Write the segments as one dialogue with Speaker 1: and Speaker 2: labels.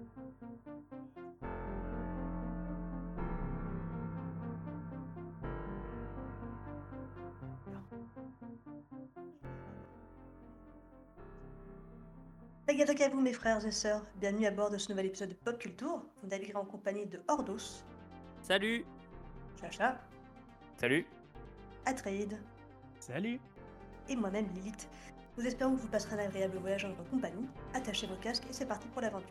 Speaker 1: Tagadak à vous mes frères et sœurs, bienvenue à bord de ce nouvel épisode de Pop Culture. Vous naviguerez en compagnie de Ordos,
Speaker 2: Salut!
Speaker 1: Chacha,
Speaker 2: Salut!
Speaker 1: Atreide
Speaker 3: Salut!
Speaker 1: et moi-même Lilith. Nous espérons que vous passerez un agréable voyage en notre compagnie. Attachez vos casques et c'est parti pour l'aventure.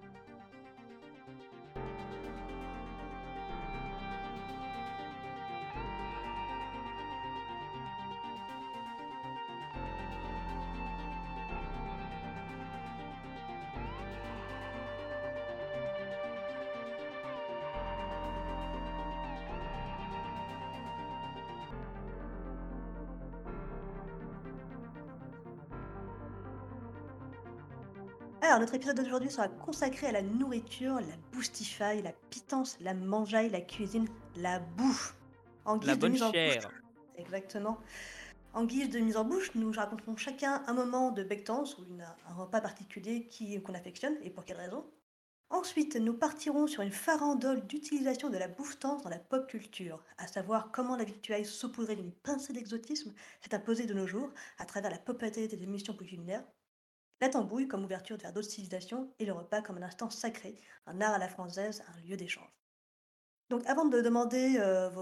Speaker 1: Alors, notre épisode d'aujourd'hui sera consacré à la nourriture, la boostify, la pitance, la mangeaille, la cuisine, la bouffe. En
Speaker 2: La
Speaker 1: guise de
Speaker 2: bonne
Speaker 1: mise en bouche.
Speaker 2: chère!
Speaker 1: Exactement. En guise de mise en bouche, nous raconterons chacun un moment de bectance ou un repas particulier qu'on affectionne et pour quelle raison. Ensuite, nous partirons sur une farandole d'utilisation de la bouffetance dans la pop culture, à savoir comment la victuaille saupoudrée d'une pincée d'exotisme s'est imposée de nos jours à travers la populaté des émissions culinaires, la tambouille comme ouverture vers d'autres civilisations et le repas comme un instant sacré, un art à la française, un lieu d'échange. Donc avant de demander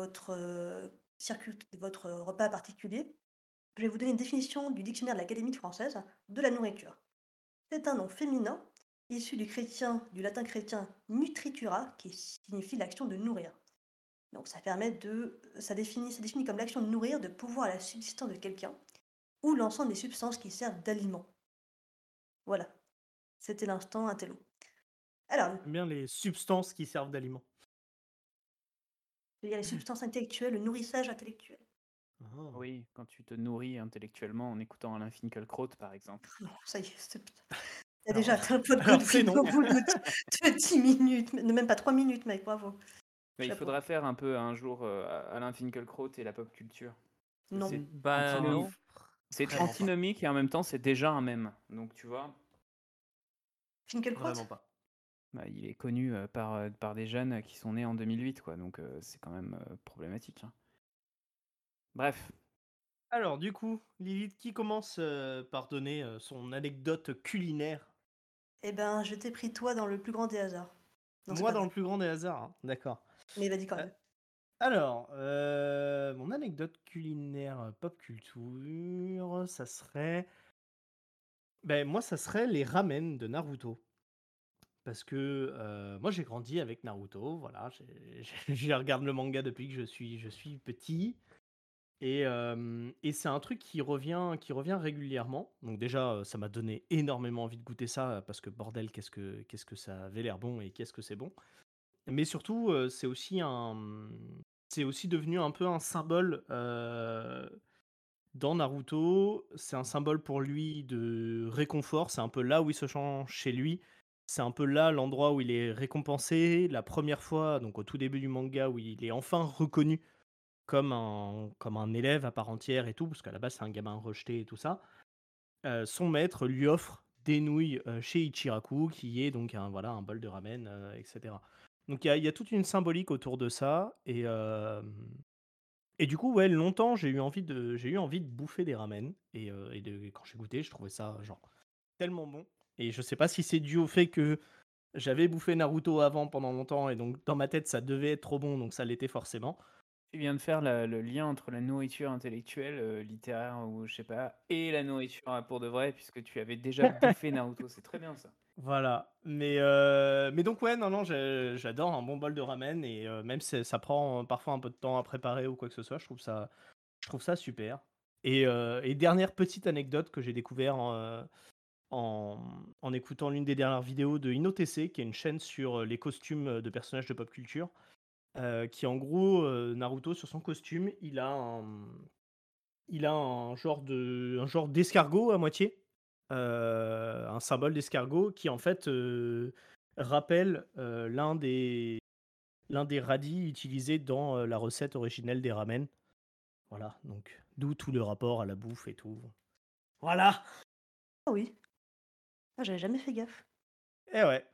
Speaker 1: votre repas particulier, je vais vous donner une définition du dictionnaire de l'Académie française de la nourriture. C'est un nom féminin issu du latin chrétien nutritura, qui signifie l'action de nourrir. Donc ça définit comme l'action de nourrir, de pouvoir à la subsistance de quelqu'un, ou l'ensemble des substances qui servent d'aliment. Voilà, c'était l'instant intello. Alors,
Speaker 3: J'aime bien les substances qui servent d'aliment.
Speaker 1: il y a les substances intellectuelles, le nourrissage intellectuel.
Speaker 3: Ah.
Speaker 2: Oui, quand tu te nourris intellectuellement en écoutant Alain Finkielkraut, par exemple.
Speaker 1: Non, ça y est, t'as
Speaker 3: Alors,
Speaker 1: déjà atteint le pot de
Speaker 3: alors
Speaker 1: good
Speaker 3: c'est
Speaker 1: food
Speaker 3: non.
Speaker 1: au bout de 10 minutes, même pas 3 minutes, mec, bravo.
Speaker 2: Mais il
Speaker 1: Chapeau.
Speaker 2: faudra faire un peu un jour Alain Finkielkraut et la pop culture.
Speaker 1: Non.
Speaker 2: C'est
Speaker 3: Bah
Speaker 2: antinomique.
Speaker 3: non.
Speaker 2: C'est
Speaker 3: Vraiment pas.
Speaker 2: antinomique et en même temps c'est déjà un mème. Donc tu vois,
Speaker 1: Finkielkraut.
Speaker 3: Vraiment pas.
Speaker 2: bah, il est connu par des jeunes qui sont nés en 2008, quoi. Donc c'est quand même problématique, hein. Bref,
Speaker 3: Alors du coup, Lilith, qui commence par donner son anecdote culinaire?
Speaker 1: Eh ben, je t'ai pris toi dans le plus grand des hasards. Non, c'est
Speaker 3: Moi
Speaker 1: pas
Speaker 3: dans
Speaker 1: vrai.
Speaker 3: le plus grand des hasards, hein. D'accord.
Speaker 1: Mais vas-y quand
Speaker 3: Euh,
Speaker 1: même.
Speaker 3: alors, mon anecdote culinaire pop culture, ça serait... Ben moi, ça serait les ramen de Naruto. Parce que moi j'ai grandi avec Naruto, voilà, je regarde le manga depuis que je suis petit, et c'est un truc qui revient régulièrement. Donc déjà, ça m'a donné énormément envie de goûter ça, parce que bordel, qu'est-ce que ça avait l'air bon et qu'est-ce que c'est bon. Mais surtout, c'est aussi devenu un peu un symbole, dans Naruto. C'est un symbole pour lui de réconfort, c'est un peu là où il se sent chez lui. C'est un peu là l'endroit où il est récompensé. La première fois, donc au tout début du manga, où il est enfin reconnu comme un élève à part entière et tout, parce qu'à la base c'est un gamin rejeté et tout ça. Son maître lui offre des nouilles chez Ichiraku, qui est donc un bol de ramen, etc. Donc il y a toute une symbolique autour de ça, et du coup, ouais, longtemps, j'ai eu envie de bouffer des ramen, et quand j'ai goûté, je trouvais ça genre tellement bon. Et je sais pas si c'est dû au fait que j'avais bouffé Naruto avant pendant longtemps, et donc dans ma tête ça devait être trop bon, donc ça l'était forcément.
Speaker 2: tu viens de faire le lien entre la nourriture intellectuelle, littéraire ou je sais pas, et la nourriture pour de vrai, puisque tu avais déjà bouffé Naruto. C'est très bien ça.
Speaker 3: Voilà, mais donc ouais, non, non, j'adore un bon bol de ramen, et même si ça prend parfois un peu de temps à préparer ou quoi que ce soit, je trouve ça super. Et dernière petite anecdote que j'ai découvert en écoutant l'une des dernières vidéos de InnoTC, qui est une chaîne sur les costumes de personnages de pop culture, qui en gros, Naruto, sur son costume, il a un genre d'escargot à moitié, un symbole d'escargot qui en fait rappelle l'un des radis utilisés dans la recette originelle des ramen. Voilà, donc d'où tout le rapport à la bouffe et tout. Voilà.
Speaker 1: Ah oui. Ah, j'avais jamais fait gaffe.
Speaker 3: Et ouais.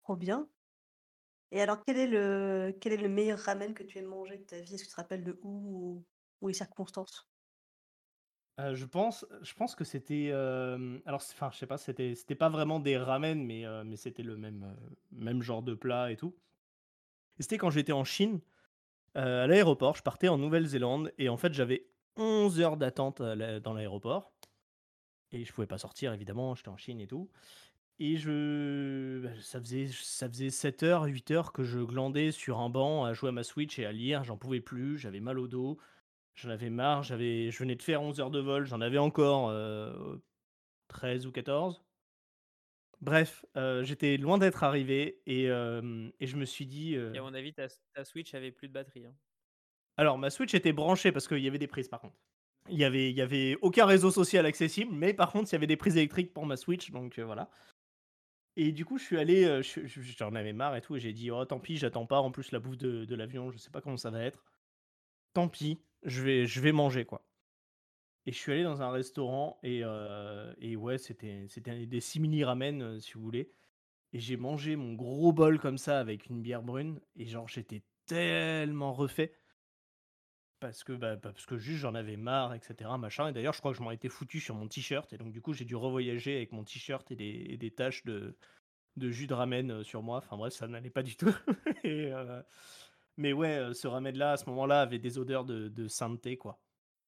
Speaker 1: trop bien. Et alors, quel est le meilleur ramen que tu aies mangé de ta vie? Est-ce que tu te rappelles de où ou les circonstances?
Speaker 3: Je pense que c'était, alors enfin, je sais pas, c'était pas vraiment des ramen, mais c'était le même genre de plat et tout. Et c'était quand j'étais en Chine, à l'aéroport. Je partais en Nouvelle-Zélande et en fait, j'avais 11 heures d'attente dans l'aéroport et je pouvais pas sortir évidemment, j'étais en Chine et tout. Et ça faisait 7 heures, 8 heures que je glandais sur un banc à jouer à ma Switch et à lire, j'en pouvais plus, j'avais mal au dos, j'en avais marre, je venais de faire 11 heures de vol, j'en avais encore, 13 ou 14. Bref, j'étais loin d'être arrivé et je me suis dit,
Speaker 4: Et à mon avis, ta Switch avait plus de batterie, hein.
Speaker 3: alors ma Switch était branchée parce qu'il y avait des prises par contre. Il y avait aucun réseau social accessible, mais par contre, il y avait des prises électriques pour ma Switch, donc voilà. Et du coup, je suis allé, j'en avais marre et tout, et j'ai dit: «Oh tant pis, j'attends pas, en plus la bouffe de l'avion, je sais pas comment ça va être. Tant pis, je vais manger, quoi». Et je suis allé dans un restaurant et ouais, c'était des simili ramen, si vous voulez, et j'ai mangé mon gros bol comme ça avec une bière brune et genre j'étais tellement refait parce que juste j'en avais marre et cetera, machin, et d'ailleurs je crois que je m'en étais foutu sur mon t-shirt et donc du coup j'ai dû revoyager avec mon t-shirt et des taches de jus de ramen, sur moi. Enfin bref, ça n'allait pas du tout. Et mais ouais, ce ramen-là, à ce moment-là, avait des odeurs de sainteté, quoi.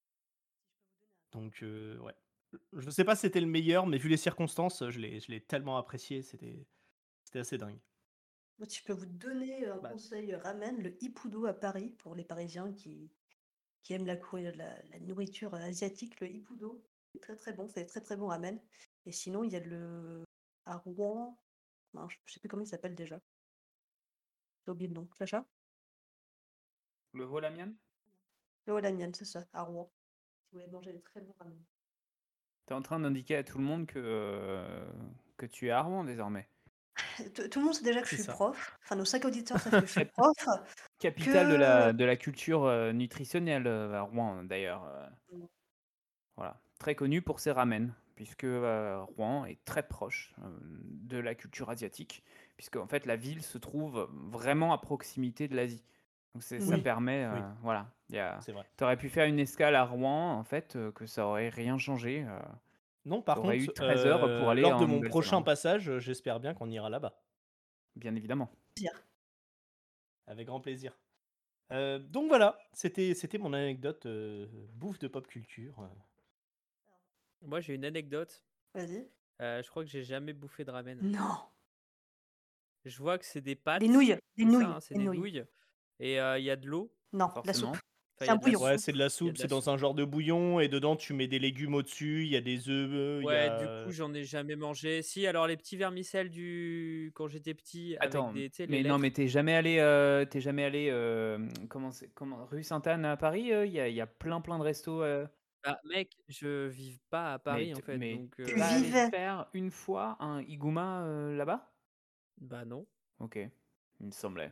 Speaker 3: Donc ouais. Je sais pas si c'était le meilleur, mais vu les circonstances, je l'ai tellement apprécié, c'était assez dingue.
Speaker 1: Moi, si je peux vous donner un
Speaker 3: Bah,
Speaker 1: conseil ramen, le Ippudo à Paris, pour les Parisiens qui aiment la nourriture asiatique, le Ippudo, c'est très très bon, c'est très très bon ramen. Et sinon, il y a à Rouen, non, je sais plus comment il s'appelle déjà. J'ai oublié le nom. Sacha?
Speaker 2: Le Volamian?
Speaker 1: Le Olamian, c'est ça, à Rouen. Si vous voulez manger des très bons ramen.
Speaker 2: T'es en train d'indiquer à tout le monde que tu es à Rouen désormais.
Speaker 1: Tout le monde sait déjà que je
Speaker 3: c'est
Speaker 1: suis
Speaker 3: ça.
Speaker 1: prof. Enfin, nos 5 auditeurs savent que je suis prof.
Speaker 2: Capitale
Speaker 1: Que
Speaker 2: de la culture nutritionnelle à Rouen d'ailleurs. Voilà. Très connu pour ses ramen, puisque Rouen est très proche de la culture asiatique, puisque en fait la ville se trouve vraiment à proximité de l'Asie. Donc ça
Speaker 1: oui,
Speaker 3: Oui,
Speaker 2: permet,
Speaker 3: oui,
Speaker 2: voilà,
Speaker 3: c'est vrai.
Speaker 2: t'aurais pu faire une escale à Rouen, en fait, que ça aurait rien changé.
Speaker 3: Non, par
Speaker 2: T'aurais eu
Speaker 3: contre,
Speaker 2: 13 heures pour aller
Speaker 3: lors de
Speaker 2: en
Speaker 3: mon prochain
Speaker 2: Nouvelle-Zélande,
Speaker 3: passage, j'espère bien qu'on ira là-bas.
Speaker 2: bien évidemment.
Speaker 1: dire.
Speaker 3: Avec grand plaisir. Donc voilà, c'était mon anecdote, bouffe de pop culture.
Speaker 4: Moi, j'ai une anecdote.
Speaker 1: Vas-y.
Speaker 4: Je crois que j'ai jamais bouffé de ramen.
Speaker 1: Non,
Speaker 4: Je vois que c'est des
Speaker 1: des
Speaker 4: pâtes,
Speaker 1: nouilles, des
Speaker 4: c'est ça,
Speaker 1: nouilles,
Speaker 4: hein, c'est
Speaker 1: des
Speaker 4: des
Speaker 1: nouilles.
Speaker 4: nouilles. Et il y a de l'eau,
Speaker 1: Non, de la soupe.
Speaker 2: Forcément.
Speaker 4: enfin,
Speaker 1: C'est
Speaker 4: il y
Speaker 1: un
Speaker 4: a de la
Speaker 1: bouillon.
Speaker 3: Ouais,
Speaker 4: soupe.
Speaker 3: c'est de la
Speaker 4: Il y a
Speaker 3: soupe,
Speaker 4: de
Speaker 3: c'est
Speaker 4: la
Speaker 3: dans
Speaker 4: soupe.
Speaker 3: un genre de bouillon et dedans tu mets des légumes au-dessus, il y a des œufs, il y
Speaker 4: Ouais, du
Speaker 3: a
Speaker 4: coup, j'en ai jamais mangé. Si, alors les petits vermicelles quand j'étais petit avec
Speaker 2: Attends,
Speaker 4: des, tu sais, les
Speaker 2: mais non, mais
Speaker 4: lettres.
Speaker 2: t'es jamais allé, comment, rue Sainte-Anne à Paris, il y a plein de restos.
Speaker 4: Bah, mec, je vis pas à
Speaker 2: Mais
Speaker 4: Paris en fait,
Speaker 2: mais
Speaker 4: donc
Speaker 2: t'es
Speaker 1: Tu
Speaker 2: pas allé
Speaker 1: vivais.
Speaker 2: faire une fois un higouma là-bas?
Speaker 4: bah non.
Speaker 2: Ok, il me semblait.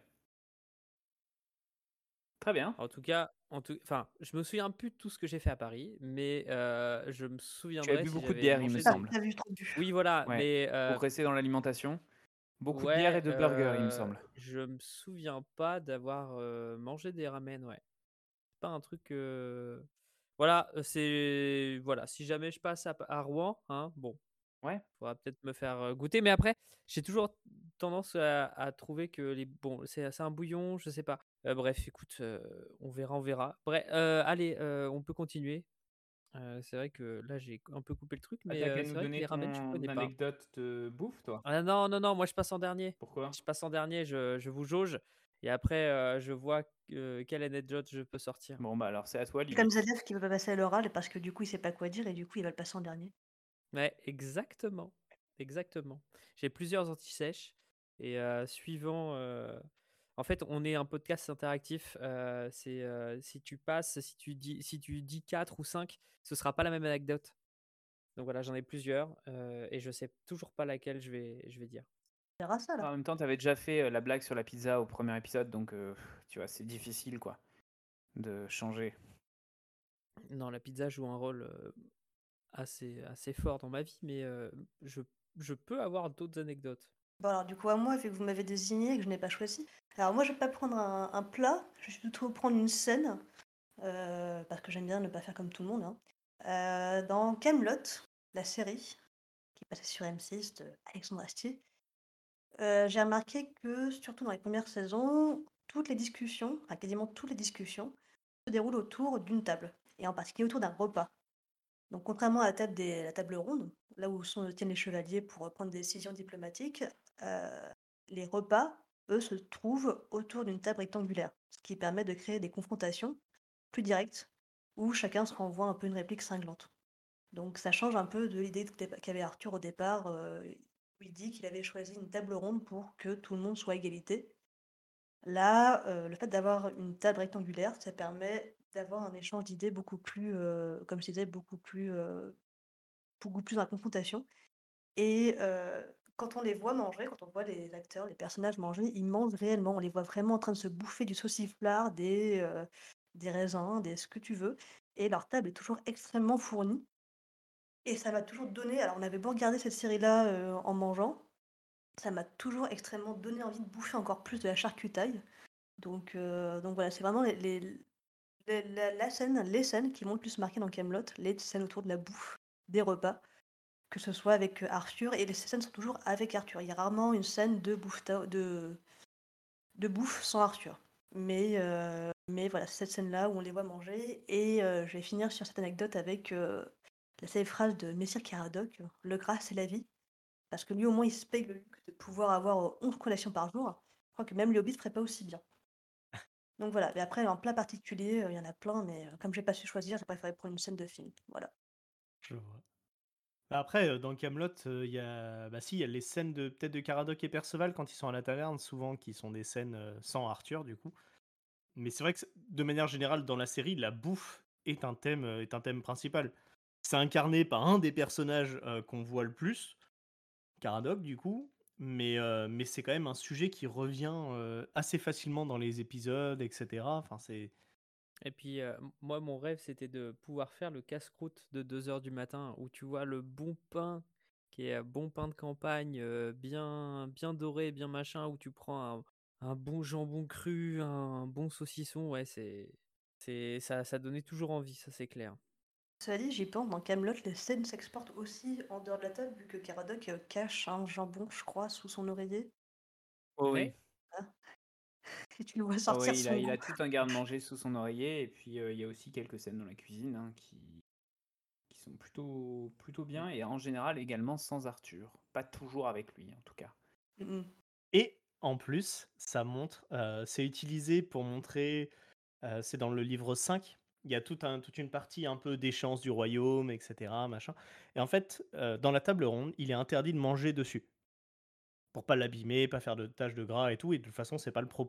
Speaker 2: Très bien.
Speaker 4: Enfin, je me souviens plus de tout ce que j'ai fait à Paris, mais je me
Speaker 2: Tu as
Speaker 4: souviendrai
Speaker 2: bu
Speaker 4: si
Speaker 2: beaucoup de
Speaker 4: j'avais
Speaker 2: bière, il me
Speaker 4: mangé
Speaker 1: T'as
Speaker 4: des.
Speaker 2: semble.
Speaker 1: as vu trop bu.
Speaker 4: Oui, voilà,
Speaker 2: Ouais,
Speaker 4: mais
Speaker 2: pour rester dans l'alimentation. Beaucoup de bière et
Speaker 4: ouais,
Speaker 2: de burgers, il me semble.
Speaker 4: je me souviens pas d'avoir mangé des ramen, ouais. C'est pas un truc. Voilà, c'est voilà. Si jamais je passe à Rouen, hein, bon,
Speaker 2: Ouais.
Speaker 4: faudra peut-être me faire goûter. Mais après, j'ai toujours tendance à trouver que bon, c'est un bouillon, je sais pas. Bref, écoute, on verra, on verra. Bref, allez, on peut continuer. C'est vrai que là, j'ai un peu coupé le truc,
Speaker 2: Ah,
Speaker 4: mais
Speaker 2: t'as qu'à nous
Speaker 4: c'est vrai que
Speaker 2: donner
Speaker 4: les ramen, je
Speaker 2: ton
Speaker 4: connais pas.
Speaker 2: anecdote de bouffe, toi.
Speaker 4: Ah non, non, non, moi je passe en dernier.
Speaker 2: Pourquoi?
Speaker 4: Je passe en dernier, je vous jauge. Et après, je vois quelle anecdote je peux sortir.
Speaker 2: Bon, bah alors c'est à toi,
Speaker 1: C'est comme
Speaker 2: Lily.
Speaker 1: Zadef qui veut pas passer à l'oral parce que du coup, il sait pas quoi dire et du coup, il va le passer en dernier.
Speaker 4: Ouais, exactement. Exactement. J'ai plusieurs anti-sèches. Et suivant. En fait, on est un podcast interactif. C'est si tu passes, si tu dis 4 ou 5, ce sera pas la même anecdote. Donc voilà, j'en ai plusieurs. Et je sais toujours pas laquelle je vais dire.
Speaker 1: On verra ça,
Speaker 2: En
Speaker 1: là.
Speaker 2: même temps, t'avais déjà fait la blague sur la pizza au premier épisode, donc tu vois, c'est difficile, quoi, de changer.
Speaker 4: Non, la pizza joue un rôle assez fort dans ma vie, mais je peux avoir d'autres anecdotes.
Speaker 1: Bon alors du coup à moi, vu que vous m'avez désigné et que je n'ai pas choisi, alors moi je vais pas prendre un plat, je vais plutôt prendre une scène, parce que j'aime bien ne pas faire comme tout le monde, hein. Dans Kaamelott, la série, qui passait sur M6 de Alexandre Astier, j'ai remarqué que surtout dans les premières saisons, toutes les discussions, enfin quasiment toutes les discussions, se déroulent autour d'une table et en particulier autour d'un repas. Donc contrairement à la table ronde, là où tiennent les chevaliers pour, prendre des décisions diplomatiques, heu, les repas, eux, se trouvent autour d'une table rectangulaire, ce qui permet de créer des confrontations plus directes, où chacun se renvoie un peu une réplique cinglante. Donc ça change un peu de l'idée qu'avait Arthur au départ, où il dit qu'il avait choisi une table ronde pour que tout le monde soit à égalité. Là, le fait d'avoir une table rectangulaire, ça permet d'avoir un échange d'idées beaucoup plus, comme je disais, beaucoup plus dans la confrontation et quand on les voit manger, quand on voit les acteurs, les personnages manger, ils mangent réellement. On les voit vraiment en train de se bouffer du sauciflard, des raisins, des ce que tu veux et leur table est toujours extrêmement fournie et ça m'a toujours donné alors on avait beau regarder cette série-là, en mangeant, ça m'a toujours extrêmement donné envie de bouffer encore plus de la charcutaille donc voilà, c'est vraiment la scène les scènes qui m'ont le plus marqué dans Kaamelott, les scènes autour de la bouffe, des repas. Que ce soit avec, Arthur et les scènes sont toujours avec Arthur. Il y a rarement une scène de bouffe sans Arthur. Mais voilà, c'est cette scène-là où on les voit manger et je vais finir sur cette anecdote avec, la célèbre phrase de Messire Caradoc: «Le gras, c'est la vie». Parce que lui, au moins, il se paye le luxe de pouvoir avoir, 11 collations par jour. Je crois que même les hobbits ne feraient pas aussi bien. Donc voilà, mais après, en plat particulier, il y en a plein, mais comme j'ai pas su choisir, j'ai préféré prendre une scène de film. Voilà.
Speaker 3: Je vois. Bah, après, dans Kaamelott, il y a bah, si, il y a les scènes de peut-être de Caradoc et Perceval quand ils sont à la taverne, souvent qui sont des scènes, sans Arthur du coup. Mais c'est vrai que de manière générale dans la série, la bouffe est un thème principal. C'est incarné par un des personnages, qu'on voit le plus, Caradoc du coup, mais c'est quand même un sujet qui revient, assez facilement dans les épisodes et cetera. Enfin c'est
Speaker 4: Et puis, moi, mon rêve, c'était de pouvoir faire le casse-croûte de 2 heures du matin, où tu vois le bon pain, qui est un bon pain de campagne, bien, bien doré, bien machin, où tu prends un bon jambon cru, un bon saucisson. Ouais, ça donnait toujours envie, ça c'est clair.
Speaker 1: Cela dit, j'y pense, dans Kaamelott, les scènes s'exportent aussi en dehors de la table, vu que Caradoc cache un jambon, je crois, sous son oreiller.
Speaker 2: Oh oui.
Speaker 4: Ouais.
Speaker 1: Hein, et tu le vois
Speaker 2: Oh
Speaker 1: sortir
Speaker 2: oui,
Speaker 1: son
Speaker 2: il
Speaker 1: goût.
Speaker 2: a tout un garde-manger sous son oreiller et puis, il y a aussi quelques scènes dans la cuisine, hein, qui sont plutôt bien et en général également sans Arthur. Pas toujours avec lui en tout cas.
Speaker 1: Mm,
Speaker 3: et en plus, ça montre, c'est utilisé pour montrer, c'est dans le livre 5. Il y a toute une partie un peu d'échéance du royaume et cetera, machin et en fait, dans la table ronde, il est interdit de manger dessus. Pour pas l'abîmer, pas faire de taches de gras et tout et de toute façon,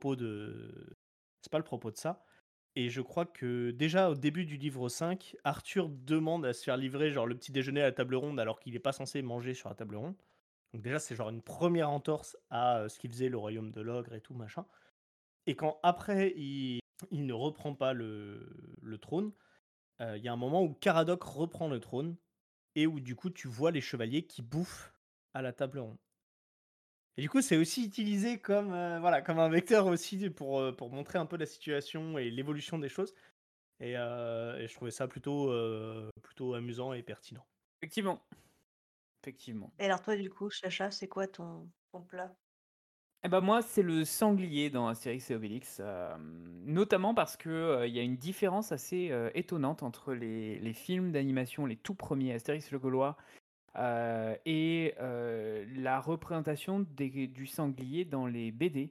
Speaker 3: c'est pas le propos de ça et je crois que déjà au début du livre 5, Arthur demande à se faire livrer genre le petit déjeuner à la table ronde alors qu'il est pas censé manger sur la table ronde. Donc déjà, c'est genre une première entorse à, ce qu'il faisait le royaume de l'ogre et tout machin et quand après il ne reprend pas le trône, il y a un moment où Caradoc reprend le trône et où du coup, tu vois les chevaliers qui bouffent à la table ronde. Et du coup, c'est aussi utilisé comme, voilà, comme un vecteur aussi pour montrer un peu la situation et l'évolution des choses et je trouvais ça plutôt amusant et pertinent.
Speaker 2: Effectivement, effectivement.
Speaker 1: Et alors toi, du coup, Chacha, c'est quoi ton plat?
Speaker 2: Et bah, moi, c'est le sanglier dans Astérix et Obélix, notamment parce que, il y a une différence assez, étonnante entre les films d'animation, les tout premiers Astérix le Gaulois, et la représentation du sanglier dans les BD.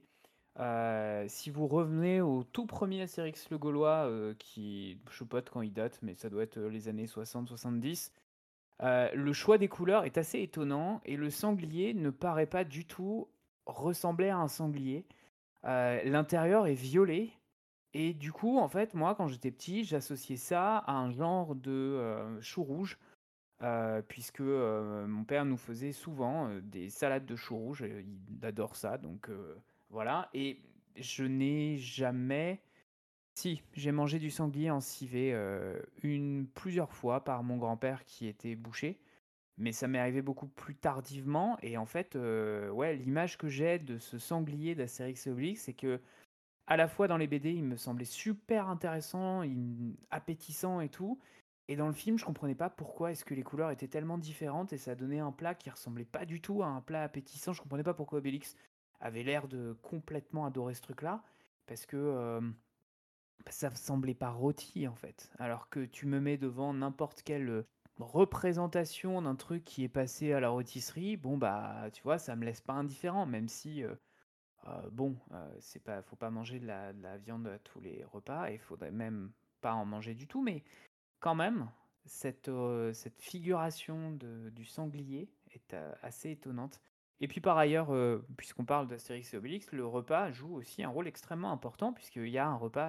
Speaker 2: Si vous revenez au tout premier Astérix le Gaulois, qui je sais pas de quand il date, mais ça doit être, les années 60-70, le choix des couleurs est assez étonnant et le sanglier ne paraît pas du tout ressembler à un sanglier. L'intérieur est violet et du coup, en fait, moi, quand j'étais petit, j'associais ça à un genre de, chou rouge, puisque, mon père nous faisait souvent, des salades de chou rouge, il adore ça donc voilà et je n'ai jamais si, j'ai mangé du sanglier en civet, plusieurs fois par mon grand-père qui était boucher, mais ça m'est arrivé beaucoup plus tardivement et en fait, ouais, l'image que j'ai de ce sanglier d'Astérix et Obélix, c'est que à la fois dans les BD, il me semblait super intéressant, appétissant et tout, et dans le film, je comprenais pas pourquoi est-ce que les couleurs étaient tellement différentes et ça donnait un plat qui ressemblait pas du tout à un plat appétissant. Je comprenais pas pourquoi Obélix avait l'air de complètement adorer ce truc-là, parce que ça semblait pas rôti en fait. Alors que tu me mets devant n'importe quelle représentation d'un truc qui est passé à la rôtisserie, bon bah tu vois, ça me laisse pas indifférent, même si bon, c'est pas, faut pas manger de la viande à tous les repas et il faudrait même pas en manger du tout, mais quand même, cette figuration du sanglier est assez étonnante. Et puis par ailleurs, puisqu'on parle d'Astérix et Obélix, le repas joue aussi un rôle extrêmement important, puisqu'il y a un repas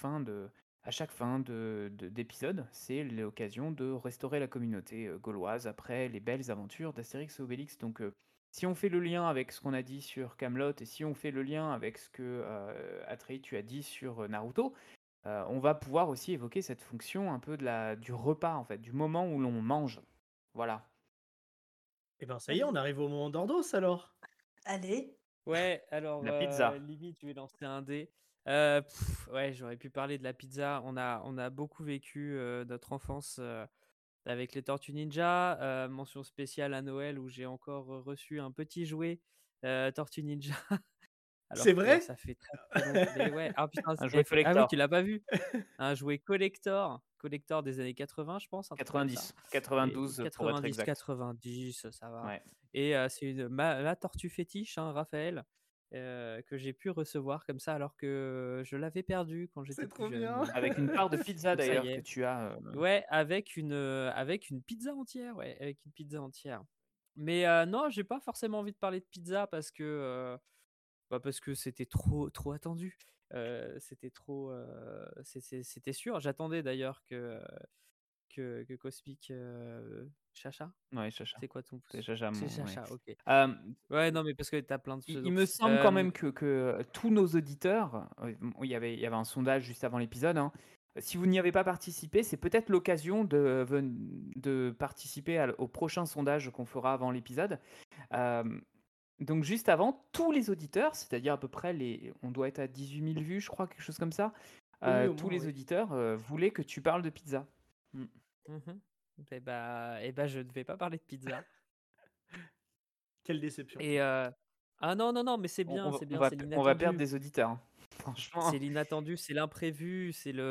Speaker 2: d'épisode. C'est l'occasion de restaurer la communauté gauloise après les belles aventures d'Astérix et Obélix. Donc si on fait le lien avec ce qu'on a dit sur Camelot et si on fait le lien avec ce que Atreyu tu as dit sur Naruto, on va pouvoir aussi évoquer cette fonction un peu du repas, en fait, du moment où l'on mange. Voilà.
Speaker 3: Et ben ça y est, on arrive au moment d'Ordos alors.
Speaker 1: Allez,
Speaker 4: Ouais, alors
Speaker 2: La pizza.
Speaker 4: limite, je vais lancer un dé. Ouais, j'aurais pu parler de la pizza. On a beaucoup vécu notre enfance avec les Tortues Ninja. Mention spéciale à Noël où j'ai encore reçu un petit jouet Tortue Ninja.
Speaker 3: C'est
Speaker 4: Alors que
Speaker 3: vrai?
Speaker 4: ça fait très très longtemps. Mais ouais, ah putain,
Speaker 2: Un jouet
Speaker 4: ah oui, tu
Speaker 2: collector.
Speaker 4: l'as pas vu? Un jouet collector des années 80, je pense, un truc comme ça.
Speaker 2: 90.
Speaker 4: Et
Speaker 2: 92 pour être exact.
Speaker 4: 90, ça va.
Speaker 2: Ouais.
Speaker 4: Et c'est ma tortue fétiche, hein, Raphaël, que j'ai pu recevoir comme ça alors que je l'avais perdu quand j'étais
Speaker 3: C'est
Speaker 4: plus
Speaker 3: trop
Speaker 4: jeune.
Speaker 3: bien.
Speaker 4: Donc,
Speaker 2: Avec une part de pizza
Speaker 4: donc ça y
Speaker 2: d'ailleurs que
Speaker 4: est.
Speaker 2: tu as.
Speaker 4: Ouais, avec une pizza entière, ouais, avec une pizza entière. Mais non, j'ai pas forcément envie de parler de pizza parce que c'était trop attendu. C'était trop, c'était sûr. J'attendais d'ailleurs que Cosmic, Chacha?
Speaker 2: Ouais, Chacha.
Speaker 4: C'est quoi ton
Speaker 2: C'est Chacha,
Speaker 4: c'est
Speaker 2: ouais.
Speaker 4: Chacha, OK.
Speaker 2: Euh,
Speaker 4: Ouais, non, mais parce que tu as plein de
Speaker 2: il
Speaker 4: pseudos.
Speaker 2: me semble quand même que tous nos auditeurs, il y avait un sondage juste avant l'épisode, hein. Si vous n'y avez pas participé, c'est peut-être l'occasion de participer au prochain sondage qu'on fera avant l'épisode. Euh, Donc juste avant, tous les auditeurs, c'est-à-dire à peu près on doit être à 18 000 vues, je crois, quelque chose comme ça.
Speaker 3: Oui, au
Speaker 2: Tous
Speaker 3: moins,
Speaker 2: les
Speaker 3: oui.
Speaker 2: auditeurs voulaient que tu parles de pizza. Mm.
Speaker 4: Mmh. Et bah, je ne vais pas parler de pizza.
Speaker 3: Quelle déception.
Speaker 4: Et ah non, non, non, mais c'est
Speaker 2: On,
Speaker 4: bien,
Speaker 2: on va,
Speaker 4: c'est
Speaker 2: on
Speaker 4: bien,
Speaker 2: va
Speaker 4: c'est
Speaker 2: on va perdre
Speaker 4: l'inattendu.
Speaker 2: des auditeurs, hein.
Speaker 4: C'est
Speaker 2: Franchement.
Speaker 4: l'inattendu, c'est l'imprévu,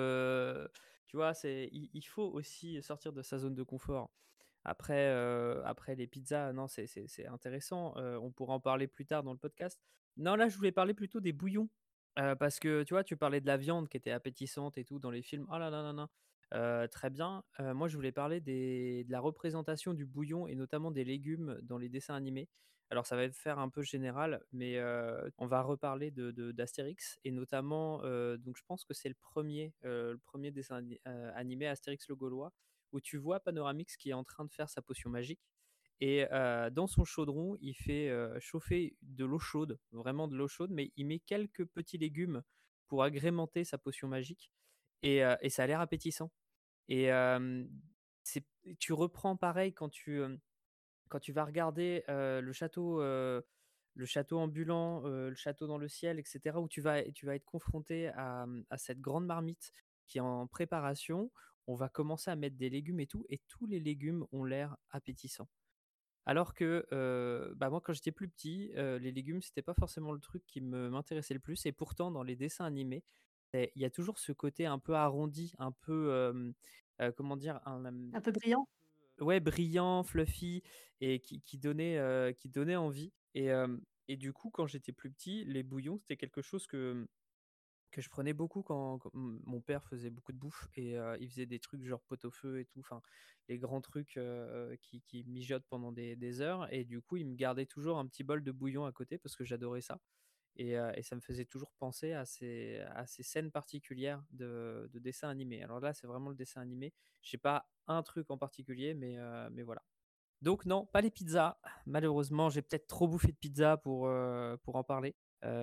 Speaker 4: tu vois, il faut aussi sortir de sa zone de confort. Après les pizzas, non, c'est intéressant. On pourra en parler plus tard dans le podcast. Non, là, je voulais parler plutôt des bouillons. Parce que, tu vois, tu parlais de la viande qui était appétissante et tout dans les films. Oh là là là là. Très bien. Moi, je voulais parler de la représentation du bouillon et notamment des légumes dans les dessins animés. Alors, ça va être faire un peu général, mais on va reparler d'Astérix et notamment, donc je pense que c'est le premier dessin animé Astérix le Gaulois où tu vois Panoramix qui est en train de faire sa potion magique. Et dans son chaudron, il fait chauffer de l'eau chaude, vraiment de l'eau chaude, mais il met quelques petits légumes pour agrémenter sa potion magique. Et ça a l'air appétissant. Et c'est, tu reprends pareil quand tu vas regarder le château ambulant, le château dans le ciel, etc., où tu vas être confronté à cette grande marmite qui est en préparation. On va commencer à mettre des légumes et tous les légumes ont l'air appétissants. Alors que bah moi, quand j'étais plus petit, les légumes, c'était pas forcément le truc qui m'intéressait le plus. Et pourtant, dans les dessins animés, il y a toujours ce côté un peu arrondi, un peu, comment dire,
Speaker 1: un peu brillant.
Speaker 4: ouais, brillant, fluffy et qui donnait envie. Et du coup, quand j'étais plus petit, les bouillons, c'était quelque chose que je prenais beaucoup quand mon père faisait beaucoup de bouffe et il faisait des trucs genre pot-au-feu et tout, enfin les grands trucs qui mijotent pendant des heures. Et du coup, il me gardait toujours un petit bol de bouillon à côté parce que j'adorais ça. Et ça me faisait toujours penser à ces scènes particulières de dessins animés. Alors là, c'est vraiment le dessin animé. Je sais pas un truc en particulier, mais voilà. Donc non, pas les pizzas. Malheureusement, j'ai peut-être trop bouffé de pizza pour en parler.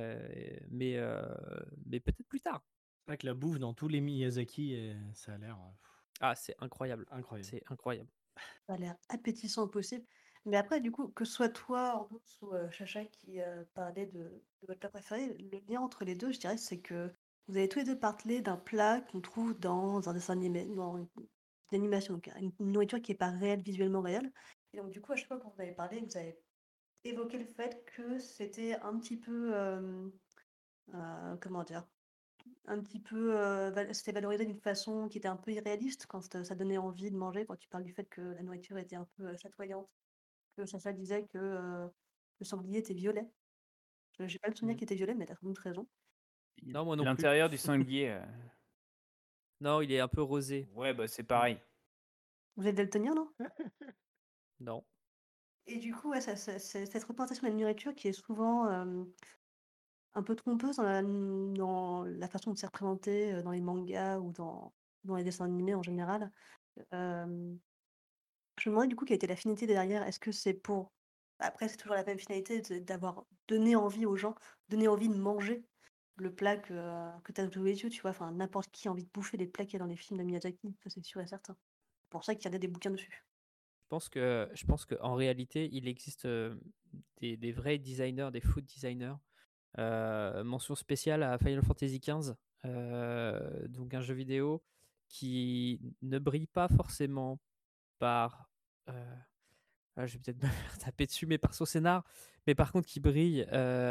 Speaker 4: Mais peut-être plus tard.
Speaker 3: C'est vrai que la bouffe dans tous les Miyazaki, ça a l'air
Speaker 4: Ah, c'est incroyable.
Speaker 3: incroyable.
Speaker 4: C'est incroyable.
Speaker 1: Ça a l'air appétissant au possible. Mais après, du coup, que ce soit toi, Ordos ou Chacha qui parlait de votre plat préféré, le lien entre les deux, je dirais, c'est que vous avez tous les deux parlé d'un plat qu'on trouve dans un dessin animé, dans une animation, donc une nourriture qui n'est pas réelle, visuellement réelle. Et donc, du coup, à chaque fois que vous avez parlé, vous avez évoqué le fait que c'était un petit peu, comment dire, un petit peu, c'était valorisé d'une façon qui était un peu irréaliste quand ça donnait envie de manger, quand tu parles du fait que la nourriture était un peu chatoyante, que Sacha disait que le sanglier était violet. J'ai pas le souvenir
Speaker 4: Mm.
Speaker 1: qu'il était violet, mais t'as sans doute raison.
Speaker 4: Non, moi non plus.
Speaker 2: L'intérieur du sanglier,
Speaker 4: Non, il est un peu rosé.
Speaker 2: ouais, bah c'est pareil.
Speaker 1: Vous êtes daltonien, non?
Speaker 4: Non.
Speaker 1: Et du coup, ouais, cette représentation de la nourriture qui est souvent un peu trompeuse dans la façon dont c'est représenté dans les mangas ou dans les dessins animés en général. Euh, Je me demandais du coup quelle était la finalité derrière. Est-ce que c'est pour après c'est toujours la même finalité d'avoir donné envie aux gens, donner envie de manger le plat que tu as sous les yeux, tu vois? Enfin, n'importe qui a envie de bouffer les plats qu'il y a dans les films de Miyazaki, ça c'est sûr et certain. C'est pour ça qu'il y a des bouquins dessus.
Speaker 4: Je pense qu'en réalité, il existe des vrais designers, des food designers. Mention spéciale à Final Fantasy XV, donc un jeu vidéo qui ne brille pas forcément par je vais peut-être me faire taper dessus, mais par son scénar, mais par contre qui brille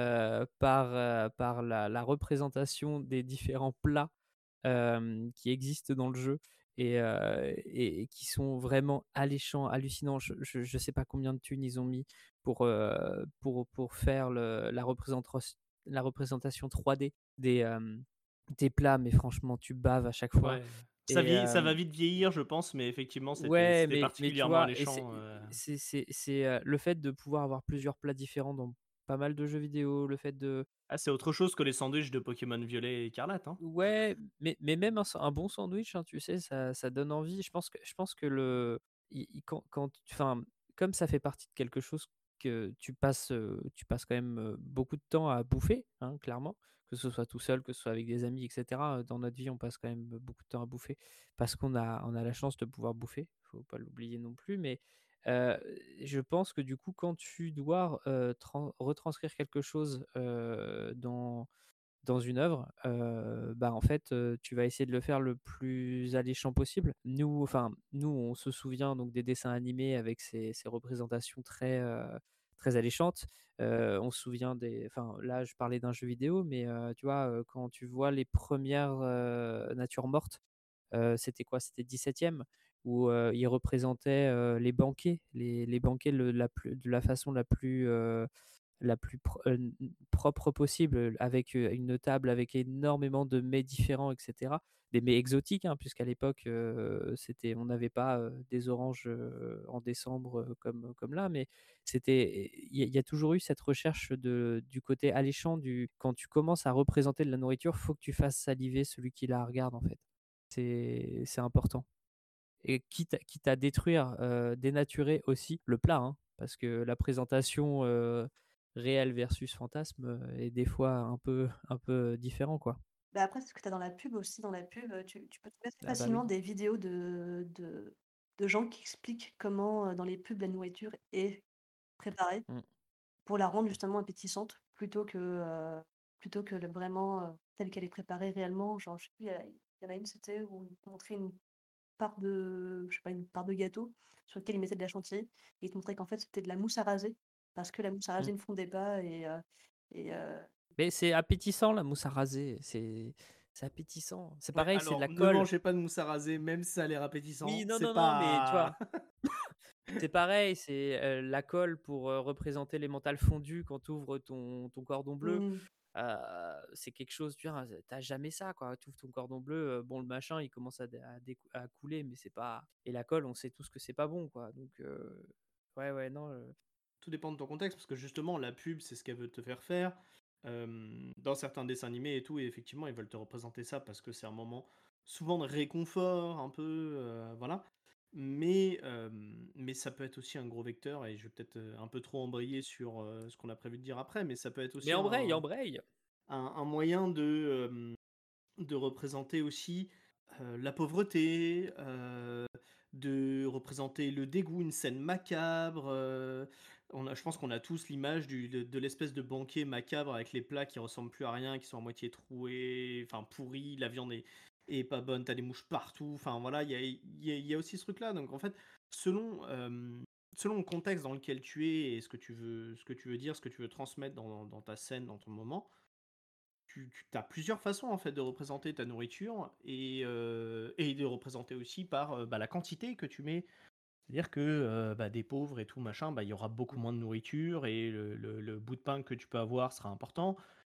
Speaker 4: par la représentation des différents plats qui existent dans le jeu et qui sont vraiment alléchants, hallucinants. Je ne sais pas combien de thunes ils ont mis pour faire la représentation 3D des plats, mais franchement, tu baves à chaque fois.
Speaker 3: Ouais.
Speaker 4: Et,
Speaker 3: Ça va vite vieillir, je pense, mais effectivement,
Speaker 4: ouais,
Speaker 3: c'était
Speaker 4: mais tu
Speaker 3: particulièrement
Speaker 4: vois, et
Speaker 3: alléchant.
Speaker 4: c'est le fait de pouvoir avoir plusieurs plats différents dans pas mal de jeux vidéo, le fait de
Speaker 3: Ah, c'est autre chose que les sandwichs de Pokémon Violet et Écarlate, hein.
Speaker 4: ouais, mais même un bon sandwich, hein, tu sais, ça donne envie. Je pense que enfin, comme ça fait partie de quelque chose que tu passes quand même beaucoup de temps à bouffer, hein, clairement, que ce soit tout seul, que ce soit avec des amis, etc. Dans notre vie, on passe quand même beaucoup de temps à bouffer parce qu'on a la chance de pouvoir bouffer. Faut pas l'oublier non plus, mais euh, je pense que du coup, quand tu dois retranscrire quelque chose dans une œuvre, bah, en fait, tu vas essayer de le faire le plus alléchant possible. Nous, on se souvient donc des dessins animés avec ces représentations très alléchantes. On se souvient là, je parlais d'un jeu vidéo, mais tu vois, quand tu vois les premières natures mortes, c'était quoi? C'était 17e où ils représentaient les banquets, les banquets de la façon la plus propre possible, avec une table avec énormément de mets différents, etc. Des mets exotiques, hein, puisqu'à l'époque, on n'avait pas des oranges en décembre comme là, mais il y a toujours eu cette recherche du côté alléchant, quand tu commences à représenter de la nourriture, faut que tu fasses saliver celui qui la regarde, en fait. C'est important. Et quitte à détruire, dénaturer aussi le plat, hein, parce que la présentation réelle versus fantasme est des fois un peu différent, quoi.
Speaker 1: Bah, après, c'est ce que tu as dans la pub aussi. Dans la pub, tu peux trouver assez
Speaker 4: Ah bah
Speaker 1: facilement
Speaker 4: oui.
Speaker 1: des vidéos de gens qui expliquent comment dans les pubs la nourriture est préparée
Speaker 4: Mm.
Speaker 1: pour la rendre justement appétissante plutôt que vraiment telle qu'elle est préparée réellement. Genre, je sais plus, il y en a une, c'était où ils montraient une part je sais pas, une part de gâteau sur lequel ils mettaient de la chantilly et ils te montraient qu'en fait c'était de la mousse à raser parce que la mousse à
Speaker 4: Mm.
Speaker 1: raser ne fondait pas et
Speaker 4: Mais c'est appétissant, la mousse à raser. C'est appétissant. C'est
Speaker 3: Ouais,
Speaker 4: pareil, c'est de
Speaker 3: alors
Speaker 4: la
Speaker 3: ne
Speaker 4: colle.
Speaker 3: mangez pas de mousse à raser, même si ça a l'air
Speaker 4: Oui,
Speaker 3: appétissant,
Speaker 4: non,
Speaker 3: c'est
Speaker 4: non, non, mais tu vois,
Speaker 3: pas.
Speaker 4: c'est pareil, c'est la colle pour représenter les mentales fondues quand tu ouvres ton cordon bleu.
Speaker 1: mmh.
Speaker 4: C'est quelque chose, tu vois, t'as jamais ça, quoi. Tu ouvres ton cordon bleu, bon, le machin, il commence à couler, mais c'est pas. Et la colle, on sait tous que c'est pas bon, quoi. Donc, ouais, ouais, non.
Speaker 3: Tout dépend de ton contexte, parce que justement, la pub, c'est ce qu'elle veut te faire faire. Dans certains dessins animés et tout, et effectivement, ils veulent te représenter ça parce que c'est un moment souvent de réconfort, un peu, voilà. Mais ça peut être aussi un gros vecteur, et je vais peut-être un peu trop embrayer sur ce qu'on a prévu de dire après, mais ça peut être
Speaker 4: Mais
Speaker 3: aussi
Speaker 4: embraye, embraye.
Speaker 3: un moyen de représenter aussi la pauvreté, de représenter le dégoût, une scène macabre. Je pense qu'on a tous l'image de l'espèce de banquet macabre avec les plats qui ressemblent plus à rien, qui sont à moitié troués, enfin pourris, la viande est pas bonne, t'as des mouches partout. Enfin voilà, il y a aussi ce truc-là. Donc en fait, selon, selon le contexte dans lequel tu es et ce que tu veux dire, ce que tu veux transmettre dans ta scène, dans ton moment, tu as plusieurs façons en fait de représenter ta nourriture et de représenter aussi par la quantité que tu mets. C'est-à-dire que des pauvres et tout machin, il y aura beaucoup moins de nourriture et le bout de pain que tu peux avoir sera important.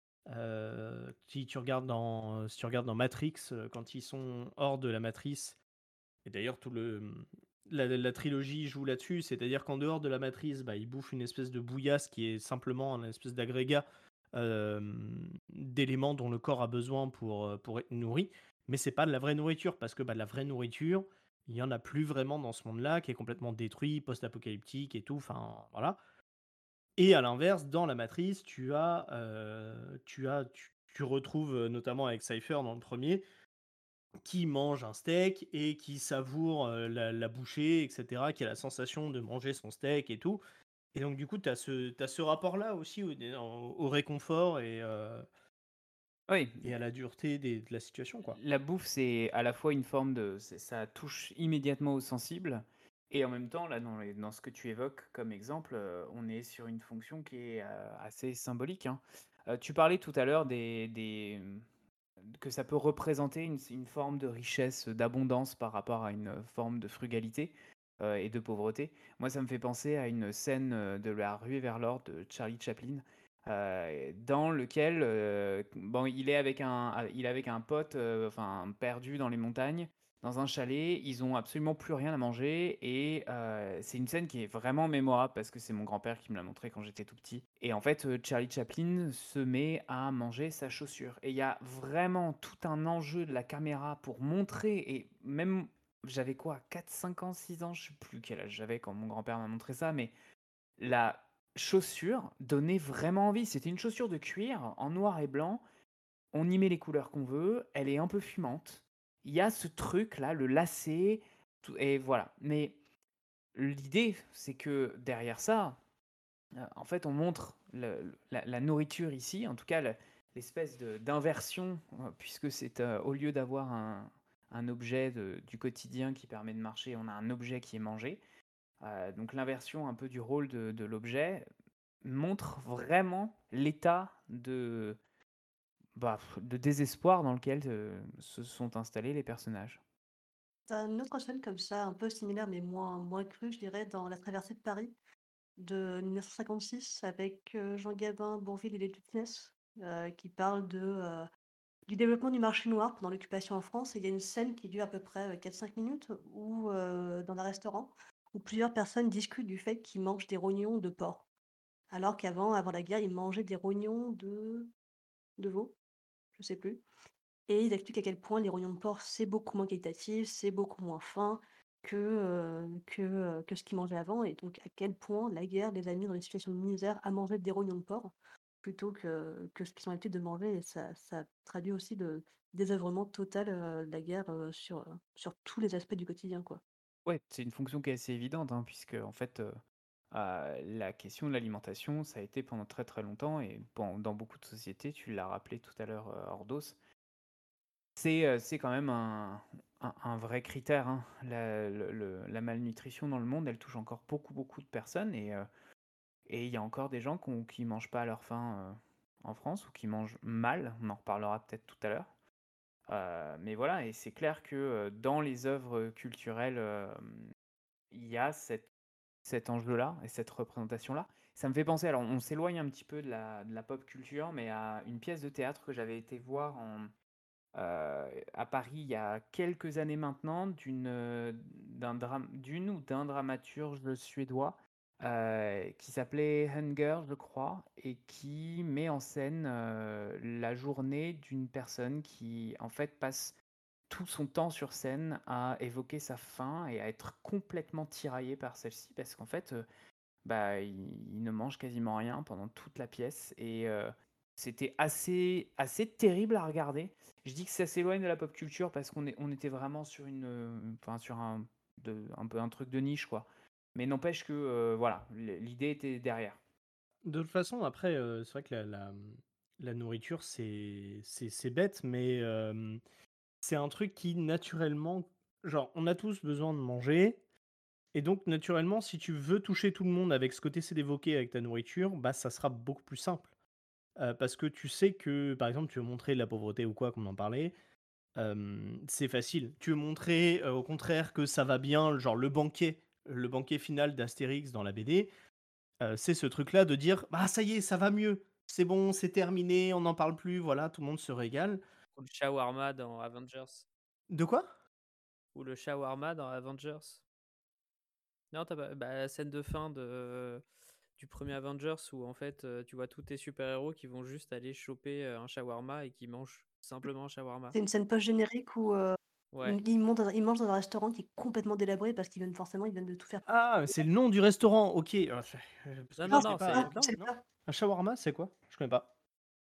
Speaker 3: Si tu regardes dans Matrix, quand ils sont hors de la matrice, et d'ailleurs la trilogie joue là-dessus, c'est-à-dire qu'en dehors de la matrice, ils bouffent une espèce de bouillasse qui est simplement un espèce d'agrégat d'éléments dont le corps a besoin pour être nourri, mais c'est pas de la vraie nourriture, parce que de la vraie nourriture, il y en a plus vraiment dans ce monde-là, qui est complètement détruit, post-apocalyptique et tout, enfin voilà. Et à l'inverse, dans la matrice, tu retrouves notamment avec Cypher dans le premier, qui mange un steak et qui savoure la bouchée, etc., qui a la sensation de manger son steak et tout. Et donc, du coup, t'as ce rapport-là aussi au réconfort
Speaker 2: Oui,
Speaker 3: et à la dureté de la situation, quoi.
Speaker 2: la bouffe, c'est à la fois une forme ça touche immédiatement au sensible, et en même temps, là, dans ce que tu évoques comme exemple, on est sur une fonction qui est assez symbolique, hein. Tu parlais tout à l'heure que ça peut représenter une forme de richesse, d'abondance par rapport à une forme de frugalité et de pauvreté. Moi, ça me fait penser à une scène de La Ruée vers l'or de Charlie Chaplin, dans lequel bon, il est avec un pote, enfin perdu dans les montagnes, dans un chalet. Ils ont absolument plus rien à manger et c'est une scène qui est vraiment mémorable parce que c'est mon grand-père qui me l'a montré quand j'étais tout petit. Et en fait, Charlie Chaplin se met à manger sa chaussure. Et il y a vraiment tout un enjeu de la caméra pour montrer, et même, j'avais quoi, 4, 5 ans, 6 ans, je sais plus quel âge j'avais quand mon grand-père m'a montré ça, mais la chaussure donnait vraiment envie. C'était une chaussure de cuir en noir et blanc. On y met les couleurs qu'on veut. Elle est un peu fumante. Il y a ce truc-là, le lacet, et voilà. Mais l'idée, c'est que derrière ça, en fait, on montre la nourriture ici, en tout cas l'espèce d'inversion, puisque c'est au lieu d'avoir un objet du quotidien qui permet de marcher, on a un objet qui est mangé. Donc l'inversion un peu du rôle de l'objet montre vraiment l'état de désespoir dans lequel se sont installés les personnages.
Speaker 1: T'as une autre scène comme ça, un peu similaire, mais moins crue, je dirais, dans La Traversée de Paris de 1956, avec Jean Gabin, Bourvil et les Dutinès, qui parle du développement du marché noir pendant l'occupation en France. Et il y a une scène qui dure à peu près 4-5 minutes où, dans un restaurant, où plusieurs personnes discutent du fait qu'ils mangent des rognons de porc. Alors avant la guerre, ils mangeaient des rognons de veau, je sais plus. Et ils expliquent à quel point les rognons de porc, c'est beaucoup moins qualitatif, c'est beaucoup moins fin que ce qu'ils mangeaient avant, et donc à quel point la guerre les a mis dans une situation de misère à manger des rognons de porc plutôt que ce qu'ils ont l'habitude de manger. Et ça traduit aussi le désœuvrement total de la guerre sur tous les aspects du quotidien, quoi.
Speaker 2: Ouais, c'est une fonction qui est assez évidente, hein, puisque en fait, la question de l'alimentation, ça a été pendant très très longtemps, et dans beaucoup de sociétés, tu l'as rappelé tout à l'heure, Ordos, c'est quand même un vrai critère, hein. La malnutrition dans le monde, elle touche encore beaucoup beaucoup de personnes, et il y a encore des gens qui mangent pas à leur faim en France, ou qui mangent mal. On en reparlera peut-être tout à l'heure. Mais voilà, et c'est clair que dans les œuvres culturelles, il y a cet enjeu-là et cette représentation-là. Ça me fait penser, alors on s'éloigne un petit peu de la pop culture, mais à une pièce de théâtre que j'avais été voir à Paris il y a quelques années maintenant, d'une ou d'un dramaturge suédois qui s'appelait Hunger, je crois, et qui met en scène la journée d'une personne qui, en fait, passe tout son temps sur scène à évoquer sa faim et à être complètement tiraillé par celle-ci, parce qu'en fait, il ne mange quasiment rien pendant toute la pièce, et c'était assez terrible à regarder. Je dis que ça s'éloigne de la pop culture parce on était vraiment sur un peu un truc de niche, quoi. Mais n'empêche que, voilà, l'idée était derrière.
Speaker 3: De toute façon, après, c'est vrai que la nourriture, c'est bête, mais c'est un truc qui, naturellement, genre, on a tous besoin de manger, et donc, naturellement, si tu veux toucher tout le monde avec ce que tu essaies d'évoquer avec ta nourriture, bah, ça sera beaucoup plus simple. Parce que tu sais que, par exemple, tu veux montrer la pauvreté ou quoi, comme on en parlait, c'est facile. Tu veux montrer, au contraire, que ça va bien, genre le banquet final d'Astérix dans la BD, c'est ce truc-là de dire: «Bah, ça y est, ça va mieux, c'est bon, c'est terminé, on n'en parle plus, voilà, tout le monde se régale».
Speaker 4: Ou le shawarma dans Avengers.
Speaker 3: De quoi?
Speaker 4: Ou le shawarma dans Avengers. Non, t'as pas. Bah, la scène de fin du premier Avengers où en fait tu vois tous tes super-héros qui vont juste aller choper un shawarma et qui mangent simplement un shawarma.
Speaker 1: C'est une scène post-générique où
Speaker 4: Ouais.
Speaker 1: ils mangent dans un restaurant qui est complètement délabré parce qu'ils viennent de tout faire.
Speaker 3: Ah, c'est le nom du restaurant, OK. Parce que
Speaker 4: Non,
Speaker 3: je
Speaker 4: non,
Speaker 1: Non,
Speaker 3: sais
Speaker 4: non,
Speaker 3: pas,
Speaker 4: c'est
Speaker 3: non,
Speaker 1: c'est le
Speaker 3: non?
Speaker 1: plat.
Speaker 3: Un shawarma, c'est quoi? Je connais pas.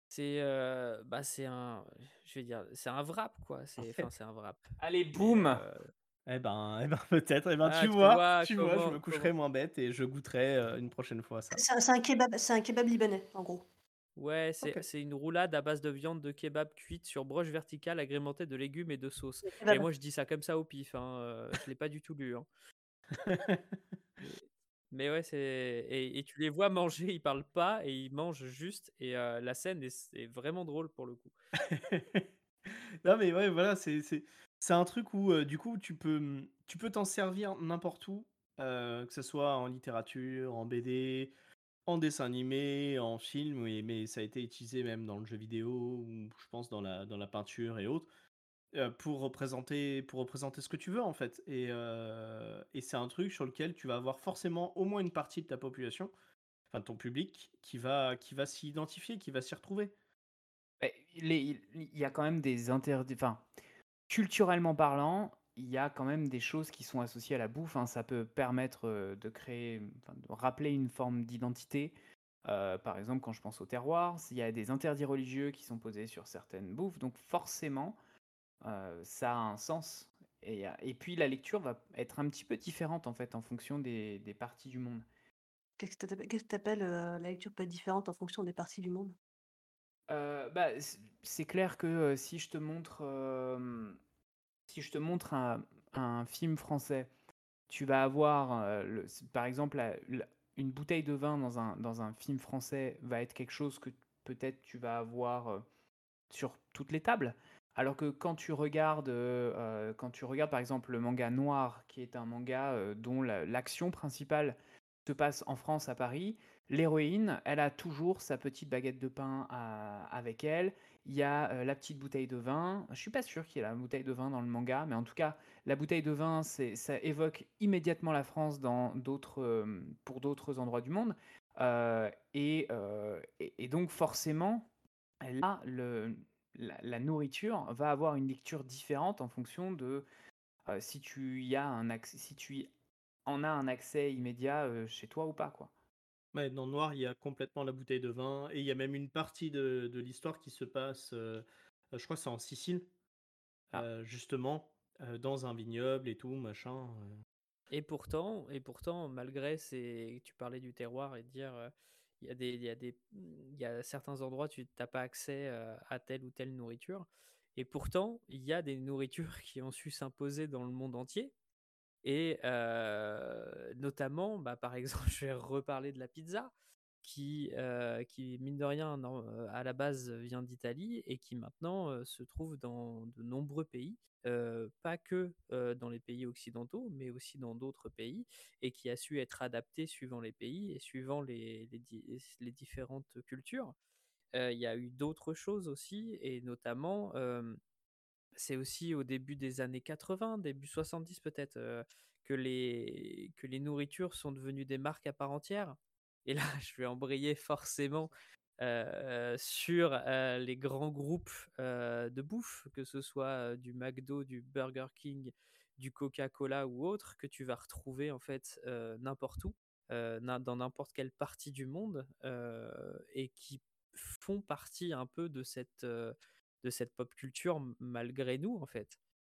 Speaker 4: c'est un, je vais dire, c'est un wrap quoi. C'est un wrap.
Speaker 2: Allez,
Speaker 4: Mais,
Speaker 2: boum!
Speaker 3: Eh ben, peut-être. Eh ben,
Speaker 4: ah, tu vois
Speaker 3: tu vois, je me coucherai
Speaker 4: comment.
Speaker 3: moins bête et je goûterai, une prochaine fois ça.
Speaker 1: C'est un kebab libanais, en gros.
Speaker 4: Ouais,
Speaker 3: OK.
Speaker 4: c'est une roulade à base de viande de kebab cuite sur broche verticale agrémentée de légumes et de sauce.
Speaker 1: Le
Speaker 4: Et
Speaker 1: kebab.
Speaker 4: moi je dis ça comme ça au pif, hein, je l'ai pas du tout lu, hein. Mais, mais ouais, et tu les vois manger, ils parlent pas et ils mangent juste. Et la scène est vraiment drôle pour le coup.
Speaker 3: Non, mais ouais, voilà, c'est un truc où, du coup, tu peux t'en servir n'importe où, que ce soit en littérature, en BD, en dessin animé, en film, oui, mais ça a été utilisé même dans le jeu vidéo ou je pense dans la peinture et autres, pour représenter ce que tu veux, en fait, et c'est un truc sur lequel tu vas avoir forcément au moins une partie de ta population, enfin de ton public, qui va s'y identifier, qui va s'y retrouver.
Speaker 2: Beh, il y a quand même des interdits. Enfin, culturellement parlant, il y a quand même des choses qui sont associées à la bouffe, hein. Ça peut permettre de créer, enfin, de rappeler une forme d'identité. Par exemple, quand je pense au terroir, il y a des interdits religieux qui sont posés sur certaines bouffes, donc forcément, ça a un sens. Et puis la lecture va être un petit peu différente en fait en fonction des parties du monde.
Speaker 1: Qu'est-ce que t'appelles la lecture peut être différente en fonction des parties du monde?
Speaker 2: Bah, c'est clair que si je te montre un film français, tu vas avoir, par exemple, une bouteille de vin dans un film français va être quelque chose que peut-être tu vas avoir sur toutes les tables. Alors que quand tu regardes par exemple le manga Noir, qui est un manga dont l'action principale se passe en France, à Paris, l'héroïne, elle a toujours sa petite baguette de pain avec elle. Il y a la petite bouteille de vin. Je suis pas sûr qu'il y ait la bouteille de vin dans le manga, mais en tout cas, la bouteille de vin, ça évoque immédiatement la France pour d'autres endroits du monde. Et donc forcément, là, la nourriture va avoir une lecture différente en fonction de si tu y as un accès, si tu y en as un accès immédiat chez toi ou pas, quoi.
Speaker 3: Ouais, dans Noir, il y a complètement la bouteille de vin et il y a même une partie de l'histoire qui se passe, je crois que c'est en Sicile,
Speaker 2: Ah,
Speaker 3: justement, dans un vignoble et tout, machin.
Speaker 4: Et pourtant, malgré tu parlais du terroir et de dire, il y a certains endroits tu n'as pas accès à telle ou telle nourriture. Et pourtant, il y a des nourritures qui ont su s'imposer dans le monde entier. Et notamment, bah, par exemple, je vais reparler de la pizza, qui mine de rien, à la base vient d'Italie et qui maintenant se trouve dans de nombreux pays, pas que dans les pays occidentaux, mais aussi dans d'autres pays, et qui a su être adapté suivant les pays et suivant les différentes cultures. Il y a eu d'autres choses aussi, et notamment, c'est aussi au début des années 80, début 70 peut-être, que les nourritures sont devenues des marques à part entière. Et là, je vais embrayer forcément sur les grands groupes de bouffe, que ce soit du McDo, du Burger King, du Coca-Cola ou autre, que tu vas retrouver en fait n'importe où, dans n'importe quelle partie du monde, et qui font partie un peu de cette pop culture malgré nous en fait.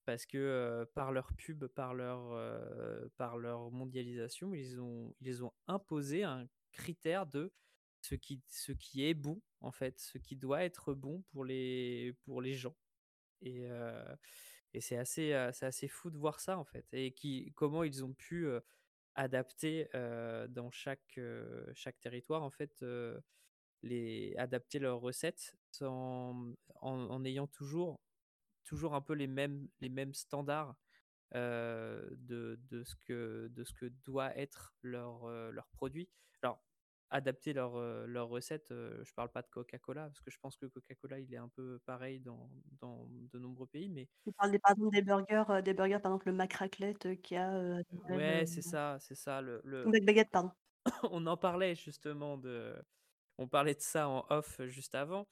Speaker 4: parce que par leur pub, par leur mondialisation, ils ont imposé un critère de ce qui est bon, en fait, ce qui doit être bon pour les gens. Et, et c'est assez fou de voir ça, en fait. Et comment ils ont pu adapter dans chaque territoire, en fait, adapter leurs recettes en ayant toujours un peu les mêmes standards de ce que doit être leur produit. Alors, adapter leur recette, je parle pas de Coca-Cola, parce que je pense que Coca-Cola, il est un peu pareil dans de nombreux pays, mais
Speaker 1: Tu parles par exemple des burgers, par exemple le Mac Raclette qui a
Speaker 4: ouais, c'est ça.
Speaker 1: ou Mac Baguette, pardon.
Speaker 4: On en parlait justement on parlait de ça en off juste avant.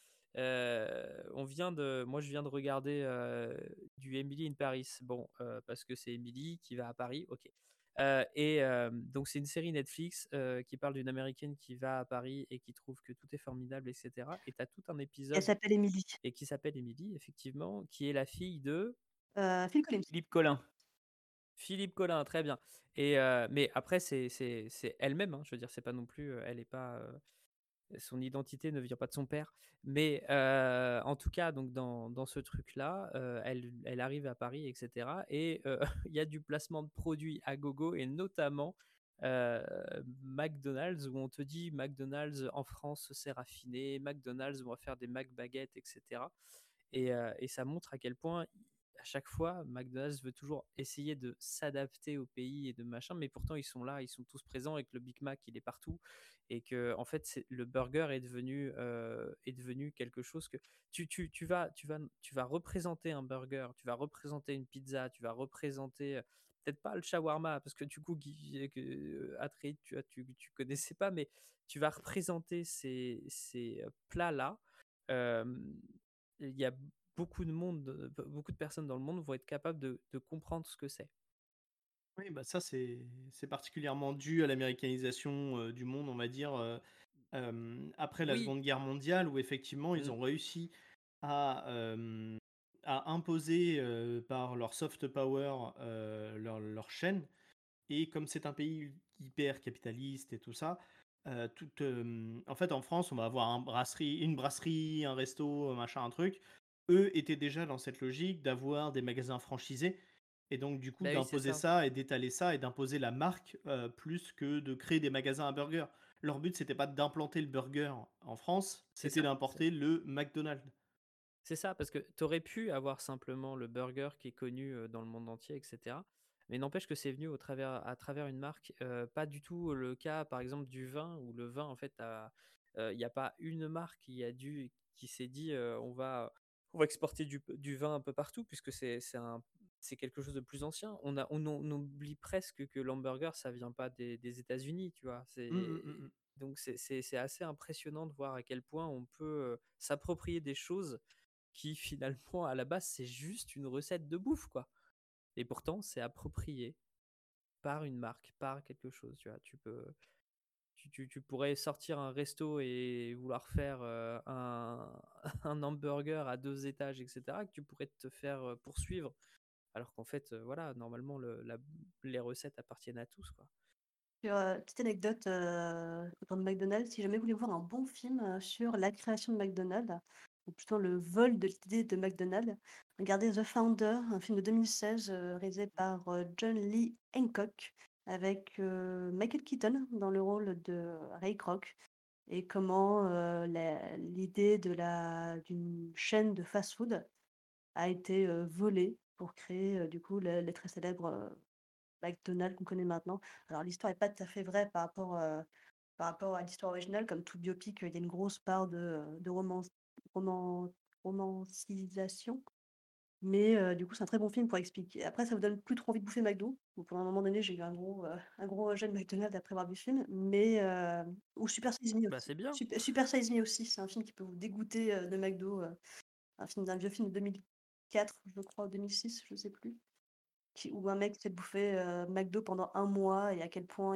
Speaker 4: Moi, je viens de regarder du Emily in Paris. Bon, parce que c'est Emily qui va à Paris, ok. Donc, c'est une série Netflix qui parle d'une Américaine qui va à Paris et qui trouve que tout est formidable, etc. Et tu as tout un
Speaker 1: Elle
Speaker 4: épisode
Speaker 1: s'appelle Émilie.
Speaker 4: et qui s'appelle Emily, effectivement, qui est la fille de
Speaker 1: Phil Collins.
Speaker 2: Philippe Collin.
Speaker 4: Philippe Collin, très bien. Mais après, c'est elle-même, hein, je veux dire, c'est pas non plus, elle est pas, son identité ne vient pas de son père. Mais en tout cas, donc dans ce truc-là, elle arrive à Paris, etc. Et il y a du placement de produits à gogo, et notamment euh, McDonald's, où on te dit McDonald's en France c'est raffiné, McDonald's on va faire des McBaguettes, etc. Et ça montre à quel point à chaque fois McDonald's veut toujours essayer de s'adapter au pays et de machin, mais pourtant ils sont là, ils sont tous présents, et que le Big Mac il est partout, et que en fait le burger est devenu quelque chose que tu vas représenter un burger, tu vas représenter une pizza, tu vas représenter peut-être pas le shawarma, parce que du coup Atreide, tu connaissais pas, mais tu vas représenter ces plats là. Il y a beaucoup de personnes dans le monde vont être capables de comprendre ce que c'est.
Speaker 3: Oui, bah ça, c'est particulièrement dû à l'américanisation du monde, on va dire, après la
Speaker 4: Oui.
Speaker 3: Seconde Guerre mondiale, où effectivement, ils
Speaker 4: Mm.
Speaker 3: ont réussi à, à imposer par leur soft power leur chaîne. Et comme c'est un pays hyper capitaliste et tout ça, en fait, en France, on va avoir une brasserie, un resto, machin, un truc. Eux étaient déjà dans cette logique d'avoir des magasins franchisés et donc du coup
Speaker 4: Bah oui, c'est
Speaker 3: d'imposer
Speaker 4: ça.
Speaker 3: ça et d'étaler ça et d'imposer la marque plus que de créer des magasins à burgers. Leur but, c'était pas d'implanter le burger en France,
Speaker 4: C'est
Speaker 3: c'était
Speaker 4: ça.
Speaker 3: d'importer le McDonald's.
Speaker 4: C'est ça, parce que tu aurais pu avoir simplement le burger qui est connu dans le monde entier, etc. Mais n'empêche que c'est venu à travers une marque. Pas du tout le cas, par exemple, du vin, où le vin, en fait, il n'y a pas une marque qui s'est dit on va exporter du vin un peu partout, puisque c'est quelque chose de plus ancien. On oublie presque que l'hamburger, ça vient pas des États-Unis, tu vois.
Speaker 3: Hum, hum, hum, hum.
Speaker 4: Donc c'est assez impressionnant de voir à quel point on peut s'approprier des choses qui finalement à la base c'est juste une recette de bouffe, quoi. Et pourtant c'est approprié par une marque, par quelque chose, tu vois. Tu pourrais sortir un resto et vouloir faire un hamburger à 2 étages, etc., que tu pourrais te faire poursuivre, alors qu'en fait voilà, normalement les recettes appartiennent à tous, quoi.
Speaker 1: Petite anecdote autour de McDonald's, si jamais vous voulez voir un bon film sur la création de McDonald's, ou plutôt le vol de l'idée de McDonald's, regardez The Founder, un film de 2016 réalisé par John Lee Hancock, avec Michael Keaton dans le rôle de Ray Kroc, et comment l'idée d'une chaîne de fast-food a été volée pour créer du coup les très célèbres McDonald's qu'on connaît maintenant. Alors l'histoire est pas tout à fait vraie par rapport à l'histoire originale. Comme tout biopic, il y a une grosse part de roman romancisation. Mais du coup, c'est un très bon film pour expliquer. Après, ça vous donne plus trop envie de bouffer McDo. Ou pendant un moment donné, j'ai eu un gros rejet de McDonald's après avoir vu ce film. Mais ou Super Size Me
Speaker 4: Bah
Speaker 1: aussi.
Speaker 4: c'est bien.
Speaker 1: Super Size Me aussi, c'est un film qui peut vous dégoûter de McDo. Un vieux film de 2004, je crois, ou 2006, je sais plus. Où un mec s'est bouffé McDo pendant un mois, et à quel point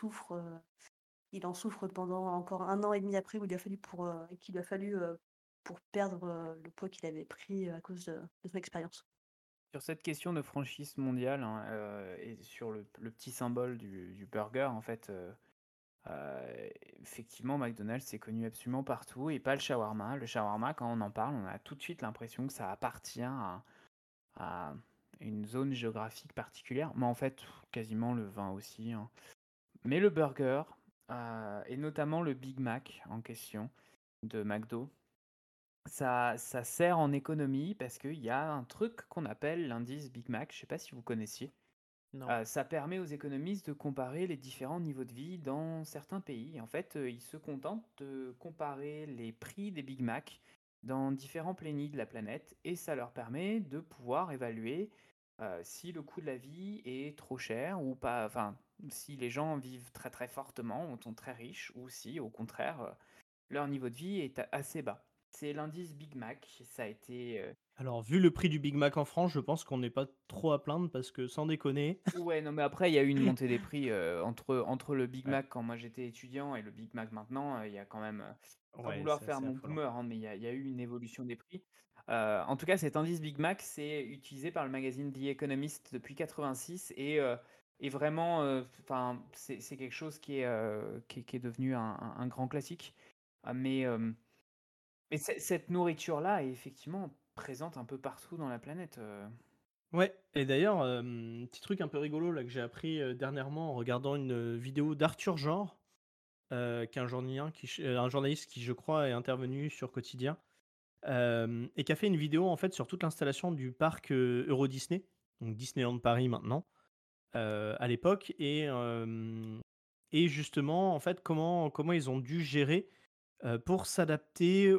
Speaker 1: il en souffre pendant encore un an et demi après, où qu'il lui a fallu pour perdre le poids qu'il avait pris à cause de son expérience.
Speaker 2: Sur cette question de franchise mondiale, hein, et sur le petit symbole du burger, en fait, heu, effectivement, McDonald's, c'est connu absolument partout et pas le shawarma. Le shawarma, quand on en parle, on a tout de suite l'impression que ça appartient à une zone géographique particulière, mais en fait, quasiment le vin aussi, hein. Mais le burger, et notamment le Big Mac en question de McDo, ça sert en économie parce qu'il y a un truc qu'on appelle l'indice Big Mac, je sais pas si vous connaissiez?
Speaker 4: Non.
Speaker 2: Ça permet aux économistes de comparer les différents niveaux de vie dans certains pays. En fait, ils se contentent de comparer les prix des Big Mac dans différents pays de la planète et ça leur permet de pouvoir évaluer, si le coût de la vie est trop cher ou pas, enfin, si les gens vivent très, très fortement ou sont très riches ou si, au contraire, leur niveau de vie est a assez bas. C'est l'indice Big Mac, ça a été,
Speaker 3: Alors, vu le prix du Big Mac en France, je pense qu'on n'est pas trop à plaindre parce que sans déconner.
Speaker 2: Ouais, non, mais après, il y a eu une montée des prix entre le Big
Speaker 3: Ouais,
Speaker 2: Mac quand moi j'étais étudiant et le Big Mac maintenant, il y a quand même, sans
Speaker 3: ouais,
Speaker 2: vouloir
Speaker 3: c'est
Speaker 2: faire
Speaker 3: assez
Speaker 2: mon
Speaker 3: affolant.
Speaker 2: boomer, hein, mais il y a eu une évolution des prix. En tout cas, cet indice Big Mac, c'est utilisé par le magazine The Economist depuis 86 et vraiment, enfin, c'est quelque chose qui est devenu un grand classique. Mais cette nourriture-là est effectivement présente un peu partout dans la planète.
Speaker 3: Ouais, et d'ailleurs, petit truc un peu rigolo là que j'ai appris dernièrement en regardant une vidéo d'Arthur Genre, qui est un journaliste qui, je crois, est intervenu sur Quotidien, et qui a fait une vidéo en fait sur toute l'installation du parc Euro Disney, donc Disneyland Paris maintenant, à l'époque, et justement, en fait, comment ils ont dû gérer pour s'adapter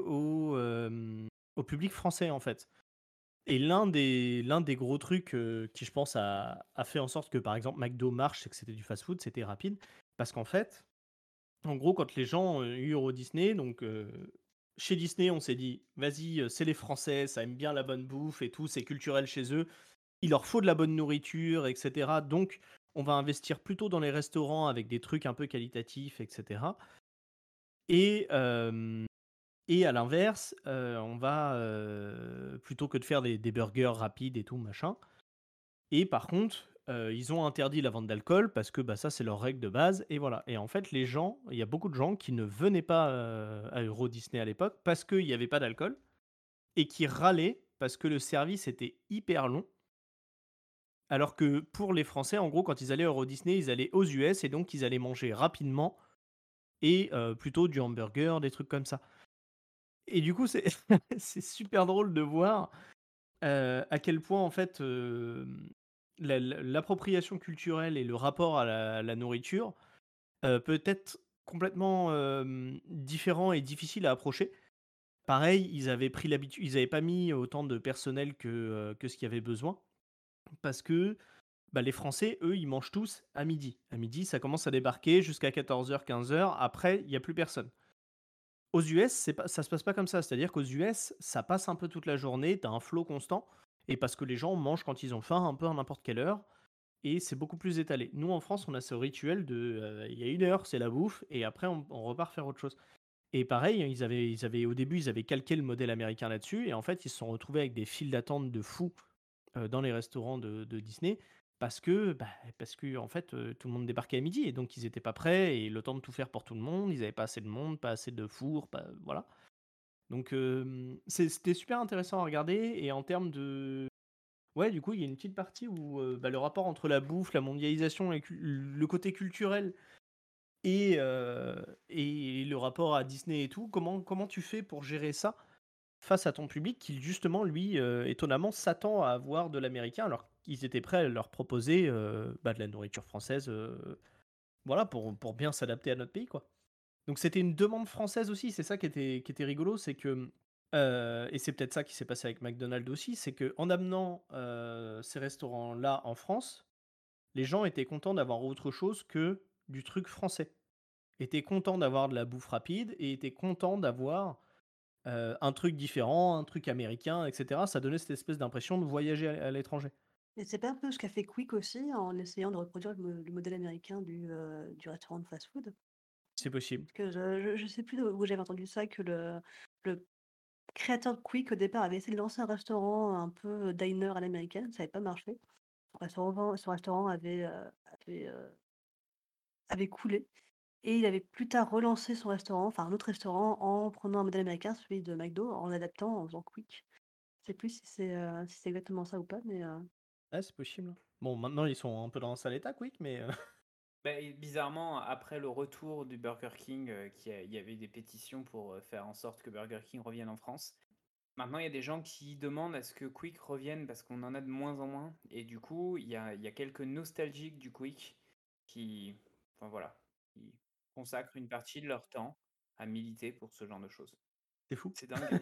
Speaker 3: au public français, en fait. Et l'un des gros trucs qui, je pense, a fait en sorte que, par exemple, McDo marche, c'est que c'était du fast-food, c'était rapide. Parce qu'en fait, en gros, quand les gens ont eu Euro Disney, donc chez Disney, on s'est dit, vas-y, c'est les Français, ça aime bien la bonne bouffe et tout, c'est culturel chez eux, il leur faut de la bonne nourriture, etc. Donc, on va investir plutôt dans les restaurants avec des trucs un peu qualitatifs, etc. Et, et à l'inverse, on va, plutôt que de faire des burgers rapides et tout machin, et par contre, ils ont interdit la vente d'alcool parce que, bah, ça, c'est leur règle de base et voilà. Et en fait, les gens il y a beaucoup de gens qui ne venaient pas, à Euro Disney à l'époque parce qu'il y avait pas d'alcool et qui râlaient parce que le service était hyper long. Alors que pour les Français, en gros, quand ils allaient à Euro Disney, ils allaient aux US et donc ils allaient manger rapidement et plutôt du hamburger, des trucs comme ça. Et du coup, c'est c'est super drôle de voir, à quel point en fait, l'appropriation culturelle et le rapport à la nourriture, peut être complètement, différent et difficile à approcher. Pareil, ils avaient pas mis autant de personnel que ce qu'il y avait besoin parce que, bah, les Français, eux, ils mangent tous à midi. À midi, ça commence à débarquer jusqu'à 14h-15h. Après, il y a plus personne. Aux US, c'est pas ça se passe pas comme ça. C'est-à-dire qu'aux US, ça passe un peu toute la journée, tu as un flow constant et parce que les gens mangent quand ils ont faim, un peu à n'importe quelle heure et c'est beaucoup plus étalé. Nous, en France, on a ce rituel de, il y a une heure, c'est la bouffe et après on repart faire autre chose. Et pareil, ils avaient au début, ils avaient calqué le modèle américain là-dessus et en fait, ils se sont retrouvés avec des files d'attente de fous, dans les restaurants de Disney parce que en fait, tout le monde débarquait à midi et donc ils étaient pas prêts et le temps de tout faire pour tout le monde, ils avaient pas assez de monde, pas assez de four, pas voilà. Donc c'était super intéressant à regarder et en termes de ouais, du coup, il y a une petite partie où, bah, le rapport entre la bouffe, la mondialisation et le côté culturel et le rapport à Disney et tout, comment tu fais pour gérer ça face à ton public qui justement lui, étonnamment s'attend à avoir de l'américain alors qu'ils étaient prêts à leur proposer, bah, de la nourriture française, voilà pour bien s'adapter à notre pays, quoi. Donc c'était une demande française aussi, c'est ça qui était rigolo, c'est que, et c'est peut-être ça qui s'est passé avec McDonald's aussi, c'est qu'en amenant, ces restaurants-là en France, les gens étaient contents d'avoir autre chose que du truc français. Étaient contents d'avoir de la bouffe rapide et étaient contents d'avoir, un truc différent, un truc américain et cetera. Ça donnait cette espèce d'impression de voyager à l'étranger.
Speaker 1: Et c'est pas un peu ce qu'a fait Quick aussi en essayant de reproduire le modèle américain du restaurant de fast-food?
Speaker 3: C'est possible.
Speaker 1: Parce que je sais plus où j'avais entendu ça, que le créateur de Quick, au départ, avait essayé de lancer un restaurant un peu diner à l'américaine, ça n'avait pas marché. Son restaurant avait coulé et il avait plus tard relancé son restaurant, enfin un autre restaurant, en prenant un modèle américain, celui de McDo, en l'adaptant, en faisant Quick. Je sais plus si c'est exactement ça ou pas, mais
Speaker 3: Ouais, c'est possible. Bon, maintenant, ils sont un peu dans un sale état, Quick, mais
Speaker 2: Bah, et bizarrement, après le retour du Burger King, il y avait des pétitions pour faire en sorte que Burger King revienne en France. Maintenant, il y a des gens qui demandent à ce que Quick revienne parce qu'on en a de moins en moins. Et du coup, il y a quelques nostalgiques du Quick qui, enfin voilà, qui consacrent une partie de leur temps à militer pour ce genre de choses.
Speaker 3: c'est fou.
Speaker 2: C'est dingue.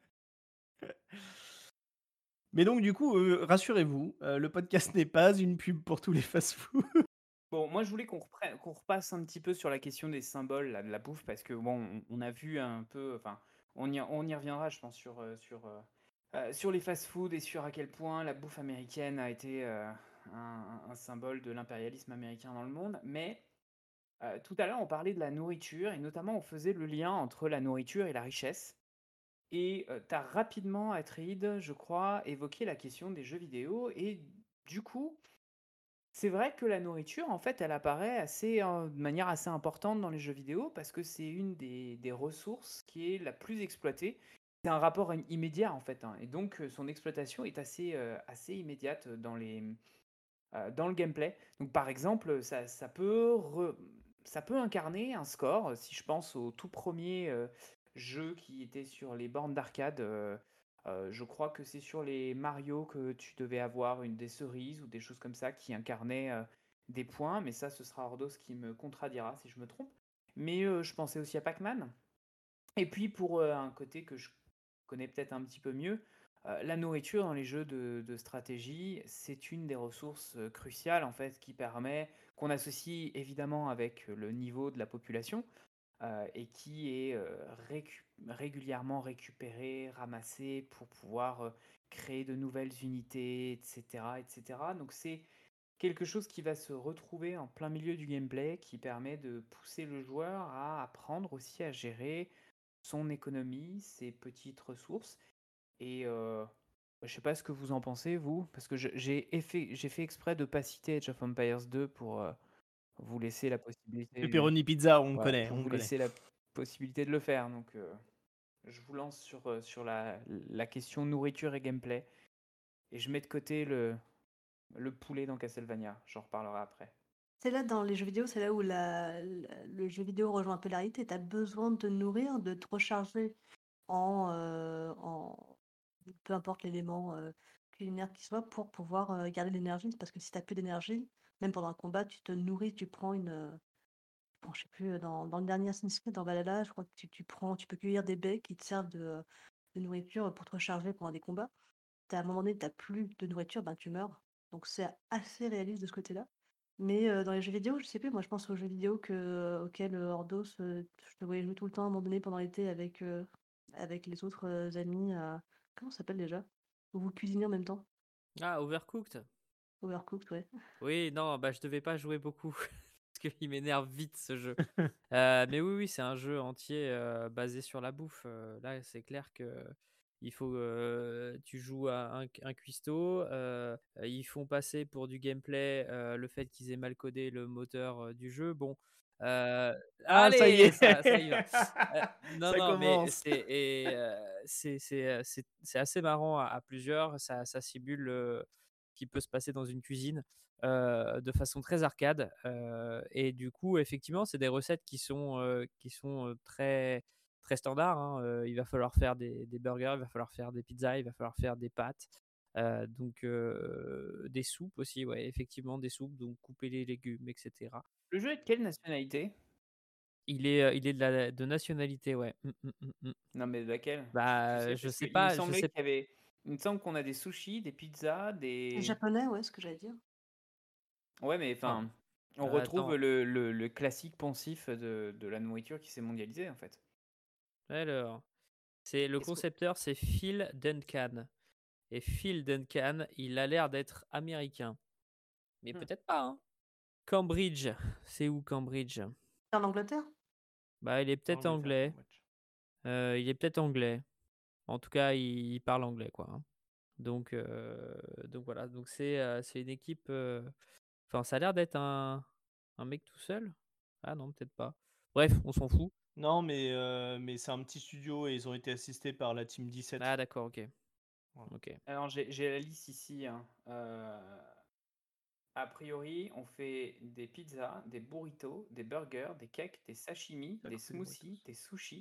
Speaker 3: Mais donc, du coup, rassurez-vous, le podcast n'est pas une pub pour tous les fast-food.
Speaker 2: Bon, moi je voulais qu'on repasse un petit peu sur la question des symboles là, de la bouffe parce que bon, on a vu un peu, enfin, on y reviendra, je pense, sur les fast-foods et sur à quel point la bouffe américaine a été un symbole de l'impérialisme américain dans le monde. Mais tout à l'heure, on parlait de la nourriture et notamment on faisait le lien entre la nourriture et la richesse. Et tu as rapidement, Atreide, je crois, évoqué la question des jeux vidéo et du coup. C'est vrai que la nourriture, en fait, elle apparaît de manière assez importante dans les jeux vidéo parce que c'est une des ressources qui est la plus exploitée. C'est un rapport immédiat, en fait, hein, et donc son exploitation est assez immédiate dans le gameplay. Donc, par exemple, ça peut incarner un score. Si je pense au tout premier jeu qui était sur les bornes d'arcade, je crois que c'est sur les Mario que tu devais avoir une des cerises ou des choses comme ça qui incarnaient des points. Mais ça, ce sera Ordos qui me contredira si je me trompe. Mais je pensais aussi à Pac-Man. Et puis pour un côté que je connais peut-être un petit peu mieux, la nourriture dans les jeux de stratégie, c'est une des ressources cruciales en fait qui permet, qu'on associe évidemment avec le niveau de la population et qui est régulièrement récupérée, ramassée pour pouvoir créer de nouvelles unités, etc., etc. Donc c'est quelque chose qui va se retrouver en plein milieu du gameplay, qui permet de pousser le joueur à apprendre aussi à gérer son économie, ses petites ressources. Et je sais pas ce que vous en pensez, vous, parce que j'ai fait exprès de pas citer Age of Empires 2 pour vous laisser la possibilité,
Speaker 3: Pepperoni pizza, on le
Speaker 2: voilà,
Speaker 3: connaît,
Speaker 2: pour
Speaker 3: on le
Speaker 2: vous
Speaker 3: connaît.
Speaker 2: laisser la possibilité de le faire. Donc, je vous lance sur la question nourriture et gameplay. Et je mets de côté le poulet dans Castlevania. J'en reparlerai après.
Speaker 1: c'est là dans les jeux vidéo, c'est là où le jeu vidéo rejoint un peu la réalité. Tu as besoin de te nourrir, de te recharger en peu importe l'élément culinaire qui soit pour pouvoir garder l'énergie. Parce que si tu plus d'énergie, même pendant un combat, tu te nourris, tu prends bon, je sais plus, dans le dernier Assassin's Creed, dans Valhalla, je crois que tu peux cueillir des baies qui te servent de nourriture pour te recharger pendant des combats. À un moment donné, tu plus de nourriture, ben tu meurs. Donc c'est assez réaliste de ce côté-là. Mais dans les jeux vidéo, je sais plus, moi je pense aux jeux vidéo auxquels Ordos, je te voyais jouer tout le temps à un moment donné pendant l'été avec les autres amis. Comment ça s'appelle déjà? Où vous cuisinez en même temps?
Speaker 4: Ah, Overcooked?
Speaker 1: Overcooked, ouais.
Speaker 4: Oui, non, bah je devais pas jouer beaucoup parce qu'il m'énerve vite ce jeu. Mais oui, oui, c'est un jeu entier basé sur la bouffe. Là, c'est clair que il faut tu joues à un cuistot. Ils font passer pour du gameplay le fait qu'ils aient mal codé le moteur du jeu. Bon, euh,
Speaker 3: Ah, ça y
Speaker 4: allez,
Speaker 3: est,
Speaker 4: ça y va. Non,
Speaker 3: ça
Speaker 4: non, mais
Speaker 3: commence.
Speaker 4: c'est assez marrant à plusieurs. Ça simule ce qui peut se passer dans une cuisine de façon très arcade. Et du coup, effectivement, c'est des recettes qui sont très, très standards, hein. Il va falloir faire des burgers, il va falloir faire des pizzas, il va falloir faire des pâtes. Donc des soupes aussi, ouais, effectivement, des soupes, donc couper les légumes, etc.
Speaker 2: Le jeu est de quelle nationalité?
Speaker 4: Il est de nationalité, ouais.
Speaker 2: Non, mais de laquelle? Tu
Speaker 4: Bah,
Speaker 2: sais,
Speaker 4: je
Speaker 2: parce
Speaker 4: sais
Speaker 2: qu'il me
Speaker 4: pas, je
Speaker 2: semblait
Speaker 4: sais.
Speaker 2: qu'il y avait. Il me semble qu'on a des sushis, des pizzas,
Speaker 1: Les
Speaker 2: des.
Speaker 1: japonais, ouais, ce que j'allais dire.
Speaker 2: Ouais, mais
Speaker 4: Non,
Speaker 2: enfin, on retrouve
Speaker 4: attends.
Speaker 2: le classique poncif de la nourriture qui s'est mondialisée, en fait.
Speaker 4: Alors, c'est le
Speaker 2: Est-ce que.
Speaker 4: concepteur, c'est Phil Duncan. Et Phil Duncan, il a l'air d'être américain. Mais
Speaker 1: Hmm.
Speaker 4: peut-être pas, hein. Cambridge. C'est où Cambridge?
Speaker 1: C'est en Angleterre?
Speaker 4: Bah, il est peut-être
Speaker 3: Angleterre,
Speaker 4: anglais.
Speaker 3: Cambridge.
Speaker 4: Il est peut-être anglais. En tout cas, il parle anglais, quoi. Hein. Donc voilà. Donc c'est une équipe. Enfin, ça a l'air d'être un mec tout seul. Ah non, peut-être pas. Bref, on s'en fout.
Speaker 3: Non, mais c'est un petit studio et ils ont été assistés par la Team 17.
Speaker 4: Ah d'accord, ok.
Speaker 3: Voilà.
Speaker 4: Ok.
Speaker 2: Alors, j'ai la liste ici. Hein. A priori, on fait des pizzas, des burritos, des burgers, des cakes, des sashimi,
Speaker 3: C'est
Speaker 2: des
Speaker 3: d'accord, c'est des
Speaker 2: smoothies,
Speaker 3: burritos.
Speaker 2: des sushis,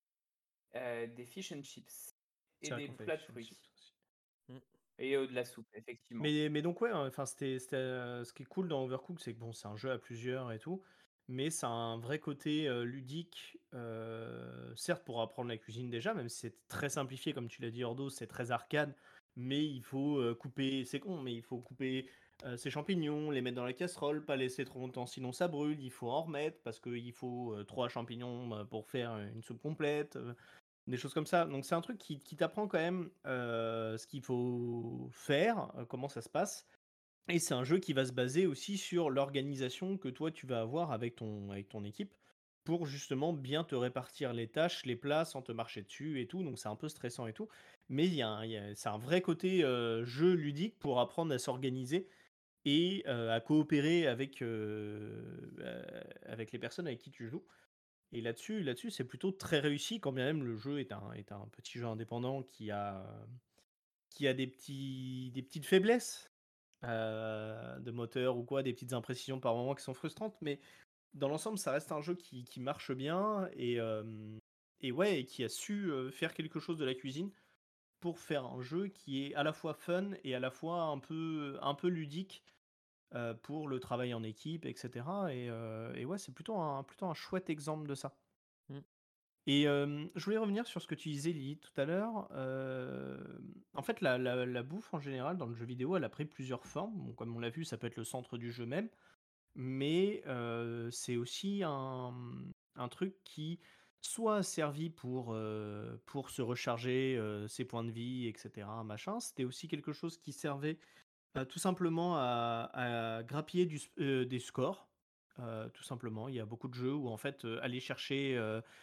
Speaker 2: des fish and chips et
Speaker 3: C'est vrai
Speaker 2: des
Speaker 3: qu'on fait
Speaker 2: plats de
Speaker 3: fish and
Speaker 2: fruits.
Speaker 3: chips aussi.
Speaker 4: Mm.
Speaker 2: Et de la soupe, effectivement.
Speaker 3: Mais donc ouais, enfin ce qui est cool dans Overcooked, c'est que bon, c'est un jeu à plusieurs et tout, mais ça a un vrai côté ludique, certes pour apprendre la cuisine déjà, même si c'est très simplifié comme tu l'as dit Ordo, c'est très arcade, mais il faut couper, c'est con, mais il faut couper ses champignons, les mettre dans la casserole, pas laisser trop longtemps sinon ça brûle, il faut en remettre parce qu'il faut 3 champignons pour faire une soupe complète. Des choses comme ça. Donc c'est un truc qui t'apprend quand même ce qu'il faut faire, comment ça se passe. Et c'est un jeu qui va se baser aussi sur l'organisation que toi tu vas avoir avec ton équipe pour justement bien te répartir les tâches, les plats sans te marcher dessus et tout. Donc c'est un peu stressant et tout. Mais c'est un vrai côté jeu ludique pour apprendre à s'organiser et à coopérer avec les personnes avec qui tu joues. Et là-dessus, c'est plutôt très réussi, quand bien même le jeu est un petit jeu indépendant qui a des petites faiblesses de moteur ou quoi, des petites imprécisions par moments qui sont frustrantes, mais dans l'ensemble, ça reste un jeu qui marche bien et ouais, et qui a su faire quelque chose de la cuisine pour faire un jeu qui est à la fois fun et à la fois un peu ludique pour le travail en équipe, etc. Et ouais, c'est plutôt un chouette exemple de ça.
Speaker 4: Mm.
Speaker 3: Et je voulais revenir sur ce que tu disais, Lily, tout à l'heure. En fait, la bouffe, en général, dans le jeu vidéo, elle a pris plusieurs formes. Bon, comme on l'a vu, ça peut être le centre du jeu même, mais c'est aussi un truc qui soit a servi pour se recharger ses points de vie, etc., machin. C'était aussi quelque chose qui servait tout simplement à grappiller des scores. Tout simplement, il y a beaucoup de jeux où en fait aller chercher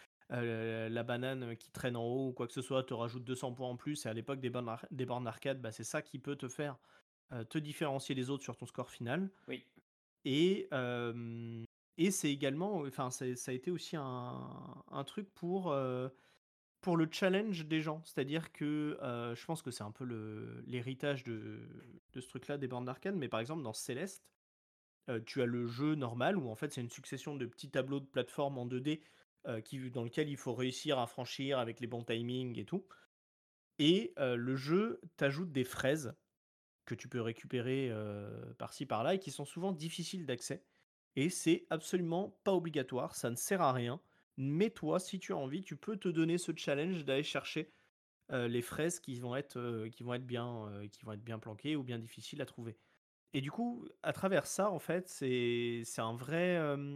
Speaker 3: la banane qui traîne en haut ou quoi que ce soit te rajoute 200 points en plus. Et à l'époque des bornes arcade, bah, c'est ça qui peut te faire te différencier des autres sur ton score final.
Speaker 2: Oui.
Speaker 3: Et, euh, et c'est également, enfin, ça a été aussi un truc pour le challenge des gens. C'est-à-dire que je pense que c'est un peu l'héritage de ce truc-là des bornes d'arcade. Mais par exemple, dans Céleste, tu as le jeu normal où en fait c'est une succession de petits tableaux de plateforme en 2D dans lequel il faut réussir à franchir avec les bons timings et tout. Et le jeu t'ajoute des fraises que tu peux récupérer par-ci par-là et qui sont souvent difficiles d'accès. Et c'est absolument pas obligatoire, ça ne sert à rien. Mais toi, si tu as envie, tu peux te donner ce challenge d'aller chercher les fraises qui vont être bien planquées ou bien difficiles à trouver. Et du coup, à travers ça, en fait, c'est un vrai.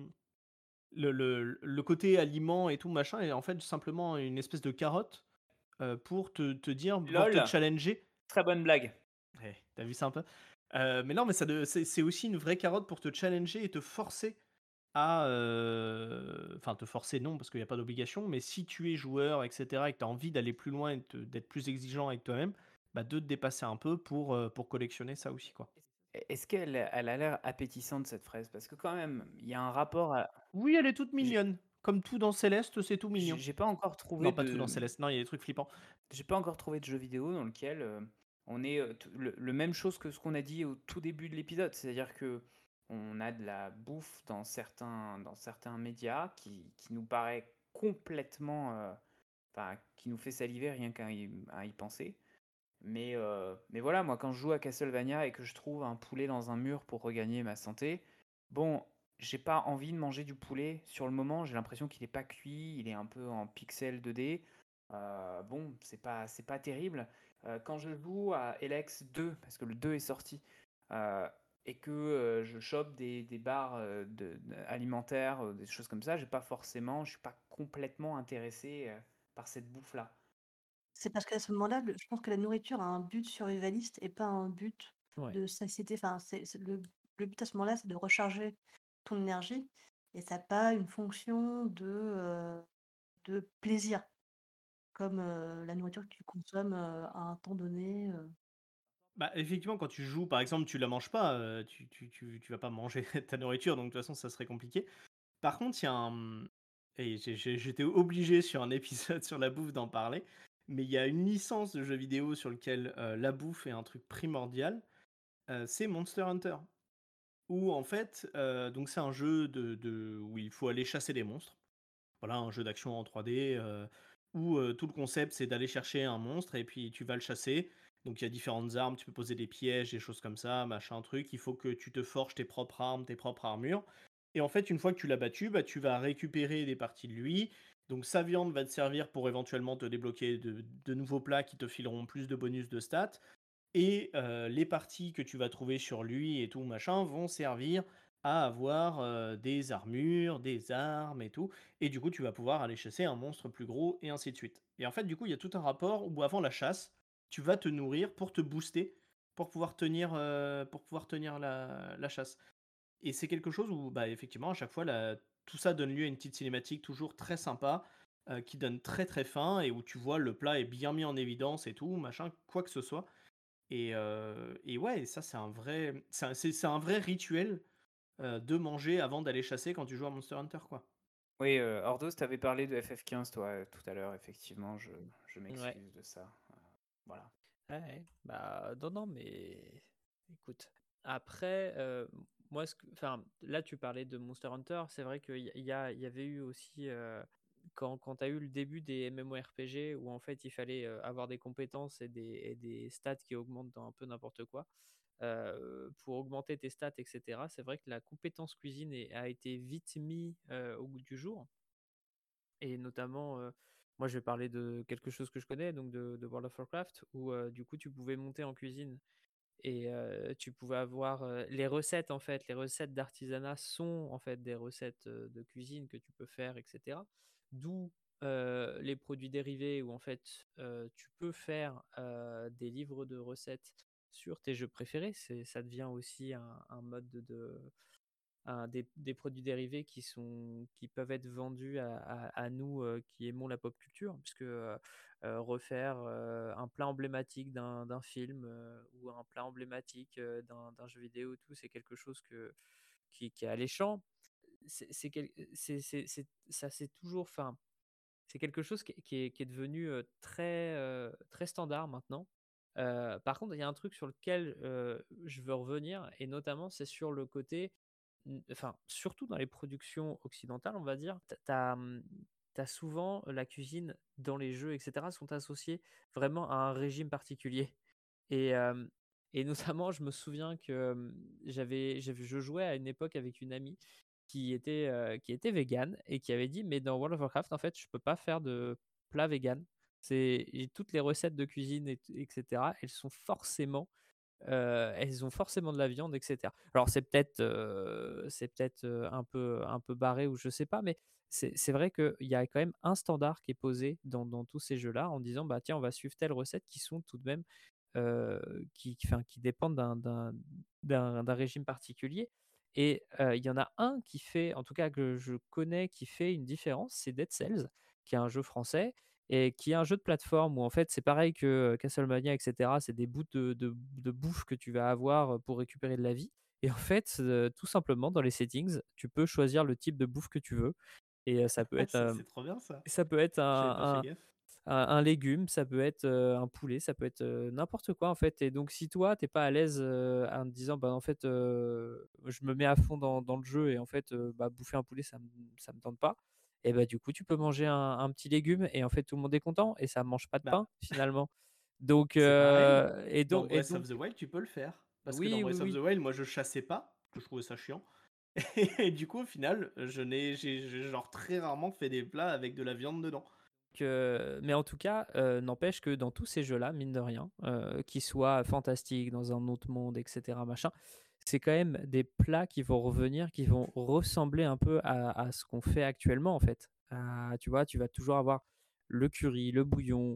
Speaker 3: Le côté aliment et tout machin est en fait simplement une espèce de carotte pour te dire, pour te
Speaker 2: LOL,
Speaker 3: challenger.
Speaker 2: très bonne blague.
Speaker 3: Ouais, t'as vu ça un peu? Mais non, mais c'est aussi une vraie carotte pour te challenger et te forcer à. Enfin, te forcer, non, parce qu'il n'y a pas d'obligation, mais si tu es joueur, etc., et que tu as envie d'aller plus loin et d'être plus exigeant avec toi-même, bah, de te dépasser un peu pour collectionner ça aussi, quoi.
Speaker 2: Est-ce qu'elle elle a l'air appétissante, cette fraise? Parce que quand même, il y a un rapport à...
Speaker 3: Oui, elle est toute
Speaker 2: J'ai
Speaker 3: mignonne. Comme tout dans Céleste, c'est tout mignon.
Speaker 2: j'ai pas encore trouvé
Speaker 3: Non, pas tout dans
Speaker 2: de...
Speaker 3: Céleste. Non, il y a des trucs flippants.
Speaker 2: J'ai pas encore trouvé de jeu vidéo dans lequel on est le même chose que ce qu'on a dit au tout début de l'épisode, c'est-à-dire que on a de la bouffe dans certains médias qui nous paraît complètement, enfin, qui nous fait saliver rien à y penser. Mais voilà, moi quand je joue à Castlevania et que je trouve un poulet dans un mur pour regagner ma santé, bon, j'ai pas envie de manger du poulet sur le moment, j'ai l'impression qu'il est pas cuit, il est un peu en pixel 2D. Bon, c'est pas terrible. Quand je joue à Elex 2, parce que le 2 est sorti, euh, et que je chope des barres alimentaires, des choses comme ça, je suis pas complètement intéressé par cette bouffe-là.
Speaker 1: C'est parce qu'à ce moment-là, je pense que la nourriture a un but survivaliste et pas un but
Speaker 4: Ouais.
Speaker 1: de satiété. Enfin, le but à ce moment-là, c'est de recharger ton énergie et ça n'a pas une fonction de plaisir. comme la nourriture que tu consommes à un temps donné.
Speaker 3: Bah, effectivement, quand tu joues, par exemple, tu la manges pas, tu vas pas manger ta nourriture, donc de toute façon, ça serait compliqué. Par contre, il y a et j'étais obligé sur un épisode sur la bouffe d'en parler, mais il y a une licence de jeu vidéo sur lequel la bouffe est un truc primordial, c'est Monster Hunter. Où en fait, donc c'est un jeu où il faut aller chasser des monstres. Voilà, un jeu d'action en 3D où tout le concept c'est d'aller chercher un monstre et puis tu vas le chasser. Donc il y a différentes armes, tu peux poser des pièges, des choses comme ça, machin truc. Il faut que tu te forges tes propres armes, tes propres armures. Et en fait, une fois que tu l'as battu, bah, tu vas récupérer des parties de lui. Donc sa viande va te servir pour éventuellement te débloquer de nouveaux plats qui te fileront plus de bonus de stats. Et les parties que tu vas trouver sur lui et tout machin vont servir à avoir, des armures, des armes et tout. Et du coup, tu vas pouvoir aller chasser un monstre plus gros et ainsi de suite. Et en fait, du coup, il y a tout un rapport où avant la chasse, tu vas te nourrir pour te booster, pour pouvoir tenir la chasse. Et c'est quelque chose où, bah, effectivement, à chaque fois, tout ça donne lieu à une petite cinématique toujours très sympa, qui donne très, très faim et où tu vois le plat est bien mis en évidence et tout, machin, quoi que ce soit. Et ouais, ça c'est un vrai rituel, de manger avant d'aller chasser quand tu joues à Monster Hunter, quoi.
Speaker 2: Oui, Ordos, tu avais parlé de FF15, toi, tout à l'heure, effectivement, je
Speaker 4: Ouais.
Speaker 2: m'excuse de ça. Voilà.
Speaker 4: Ouais, bah non, non, mais écoute. Après, moi, enfin, là, tu parlais de Monster Hunter. C'est vrai qu'il y avait eu aussi, quand tu as eu le début des MMORPG, où en fait, il fallait avoir des compétences et des stats qui augmentent dans un peu n'importe quoi. Pour augmenter tes stats, etc. C'est vrai que la compétence cuisine a été vite mis au goût du jour. Et notamment, moi, je vais parler de quelque chose que je connais, donc de World of Warcraft, où du coup, tu pouvais monter en cuisine et tu pouvais avoir les recettes, en fait. Les recettes d'artisanat sont en fait des recettes de cuisine que tu peux faire, etc. D'où les produits dérivés, où en fait, tu peux faire des livres de recettes sur tes jeux préférés. Ça devient aussi un mode des produits dérivés qui peuvent être vendus à nous qui aimons la pop culture, puisque refaire un plat emblématique d'un film ou un plat emblématique d'un jeu vidéo, tout, c'est quelque chose qui est alléchant. Ça, c'est toujours, enfin, c'est quelque chose qui est devenu très standard maintenant. Par contre, il y a un truc sur lequel je veux revenir, et notamment, c'est sur le côté, enfin, surtout dans les productions occidentales, on va dire, t'as souvent la cuisine dans les jeux, etc., sont associés vraiment à un régime particulier. Et, euh, et notamment, je me souviens que je jouais à une époque avec une amie qui était végane et qui avait dit, mais dans World of Warcraft, en fait, je peux pas faire de plat vegan. Toutes les recettes de cuisine, etc., elles ont forcément de la viande, etc. Alors c'est peut-être un peu barré, ou je sais pas, mais c'est vrai qu'il y a quand même un standard qui est posé dans tous ces jeux-là, en disant, bah tiens, on va suivre telle recette, qui sont tout de même enfin, qui dépendent d'un régime particulier. Et il y en a un qui fait, en tout cas que je connais, qui fait une différence, c'est Dead Cells, qui est un jeu français et qui est un jeu de plateforme où en fait c'est pareil que Castlevania, etc. C'est des bouts de bouffe que tu vas avoir pour récupérer de la vie. Et en fait, tout simplement, dans les settings, tu peux choisir le type de bouffe que tu veux. Et
Speaker 3: Ah, c'est trop bien ça.
Speaker 4: ça peut être
Speaker 3: J'avais pas fait gaffe.
Speaker 4: un légume, ça peut être un poulet, ça peut être n'importe quoi en fait. Et donc si toi t'es pas à l'aise en te disant, bah en fait je me mets à fond dans le jeu, et en fait bah, bouffer un poulet ça me tente pas, et bah du coup tu peux manger un petit légume, et en fait tout le monde est content et ça mange pas de
Speaker 3: Bah,
Speaker 4: pain finalement. Donc
Speaker 3: c'est pareil,
Speaker 4: et
Speaker 3: dans
Speaker 4: donc et
Speaker 3: Breath of
Speaker 4: donc
Speaker 3: the Wild, tu peux le faire. Parce que dans
Speaker 4: oui, oui,
Speaker 3: Breath of the
Speaker 4: oui.
Speaker 3: Wild, moi je chassais pas, parce que je trouvais ça chiant. Et du coup, au final, j'ai genre très rarement fait des plats avec de la viande dedans.
Speaker 4: Mais en tout cas, n'empêche que dans tous ces jeux-là, mine de rien, qu'ils soient fantastiques, dans un autre monde, etc., machin, c'est quand même des plats qui vont revenir, qui vont ressembler un peu à ce qu'on fait actuellement, en fait. Tu vois, tu vas toujours avoir le curry, le bouillon,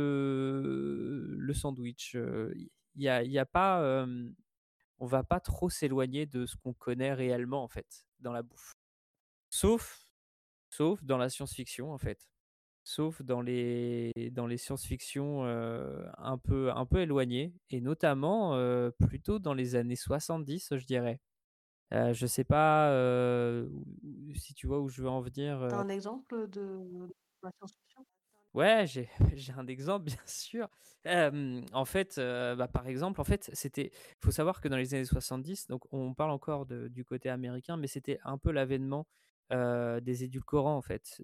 Speaker 4: le sandwich. Il y a pas, on va pas trop s'éloigner de ce qu'on connaît réellement, en fait, dans la bouffe. Sauf, sauf dans la science-fiction, en fait. sauf dans les science-fiction un peu éloignées, et notamment plutôt dans les années 70, je dirais. Je sais pas si tu vois où je veux en venir.
Speaker 1: T'as un exemple de la science-fiction?
Speaker 4: Ouais, j'ai j'ai un exemple, bien sûr. En fait, bah, par exemple, en fait, c'était faut savoir que dans les années 70, donc on parle encore du côté américain, mais c'était un peu l'avènement des édulcorants, en fait,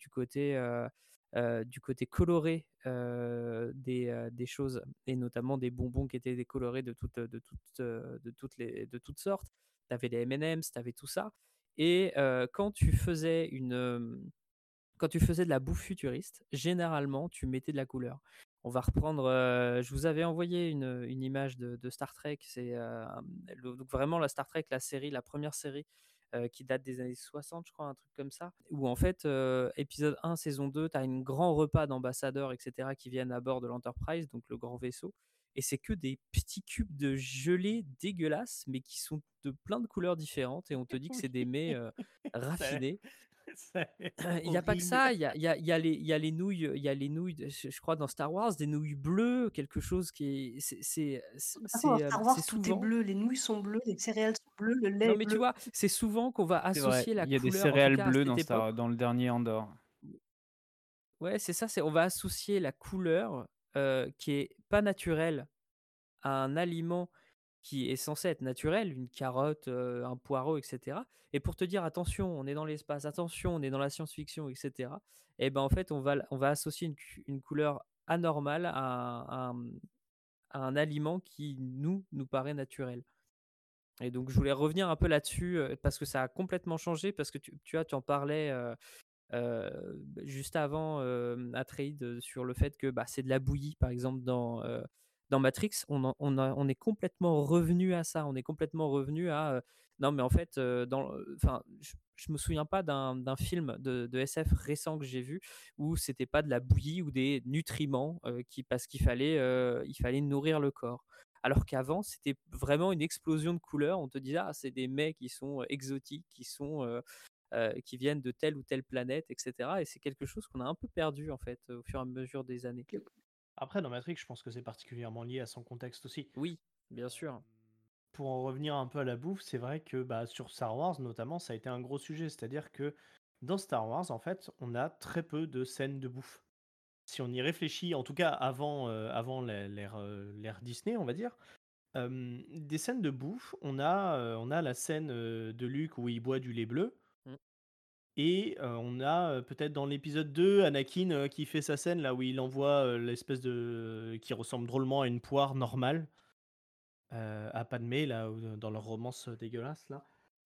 Speaker 4: du côté coloré des choses, et notamment des bonbons qui étaient décolorés de toutes sortes. Tu avais les M&M's, tu avais tout ça. Et quand tu faisais de la bouffe futuriste, généralement, tu mettais de la couleur. On va reprendre, je vous avais envoyé une image de Star Trek. C'est donc vraiment la Star Trek, la série, la première série qui date des années 60, je crois, un truc comme ça. Où en fait, épisode 1, saison 2, tu as un grand repas d'ambassadeurs, etc., qui viennent à bord de l'Enterprise, donc le grand vaisseau. Et c'est que des petits cubes de gelée dégueulasses, mais qui sont de plein de couleurs différentes. Et on te dit que c'est des mets
Speaker 3: Ça,
Speaker 4: raffinés.
Speaker 3: ça
Speaker 4: Il y a pas que
Speaker 3: horrible.
Speaker 4: ça, il y a les nouilles, je crois dans Star Wars, des nouilles bleues, quelque chose qui est
Speaker 1: De toute façon, dans Star
Speaker 4: c'est
Speaker 1: Wars, tout est
Speaker 4: souvent
Speaker 1: bleu. Les nouilles sont bleues, les céréales sont bleues, le lait
Speaker 4: non,
Speaker 1: est
Speaker 4: mais tu
Speaker 1: bleu.
Speaker 4: vois, c'est souvent qu'on va
Speaker 2: C'est vrai,
Speaker 4: associer la
Speaker 2: il y a des
Speaker 4: couleur, en tout
Speaker 2: céréales
Speaker 4: cas à
Speaker 2: bleues
Speaker 4: cette époque.
Speaker 2: dans le dernier Andorre.
Speaker 4: Ouais, c'est ça, c'est on va associer la couleur, qui est pas naturelle à un aliment qui est censé être naturel, une carotte, un poireau, et cetera, et pour te dire: «Attention, on est dans l'espace, attention, on est dans la science-fiction», et cetera, et ben, en fait, on va associer une couleur anormale à un aliment qui nous paraît naturel. Et donc je voulais revenir un peu là-dessus, parce que ça a complètement changé, parce que tu vois, tu en parlais, juste avant, Atreide, sur le fait que, bah, c'est de la bouillie, par exemple, dans Matrix. On est complètement revenu à ça. On est complètement revenu à, non, mais en fait, enfin, je me souviens pas d'un film de SF récent que j'ai vu où c'était pas de la bouillie ou des nutriments, parce il fallait nourrir le corps. Alors qu'avant, c'était vraiment une explosion de couleurs. On te disait: «Ah, c'est des mets qui sont exotiques, qui viennent de telle ou telle planète, etc.» Et c'est quelque chose qu'on a un peu perdu, en fait, au fur et à mesure des années.
Speaker 3: Après, dans Matrix, je pense que c'est particulièrement lié à son contexte aussi.
Speaker 4: Oui, bien sûr.
Speaker 3: Pour en revenir un peu à la bouffe, c'est vrai que bah, sur Star Wars notamment, ça a été un gros sujet. C'est-à-dire que dans Star Wars, en fait, on a très peu de scènes de bouffe. Si on y réfléchit, en tout cas avant l'ère Disney, on va dire, des scènes de bouffe, on a la scène de Luke où il boit du lait bleu.
Speaker 4: Mm.
Speaker 3: Et on a peut-être dans l'épisode 2 Anakin qui fait sa scène là où il envoie l'espèce de qui ressemble drôlement à une poire normale à Padmé là dans leur romance dégueulasse là.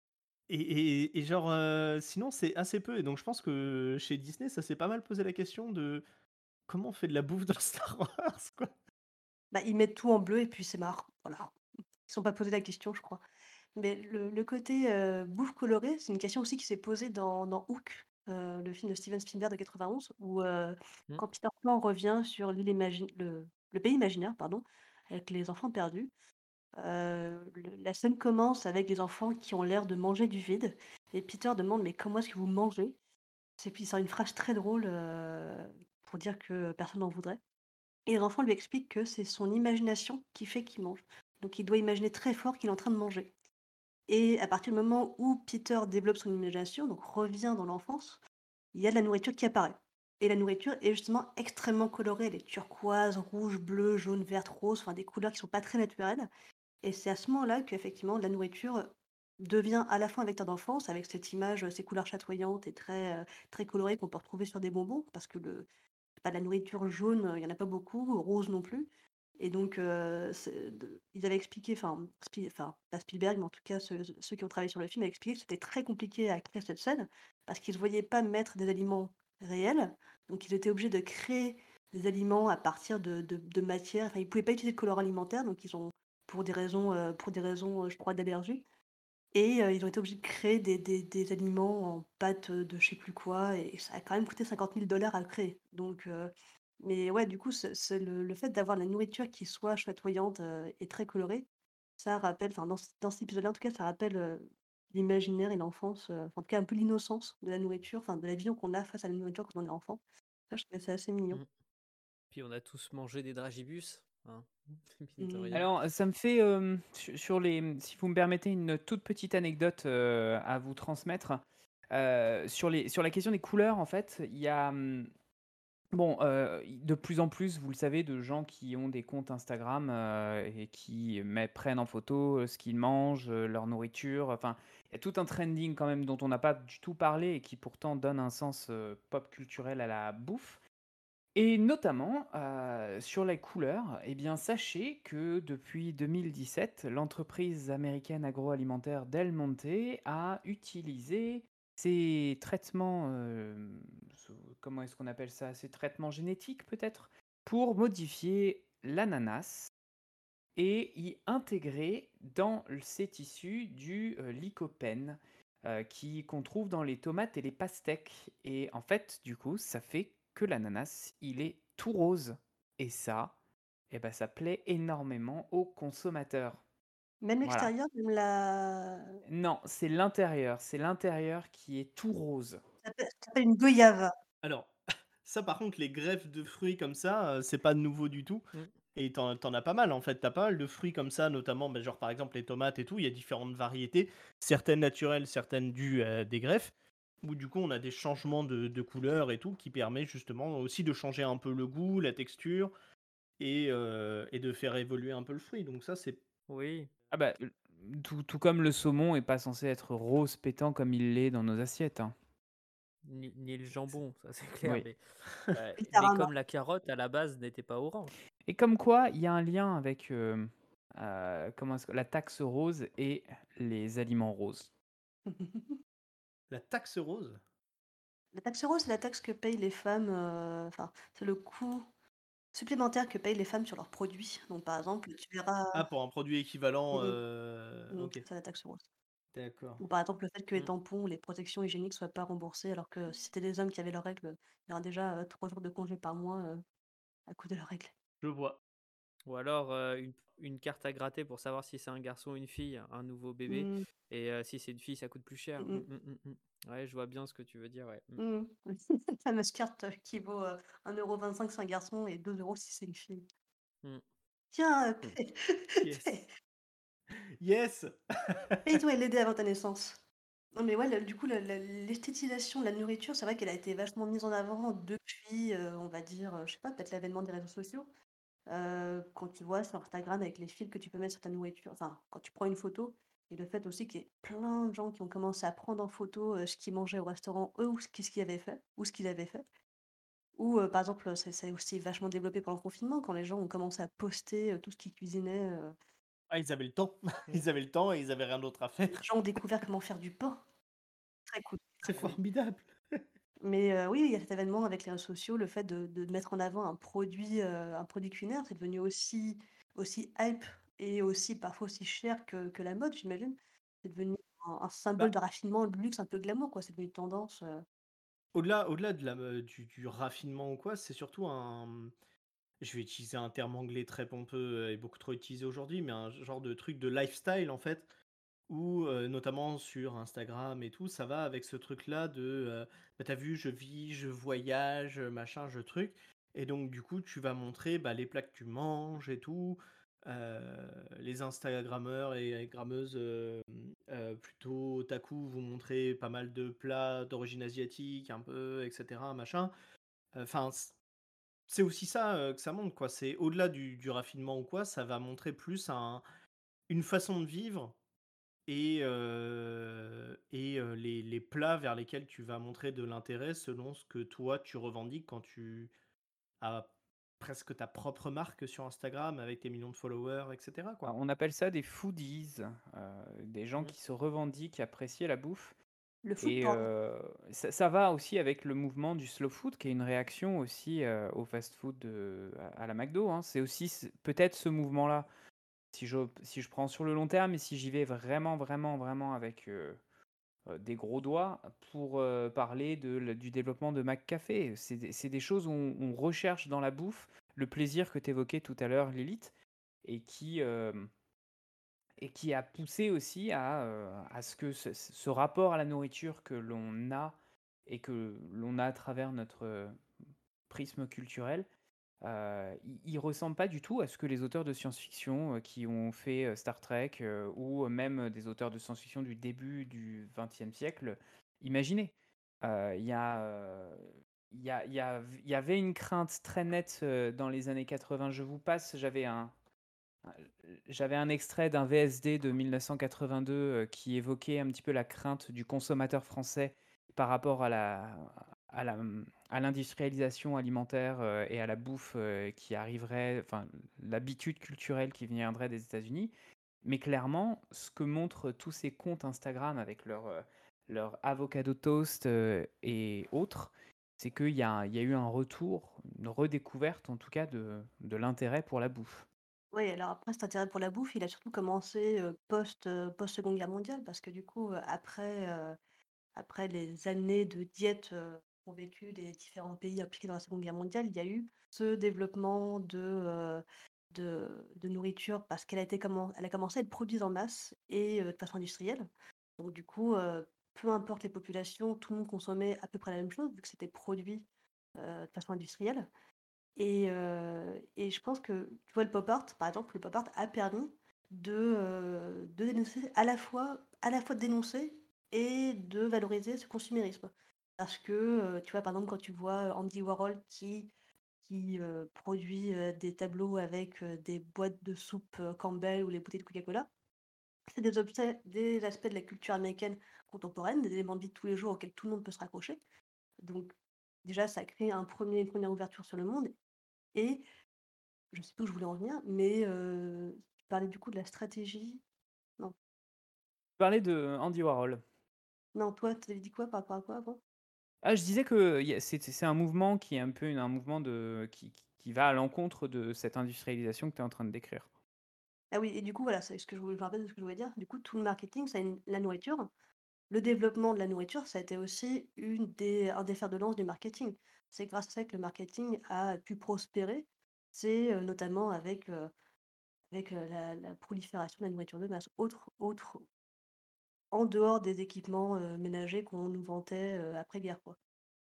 Speaker 3: Et genre sinon c'est assez peu, et donc je pense que chez Disney ça s'est pas mal posé la question de comment on fait de la bouffe dans Star Wars quoi.
Speaker 1: Bah, ils mettent tout en bleu et puis c'est marrant, voilà. Ils ne se sont pas posé la question, je crois. Mais le côté, bouffe colorée, c'est une question aussi qui s'est posée dans Hook, le film de Steven Spielberg de 91 où,
Speaker 4: Mm.
Speaker 1: quand Peter Pan revient sur le pays imaginaire, pardon, avec les enfants perdus, la scène commence avec des enfants qui ont l'air de manger du vide et Peter demande: «Mais comment est-ce que vous mangez?» C'est puis il sort une phrase très drôle, pour dire que personne n'en voudrait, et les enfants lui expliquent que c'est son imagination qui fait qu'il mange. Donc il doit imaginer très fort qu'il est en train de manger. Et à partir du moment où Peter développe son imagination, donc revient dans l'enfance, il y a de la nourriture qui apparaît. Et la nourriture est justement extrêmement colorée, elle est turquoise, rouge, bleu, jaune, verte, rose, enfin des couleurs qui sont pas très naturelles. Et c'est à ce moment-là qu'effectivement la nourriture devient à la fois un vecteur d'enfance, avec cette image, ces couleurs chatoyantes et très colorées qu'on peut retrouver sur des bonbons, parce que pas de la nourriture jaune, il y en a pas beaucoup, rose non plus. Et donc, ils avaient expliqué, enfin, pas Spielberg, mais en tout cas ceux qui ont travaillé sur le film avaient expliqué que c'était très compliqué à créer cette scène, parce qu'ils ne se voyaient pas mettre des aliments réels, donc ils étaient obligés de créer des aliments à partir de matières, enfin, ils ne pouvaient pas utiliser de colorant alimentaire, donc ils ont, pour des raisons, je crois, d'allergie, et ils ont été obligés de créer des aliments en pâte, de je sais plus quoi, et ça a quand même coûté 50 000 $ à créer. Donc mais ouais, du coup, c'est le fait d'avoir de la nourriture qui soit chatoyante, et très colorée, ça rappelle, enfin dans cet épisode-là, en tout cas, ça rappelle, l'imaginaire et l'enfance, enfin, en tout cas un peu l'innocence de la nourriture, enfin de la vision qu'on a face à la nourriture quand on est enfant. Ça, je trouvais ça assez mignon.
Speaker 4: Mm. Puis on a tous mangé des dragibus, hein, mine de rien.
Speaker 2: Alors, ça me fait, sur les si vous me permettez une toute petite anecdote, à vous transmettre. Sur la question des couleurs, en fait, il y a, bon, de plus en plus, vous le savez, de gens qui ont des comptes Instagram, et qui prennent en photo, ce qu'ils mangent, leur nourriture. Enfin, il y a tout un trending quand même dont on n'a pas du tout parlé et qui pourtant donne un sens, pop culturel à la bouffe. Et notamment, sur les couleurs, eh bien, sachez que depuis 2017, l'entreprise américaine agroalimentaire Del Monte a utilisé ces traitements, comment est-ce qu'on appelle ça? Ces traitements génétiques peut-être? Pour modifier l'ananas et y intégrer dans ces tissus du lycopène, qu'on trouve dans les tomates et les pastèques. Et en fait, du coup, ça fait que l'ananas, il est tout rose. Et ça, eh ben, ça plaît énormément aux consommateurs.
Speaker 1: Même
Speaker 2: Voilà.
Speaker 1: l'extérieur, même la
Speaker 2: Non, c'est l'intérieur qui est tout rose.
Speaker 1: ça s'appelle une goyave.
Speaker 3: Alors, ça par contre, les greffes de fruits comme ça, c'est pas nouveau du tout.
Speaker 4: Mm.
Speaker 3: Et t'en as pas mal en fait. T'as pas mal de fruits comme ça, notamment, bah, genre par exemple les tomates et tout. Il y a différentes variétés, certaines naturelles, certaines dues à des greffes. Où du coup on a des changements de couleur et tout qui permet justement aussi de changer un peu le goût, la texture et de faire évoluer un peu le fruit. Donc ça c'est
Speaker 4: Oui,
Speaker 2: Ah bah, tout comme le saumon est pas censé être rose pétant comme il l'est dans nos assiettes, hein.
Speaker 4: ni le jambon, ça c'est clair,
Speaker 2: Oui.
Speaker 4: mais
Speaker 1: Littéralement.
Speaker 4: comme la carotte à la base n'était pas orange.
Speaker 2: Et comme quoi, il y a un lien avec la taxe rose et les aliments roses.
Speaker 3: la taxe rose.
Speaker 1: La taxe rose, c'est la taxe que payent les femmes, enfin, c'est le coût supplémentaire que payent les femmes sur leurs produits. Donc par exemple, tu verras
Speaker 3: Ah, pour un produit équivalent.
Speaker 1: mmh
Speaker 3: Ok,
Speaker 1: c'est la taxe rose.
Speaker 3: d'accord.
Speaker 1: Ou par exemple, le fait que les
Speaker 4: Mm.
Speaker 1: tampons ou les protections hygiéniques soient pas remboursés, alors que si c'était des hommes qui avaient leurs règles, il y aurait déjà, 3 jours de congé par mois, à cause de leurs règles.
Speaker 3: Je vois.
Speaker 4: Ou alors une carte à gratter pour savoir si c'est un garçon ou une fille, un nouveau bébé.
Speaker 1: Mmh.
Speaker 4: Et si c'est une fille, ça coûte plus cher.
Speaker 1: Mmh
Speaker 4: Mm. Ouais, je vois bien ce que tu veux dire, ouais. Mm.
Speaker 1: mmh. Cette fameuse carte, qui vaut, 1,25 € si c'est un garçon et 2 € si c'est une fille.
Speaker 4: Mm.
Speaker 1: Tiens,
Speaker 3: Yes. Yes.
Speaker 1: paye-toi l'aider avant ta naissance. Non mais ouais, du coup, l'esthétisation de la nourriture, c'est vrai qu'elle a été vachement mise en avant depuis, on va dire, je sais pas, peut-être l'avènement des réseaux sociaux. Quand tu vois sur Instagram avec les fils que tu peux mettre sur ta nourriture, enfin, quand tu prends une photo et le fait aussi qu'il y ait plein de gens qui ont commencé à prendre en photo, ce qu'ils mangeaient au restaurant, eux, ou qu'est-ce qu'ils avaient fait ou ce qu'ils avaient fait. Ou, par exemple, c'est aussi vachement développé pendant le confinement quand les gens ont commencé à poster, tout ce qu'ils cuisinaient,
Speaker 3: Ah, ils avaient le temps.
Speaker 4: Mm.
Speaker 3: Ils avaient le temps et ils avaient rien d'autre à
Speaker 1: les
Speaker 3: faire.
Speaker 1: gens ont découvert comment faire du pain. Très cool,
Speaker 3: C'est
Speaker 1: très cool.
Speaker 3: formidable.
Speaker 1: Mais, oui, il y a cet événement avec les réseaux sociaux, le fait de mettre en avant un produit culinaire, c'est devenu aussi hype et aussi parfois aussi cher que la mode, j'imagine. C'est devenu un symbole
Speaker 3: Bah,
Speaker 1: de raffinement, de luxe, un peu glamour, quoi. C'est devenu une tendance,
Speaker 3: au-delà de du raffinement ou quoi, c'est surtout un. Je vais utiliser un terme anglais très pompeux et beaucoup trop utilisé aujourd'hui, mais un genre de truc de lifestyle en fait, où notamment sur Instagram et tout, ça va avec ce truc-là de bah, t'as vu, je vis, je voyage, machin, je truc. Et donc du coup, tu vas montrer bah, les plats que tu manges et tout. Les Instagrammeurs et grammeuses plutôt otaku vous montrez pas mal de plats d'origine asiatique, un peu, etc. Machin. Enfin, c'est aussi ça, que ça montre, quoi. C'est au-delà du raffinement ou quoi, ça va montrer plus une façon de vivre et les plats vers lesquels tu vas montrer de l'intérêt selon ce que toi tu revendiques quand tu as presque ta propre marque sur Instagram avec tes millions de followers et cetera, quoi.
Speaker 2: Alors, on appelle ça des foodies, des gens
Speaker 4: Mm.
Speaker 2: qui se revendiquent apprécier la bouffe.
Speaker 1: le food
Speaker 2: Et
Speaker 1: porn.
Speaker 2: ça va aussi avec le mouvement du slow food, qui est une réaction aussi au fast-food à la McDo, hein. C'est aussi peut-être ce mouvement-là, si je prends sur le long terme et si j'y vais vraiment, vraiment, vraiment avec des gros doigts pour parler du développement de McCafé. C'est des choses où on recherche dans la bouffe le plaisir que tu évoquais tout à l'heure, Lilith, et qui a poussé aussi à ce que ce rapport à la nourriture que l'on a et que l'on a à travers prisme culturel, il ressemble pas du tout à ce que les auteurs de science-fiction qui ont fait Star Trek ou même des auteurs de science-fiction du début du XXe siècle imaginaient. Il y a, il y avait une crainte très nette dans les années 80. Je vous passe, j'avais un extrait d'un VSD de 1982 qui évoquait un petit peu la crainte du consommateur français par rapport à la, à l'industrialisation alimentaire et à la bouffe qui arriverait, enfin l'habitude culturelle qui viendrait des États-Unis. Mais clairement, ce que montrent tous ces comptes Instagram avec leur avocado toast et autres, c'est qu'il y a eu un retour, une redécouverte en tout cas de l'intérêt pour la bouffe.
Speaker 1: Oui, alors après, cet intérêt pour la bouffe, il a surtout commencé post-Seconde Guerre mondiale, parce que du coup, après les années de diète qu'ont vécu les différents pays impliqués dans la Seconde Guerre mondiale, il y a eu ce développement de nourriture parce elle a commencé à être produite en masse et de façon industrielle. Donc du coup, peu importe les populations, tout le monde consommait à peu près la même chose vu que c'était produit de façon industrielle. Et je pense que, tu vois, le pop art, par exemple, le pop art a permis de dénoncer à la fois de dénoncer et de valoriser ce consumérisme. Parce que, tu vois, par exemple, quand tu vois Andy Warhol qui produit des tableaux avec des boîtes de soupe Campbell ou les bouteilles de Coca-Cola, c'est des aspects de la culture américaine contemporaine, des éléments de vie de tous les jours auxquels tout le monde peut se raccrocher. Donc, déjà, ça crée une première ouverture sur le monde. Et je sais plus où je voulais en venir, mais tu parlais du coup de la stratégie. Non,
Speaker 2: Je parlais de Andy Warhol.
Speaker 1: non, toi, tu avais dit quoi par rapport à quoi avant?
Speaker 2: Ah, je disais que c'est un mouvement qui est un peu un mouvement qui va à l'encontre de cette industrialisation que tu es en train de décrire.
Speaker 1: Ah oui, et du coup, voilà, c'est ce que je me rappelle de ce que je voulais dire. Du coup, tout le marketing, la nourriture, le développement de la nourriture, ça a été aussi un des fers de lance du marketing. C'est grâce à ça que le marketing a pu prospérer. C'est notamment avec la prolifération de la nourriture de masse. En dehors des équipements ménagers qu'on nous vantait après-guerre, quoi.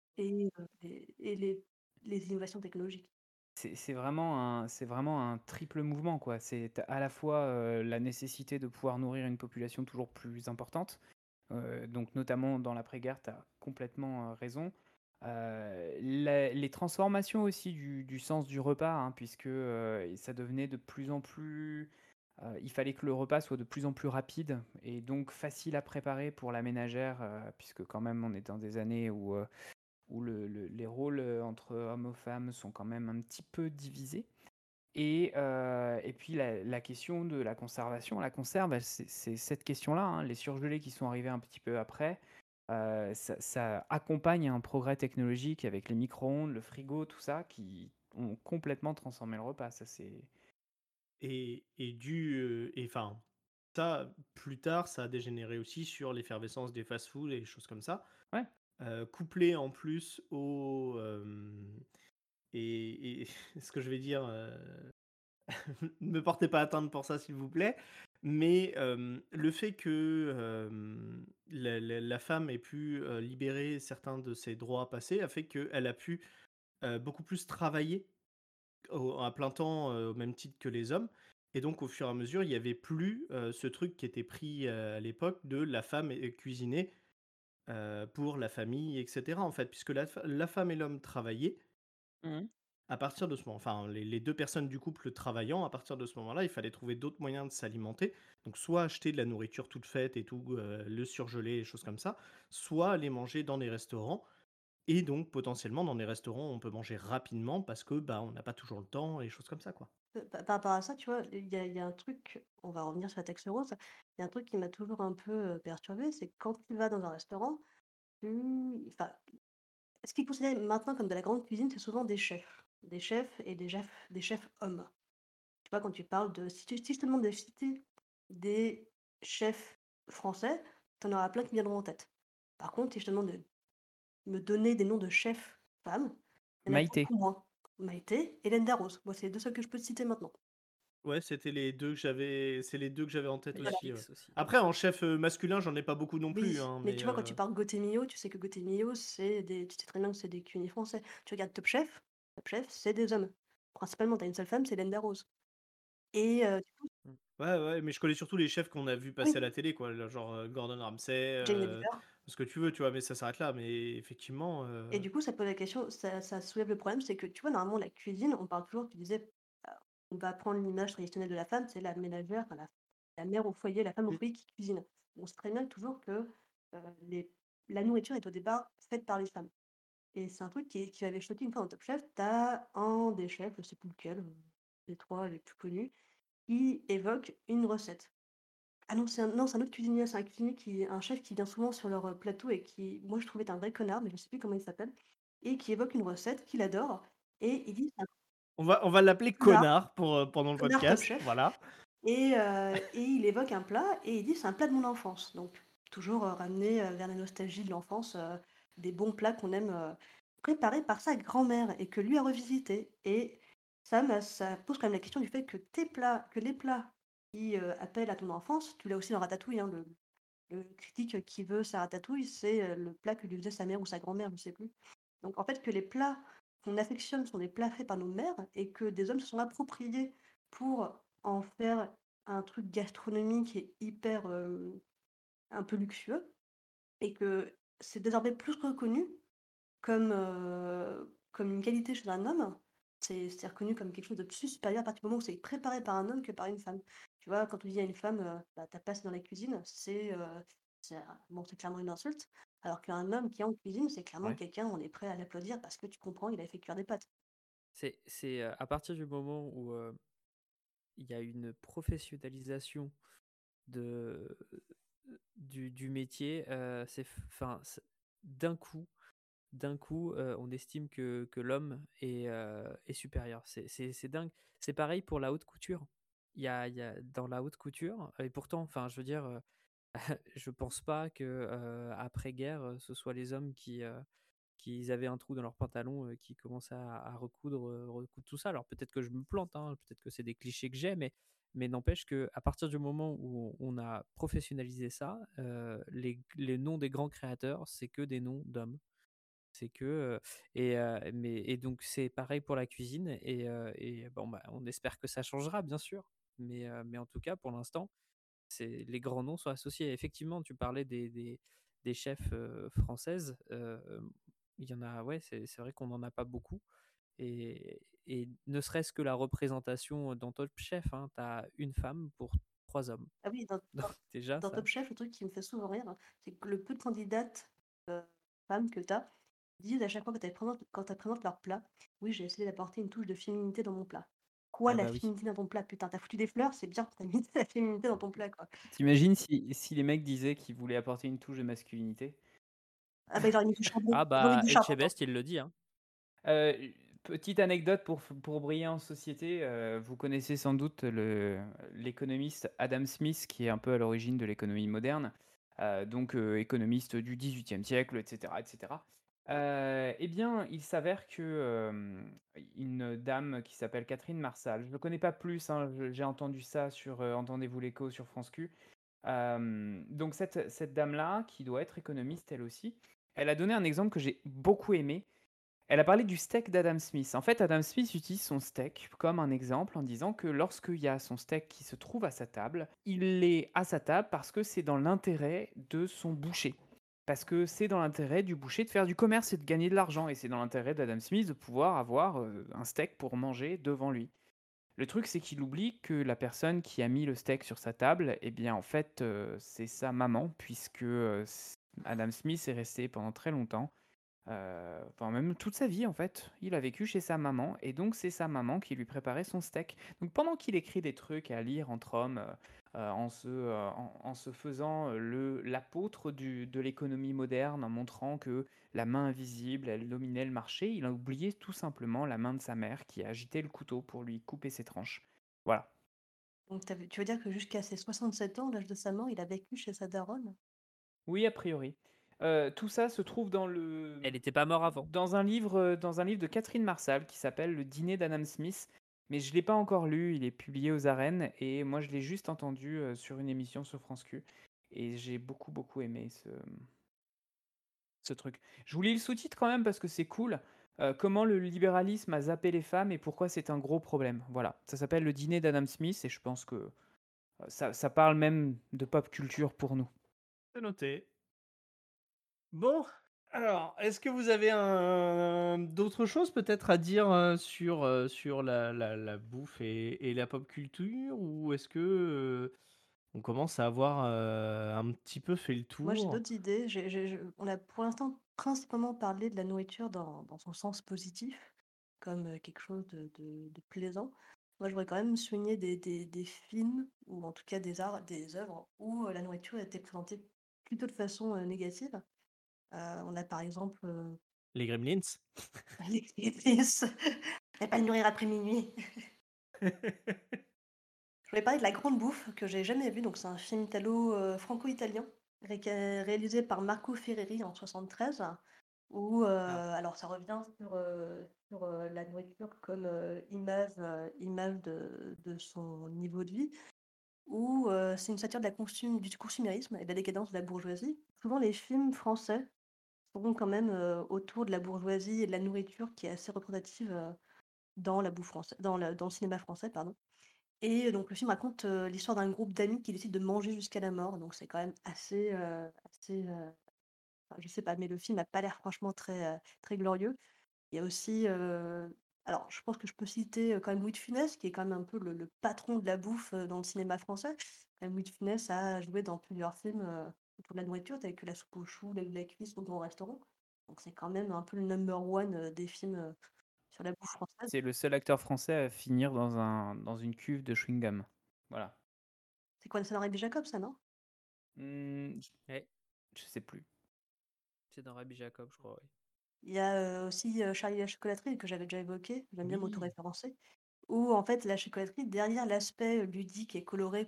Speaker 1: Et les innovations technologiques.
Speaker 2: C'est vraiment un triple mouvement, quoi. C'est à la fois la nécessité de pouvoir nourrir une population toujours plus importante, donc notamment dans l'après-guerre, tu as complètement raison. Les transformations aussi du sens du repas, hein, puisque ça devenait de plus en plus... il fallait que le repas soit de plus en plus rapide et donc facile à préparer pour la ménagère, puisque quand même on est dans des années où les rôles entre hommes et femmes sont quand même un petit peu divisés. Et puis la question de la conservation, la conserve, c'est cette question-là, hein, les surgelés qui sont arrivés un petit peu après, ça accompagne un progrès technologique avec les micro-ondes, le frigo, tout ça, qui ont complètement transformé le repas. Ça, c'est...
Speaker 3: Enfin, ça, plus tard, ça a dégénéré aussi sur l'effervescence des fast-foods et des choses comme ça.
Speaker 2: Ouais.
Speaker 3: Couplé en plus et ce que je vais dire, ne me portez pas atteinte pour ça, s'il vous plaît, mais le fait que la femme ait pu libérer certains de ses droits passés a fait qu'elle a pu beaucoup plus travailler à plein temps, au même titre que les hommes. Et donc, au fur et à mesure, il y avait plus ce truc qui était pris à l'époque de la femme cuisiner pour la famille, etc. En fait, puisque la femme et l'homme travaillaient.
Speaker 2: Mhm.
Speaker 3: À partir de ce moment, enfin les 2 personnes du couple travaillant, à partir de ce moment-là, il fallait trouver d'autres moyens de s'alimenter. Donc soit acheter de la nourriture toute faite et tout, le surgeler, les choses comme ça, soit aller manger dans des restaurants. Et donc potentiellement dans des restaurants, on peut manger rapidement parce que, bah, on n'a pas toujours le temps et des choses comme ça, quoi.
Speaker 1: Par rapport à ça, tu vois, il y a un truc, on va revenir sur la taxe rose, il y a un truc qui m'a toujours un peu perturbée, c'est que quand tu vas dans un restaurant, enfin, ce qui est considéré maintenant comme de la grande cuisine, c'est souvent des chefs et des chefs hommes. Tu vois, quand tu parles si je te demande de citer des chefs français, tu en auras plein qui viendront en tête. Par contre, si je te demande de me donner des noms de chefs femmes, il y en a
Speaker 2: Maïté.
Speaker 1: beaucoup moins. Maïté, Hélène Darroze. Moi, c'est les 2 seuls que je peux te citer maintenant.
Speaker 3: Ouais, c'était c'est les 2 que j'avais en tête
Speaker 4: Il y a
Speaker 1: Voilà.
Speaker 3: aussi, ouais.
Speaker 4: Fix aussi.
Speaker 3: Après en chef, masculin, j'en ai pas beaucoup non plus,
Speaker 1: Oui,
Speaker 3: hein,
Speaker 1: mais
Speaker 3: mais
Speaker 1: tu vois, quand tu parles Gauthier Millot, tu sais que Gauthier Millot, tu sais très bien que c'est des cuisiniers français. Tu regardes Top Chef, Top Chef, c'est des hommes. Principalement, tu as une seule femme, c'est Linda Rose. Et du coup,
Speaker 4: Mmh.
Speaker 3: Ouais, mais je connais surtout les chefs qu'on a vus passer
Speaker 1: oui,
Speaker 3: à la télé, quoi, genre Gordon Ramsay,
Speaker 1: Jamie Oliver.
Speaker 3: ce que tu veux, tu vois, mais ça s'arrête là. Mais effectivement,
Speaker 1: Et du coup, ça pose la question, ça soulève le problème, c'est que tu vois, normalement, la cuisine, on parle toujours, tu disais, on va prendre l'image traditionnelle de la femme, c'est la ménagère, enfin, la mère au foyer, la femme au
Speaker 3: Mm.
Speaker 1: foyer qui cuisine. On sait très bien toujours que les, la nourriture est au départ faite par les femmes. Et c'est un truc qui m'avait choqué une fois dans Top Chef. T'as un des chefs, je sais plus lequel, les trois les plus connus, qui évoque une recette. Ah non, c'est un autre cuisinier, c'est un cuisinier un chef qui vient souvent sur leur plateau et qui, moi, je trouvais est un vrai connard, mais je sais plus comment il s'appelle, et qui évoque une recette qu'il adore, et il dit: «C'est un
Speaker 3: On va l'appeler
Speaker 1: connard,
Speaker 3: connard pour, pendant le
Speaker 1: connard Top
Speaker 3: podcast,
Speaker 1: Chef»,
Speaker 3: voilà.
Speaker 1: et il évoque un plat et il dit: «C'est un plat de mon enfance», donc toujours, ramener, vers la nostalgie de l'enfance, des bons plats qu'on aime, préparer par sa grand-mère et que lui a revisité, et ça pose quand même la question du fait que les plats qui, appellent à ton enfance, tu l'as aussi dans Ratatouille, hein, le critique qui veut sa ratatouille, c'est, le plat que lui faisait sa mère ou sa grand-mère, je sais plus. Donc en fait, que les plats qu'on affectionne sont des plats faits par nos mères et que des hommes se sont appropriés pour en faire un truc gastronomique et hyper, un peu luxueux, et que c'est désormais plus reconnu comme une qualité chez un homme. C'est reconnu comme quelque chose de plus supérieur à partir du moment où c'est préparé par un homme que par une femme. Tu vois, quand on dit à une femme, bah, «Ta place dans la cuisine», bon, c'est clairement une insulte, alors qu'un homme qui est en cuisine, c'est clairement
Speaker 3: Ouais.
Speaker 1: quelqu'un, on est prêt à l'applaudir parce que tu comprends, il a fait cuire des pâtes.
Speaker 4: À partir du moment où il y a une professionnalisation de, du métier, enfin, d'un coup, on estime que l'homme est supérieur. C'est dingue. C'est pareil pour la haute couture. Dans la haute couture, et pourtant, enfin, je veux dire, je pense pas que après-guerre, ce soit les hommes qui avaient un trou dans leur pantalon, qui commençaient à recoudre tout ça. Alors peut-être que je me plante, hein, peut-être que c'est des clichés que j'ai, mais n'empêche que à partir du moment où on a professionnalisé ça, les noms des grands créateurs, c'est que des noms d'hommes. C'est que et donc c'est pareil pour la cuisine et bon, bah, on espère que ça changera bien sûr, mais en tout cas pour l'instant, c'est les grands noms sont associés. Effectivement, tu parlais des chefs, françaises, il y en a, ouais, c'est vrai qu'on n'en a pas beaucoup et ne serait-ce que la représentation dans Top Chef, hein, tu as 1 femme pour 3 hommes.
Speaker 1: Ah oui,
Speaker 4: Donc déjà
Speaker 1: dans
Speaker 4: ça
Speaker 1: Top Chef, le truc qui me fait souvent rire, c'est que le peu de candidates, femmes que tu as, disent à chaque fois quand elles présentent leur plat: «Oui, j'ai essayé d'apporter une touche de féminité dans mon plat». Quoi,
Speaker 4: ah
Speaker 1: la
Speaker 4: bah oui.
Speaker 1: féminité dans ton plat? Putain, tu foutu des fleurs, c'est bien, tu mis de la féminité dans ton plat, quoi.
Speaker 2: T'imagines si les mecs disaient qu'ils voulaient apporter une touche de masculinité?
Speaker 1: Ah bah, j'aurais mis du charbon,
Speaker 4: Ah
Speaker 1: j'aurais mis
Speaker 4: bah,
Speaker 1: du charbon, toi.
Speaker 4: Etchebest, il le dit, hein.
Speaker 2: Petite anecdote pour briller en société, vous connaissez sans doute l'économiste Adam Smith qui est un peu à l'origine de l'économie moderne, donc économiste du XVIIIe siècle et cetera et cetera. Eh bien, il s'avère que, une dame qui s'appelle Catherine Marsal, je ne connais pas plus, hein, j'ai entendu ça sur, Entendez-vous l'écho sur France Q. Donc cette dame-là, qui doit être économiste elle aussi, elle a donné un exemple que j'ai beaucoup aimé. Elle a parlé du steak d'Adam Smith. En fait, Adam Smith utilise son steak comme un exemple en disant que lorsqu'il y a son steak qui se trouve à sa table, il est à sa table parce que c'est dans l'intérêt de son boucher. Parce que c'est dans l'intérêt du boucher de faire du commerce et de gagner de l'argent. Et c'est dans l'intérêt d'Adam Smith de pouvoir avoir un steak pour manger devant lui. Le truc, c'est qu'il oublie que la personne qui a mis le steak sur sa table, eh bien, en fait, c'est sa maman, puisque Adam Smith est resté pendant très longtemps enfin même toute sa vie en fait, il a vécu chez sa maman et donc c'est sa maman qui lui préparait son steak. Donc pendant qu'il écrit des trucs à lire entre hommes, en se faisant, l'apôtre de l'économie moderne, en montrant que la main invisible, elle dominait le marché, il a oublié tout simplement la main de sa mère qui a agité le couteau pour lui couper ses tranches. Voilà.
Speaker 1: Donc tu veux dire que jusqu'à ses 67 ans, l'âge de sa mort, il a vécu chez sa daronne?
Speaker 2: Oui, a priori. Tout ça se trouve
Speaker 4: Elle était pas morte avant.
Speaker 2: dans un livre de Catherine Marsal qui s'appelle Le dîner d'Adam Smith, mais je ne l'ai pas encore lu, il est publié aux arènes et moi je l'ai juste entendu, sur une émission sur France Q et j'ai beaucoup, beaucoup aimé ce truc. Je vous lis le sous-titre quand même parce que c'est cool. Comment le libéralisme a zappé les femmes et pourquoi c'est un gros problème. Voilà, ça s'appelle Le dîner d'Adam Smith et je pense que ça parle même de pop culture pour nous.
Speaker 3: C'est noté. Bon, alors, est-ce que vous avez d'autres choses peut-être à dire sur la bouffe et la pop culture ou est-ce que on commence à avoir un petit peu fait le
Speaker 1: Moi, j'ai
Speaker 3: tour?
Speaker 1: d'autres idées. On a pour l'instant principalement parlé de la nourriture dans son sens positif, comme quelque chose de plaisant. Moi, je voudrais quand même souligner des films, ou en tout cas des œuvres, où la nourriture a été présentée plutôt de façon négative. On a par exemple
Speaker 3: Les Gremlins?
Speaker 1: les fils. Ne pas le nourrir après minuit. Je voulais parler de La Grande Bouffe, que j'ai jamais vu, donc c'est un film franco-italien, réalisé par Marco Ferreri en 73, où
Speaker 3: Ah,
Speaker 1: alors ça revient sur la nourriture comme image de son niveau de vie, où c'est une satire du consumérisme et de la décadence de la bourgeoisie. Souvent, les films français sont quand même autour de la bourgeoisie et de la nourriture qui est assez représentative dans la bouffe française, dans le cinéma français, pardon. Et donc le film raconte, l'histoire d'un groupe d'amis qui décide de manger jusqu'à la mort, donc c'est quand même enfin, je sais pas, mais le film a pas l'air franchement très glorieux. Il y a aussi, alors je pense que je peux citer, quand même Louis de Funès, qui est quand même un peu le patron de la bouffe, dans le cinéma français. Quand même Louis de Funès a joué dans plusieurs films, autour de la nourriture, tels que La soupe aux choux, La cuisse au Grand Restaurant. Donc c'est quand même un peu le number one, des films, sur la bouffe française.
Speaker 2: C'est le seul acteur français à finir dans une cuve de chewing-gum. Voilà.
Speaker 1: C'est quoi, c'est dans Rabbi Jacob ça, non?
Speaker 2: Je
Speaker 4: Ouais,
Speaker 2: je sais plus.
Speaker 4: c'est dans Rabbi Jacob, je crois, ouais.
Speaker 1: Il y a, aussi, Charlie et la chocolaterie que j'avais déjà évoqué, j'aime bien
Speaker 3: oui.
Speaker 1: m'auto-référencer, où en fait la chocolaterie, derrière l'aspect, ludique et coloré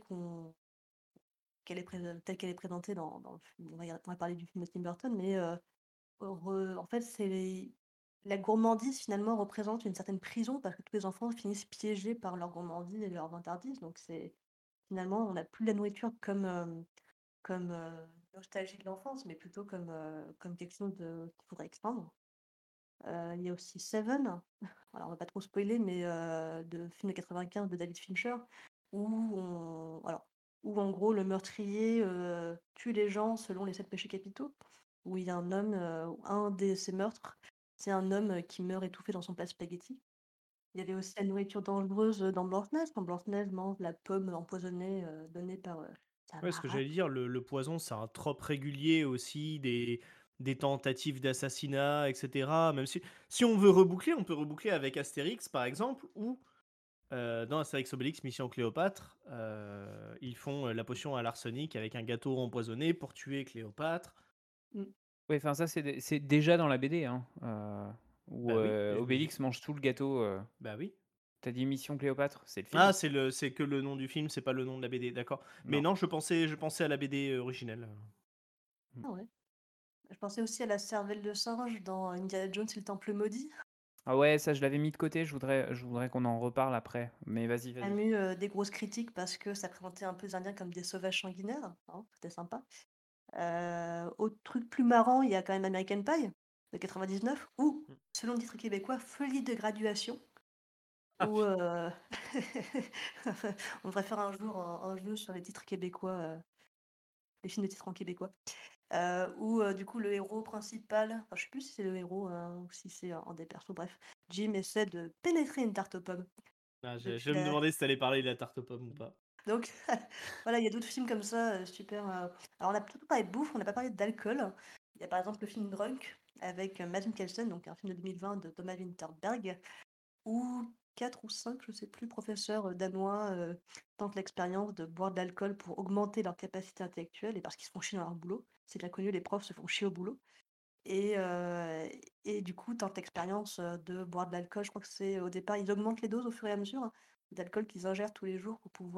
Speaker 1: telle qu'elle est présentée dans le film, on va parler du film de Tim Burton, mais en fait, la gourmandise finalement représente une certaine prison parce que tous les enfants finissent piégés par leur gourmandise et leur vantardise, donc c'est finalement, on n'a plus la nourriture comme nostalgie de l'enfance, mais plutôt comme quelque chose qu'il faudrait expandre. Il y a aussi Seven, alors on va pas trop spoiler, mais de film de 95 de David Fincher, où où en gros le meurtrier tue les gens selon les 7 péchés capitaux, où il y a un homme, un de ces meurtres, c'est un homme qui meurt étouffé dans son plat spaghetti. Il y avait aussi la nourriture dangereuse dans Blanche-Neige, quand Blanche-Neige mange la pomme empoisonnée donnée par sa
Speaker 3: Ouais, ce que
Speaker 1: marâtre.
Speaker 3: j'allais dire, le poison, c'est un trope régulier aussi des tentatives d'assassinat, etc. Même si on veut reboucler, on peut reboucler avec Astérix, par exemple, ou dans Astérix Obélix Mission Cléopâtre, ils font la potion à l'arsenic avec un gâteau empoisonné pour tuer Cléopâtre.
Speaker 1: Mm.
Speaker 2: Oui, enfin ça c'est déjà dans la BD, hein, où
Speaker 3: Bah oui, mais je me dis,
Speaker 2: Obélix mange tout le gâteau.
Speaker 3: bah oui.
Speaker 2: T'as dit Mission Cléopâtre, c'est le film?
Speaker 3: Ah, c'est que le nom du film, c'est pas le nom de la BD, d'accord. Mais
Speaker 2: Non.
Speaker 3: non, je pensais à la BD originelle.
Speaker 2: Mm.
Speaker 1: Ah ouais. Je pensais aussi à la cervelle de singe dans Indiana Jones et le Temple maudit.
Speaker 2: Ah ouais, ça je l'avais mis de côté, je voudrais qu'on en reparle après. Mais vas-y,
Speaker 1: Quand
Speaker 2: vas-y.
Speaker 1: même eu, des grosses critiques parce que ça présentait un peu les Indiens comme des sauvages sanguinaires, hein, c'était sympa. Autre truc plus marrant, il y a quand même American Pie de 99 ou,
Speaker 4: Mm.
Speaker 1: selon le titre québécois, Folie de graduation
Speaker 3: Ah,
Speaker 1: où, on devrait faire un jour un jeu sur les titres québécois, les films de titres en québécois. Où, du coup, le héros principal, enfin, je sais plus si c'est le héros, ou si c'est un des persos, bref, Jim essaie de pénétrer une tarte aux pommes
Speaker 3: je
Speaker 1: depuis
Speaker 3: me
Speaker 1: la
Speaker 3: demandais si t'allais parler de la tarte aux pommes ou pas.
Speaker 1: donc voilà, il y a d'autres films comme ça, super, alors on a plutôt parlé de bouffe, on n'a pas parlé d'alcool. Il y a par exemple le film Drunk avec, Mads Mikkelsen, donc un film de 2020 de Thomas Vinterberg, où 4 ou 5, je sais plus, professeurs, danois, tentent l'expérience de boire de l'alcool pour augmenter leur capacité intellectuelle et parce qu'ils se font chier dans leur boulot. C'est bien connu, les profs se font chier au boulot et et du coup tentent l'expérience, de boire de l'alcool. Je crois que c'est au départ, ils augmentent les doses au fur et à mesure, hein, d'alcool qu'ils ingèrent tous les jours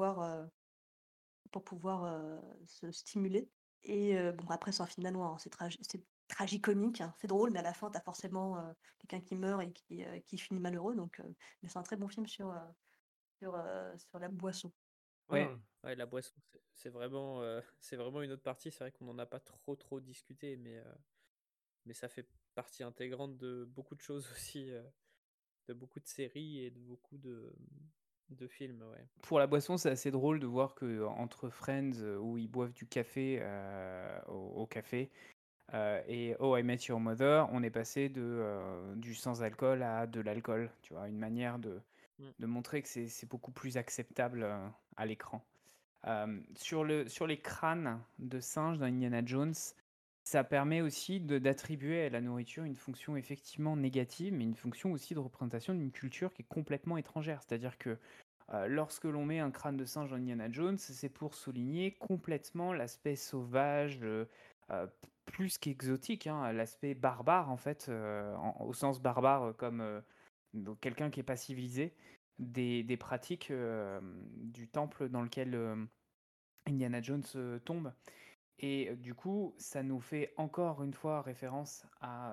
Speaker 1: pour pouvoir, se stimuler et bon après c'est un film danois, hein, c'est tragicomique, hein, c'est drôle, mais à la fin tu as forcément, quelqu'un qui meurt et qui finit malheureux donc mais c'est un très bon film sur la boisson.
Speaker 2: Ouais,
Speaker 3: Ah.
Speaker 4: Ouais, la boisson, c'est vraiment, c'est vraiment une autre partie. C'est vrai qu'on n'en a pas trop discuté, mais mais ça fait partie intégrante de beaucoup de choses aussi, de beaucoup de séries et de beaucoup de films, ouais.
Speaker 2: Pour la boisson, c'est assez drôle de voir que entre Friends, où ils boivent du café au café, et Oh, I Met Your Mother, on est passé du sans-alcool à de l'alcool. Tu vois, une manière
Speaker 4: Mm.
Speaker 2: de montrer que c'est beaucoup plus acceptable à l'écran. Sur les crânes de singes dans Indiana Jones, ça permet aussi d'attribuer à la nourriture une fonction effectivement négative, mais une fonction aussi de représentation d'une culture qui est complètement étrangère. C'est-à-dire que lorsque l'on met un crâne de singe dans Indiana Jones, c'est pour souligner complètement l'aspect sauvage, plus qu'exotique, hein, l'aspect barbare en fait, au sens barbare comme donc quelqu'un qui n'est pas civilisé, des pratiques du temple dans lequel Indiana Jones tombe. Et du coup, ça nous fait encore une fois référence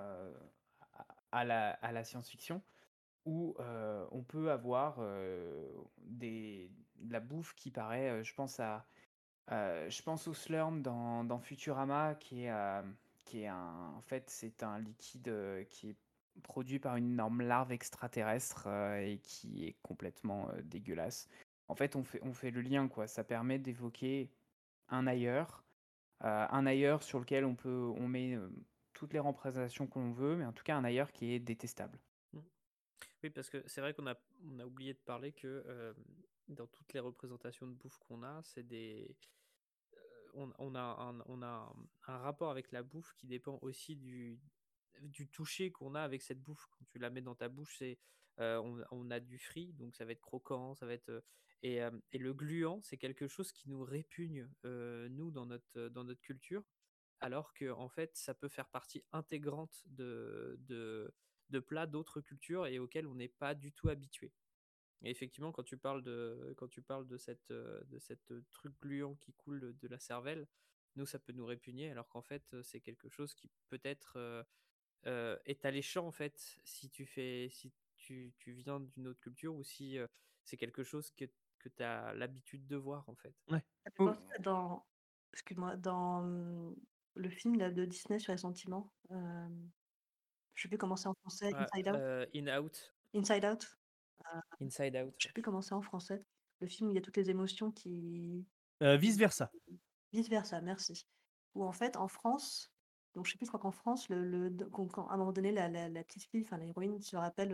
Speaker 2: à la science-fiction, où on peut avoir de la bouffe qui paraît, je pense au Slurm dans Futurama, qui est en fait, c'est un liquide qui est produit par une énorme larve extraterrestre et qui est complètement dégueulasse. En fait, on fait le lien, quoi. Ça permet d'évoquer un un ailleurs sur lequel on met toutes les représentations qu'on veut, mais en tout cas un ailleurs qui est détestable.
Speaker 4: Mm. Oui, parce que c'est vrai on a oublié de parler que dans toutes les représentations de bouffe qu'on a, c'est des on a un rapport avec la bouffe qui dépend aussi du toucher qu'on a avec cette bouffe. Quand tu la mets dans ta bouche, on a du frit, donc ça va être croquant, ça va être et le gluant, c'est quelque chose qui nous répugne nous dans notre culture, alors que en fait, ça peut faire partie intégrante de plats d'autres cultures et auxquels on n'est pas du tout habitué. Et effectivement, quand tu parles de cette truc gluant qui coule de la cervelle, nous, ça peut nous répugner, alors qu'en fait, c'est quelque chose qui peut-être est alléchant, en fait, si tu viens d'une autre culture ou si c'est quelque chose que tu as l'habitude de voir, en fait.
Speaker 3: Ouais.
Speaker 1: Ça fait
Speaker 2: Oh,
Speaker 1: penser dans, excuse-moi, dans le film là, de Disney sur les sentiments. Je sais plus comment c'est en français,
Speaker 4: Ah,
Speaker 1: Inside Out. Inside Out.
Speaker 4: Inside Out.
Speaker 1: Je sais plus comment c'est en français. Le film où il y a toutes les émotions qui...
Speaker 3: Vice versa.
Speaker 1: Vice versa, merci. Où en fait, en France, donc je sais plus, je crois qu'en France, à un moment donné, la petite fille, enfin l'héroïne, se rappelle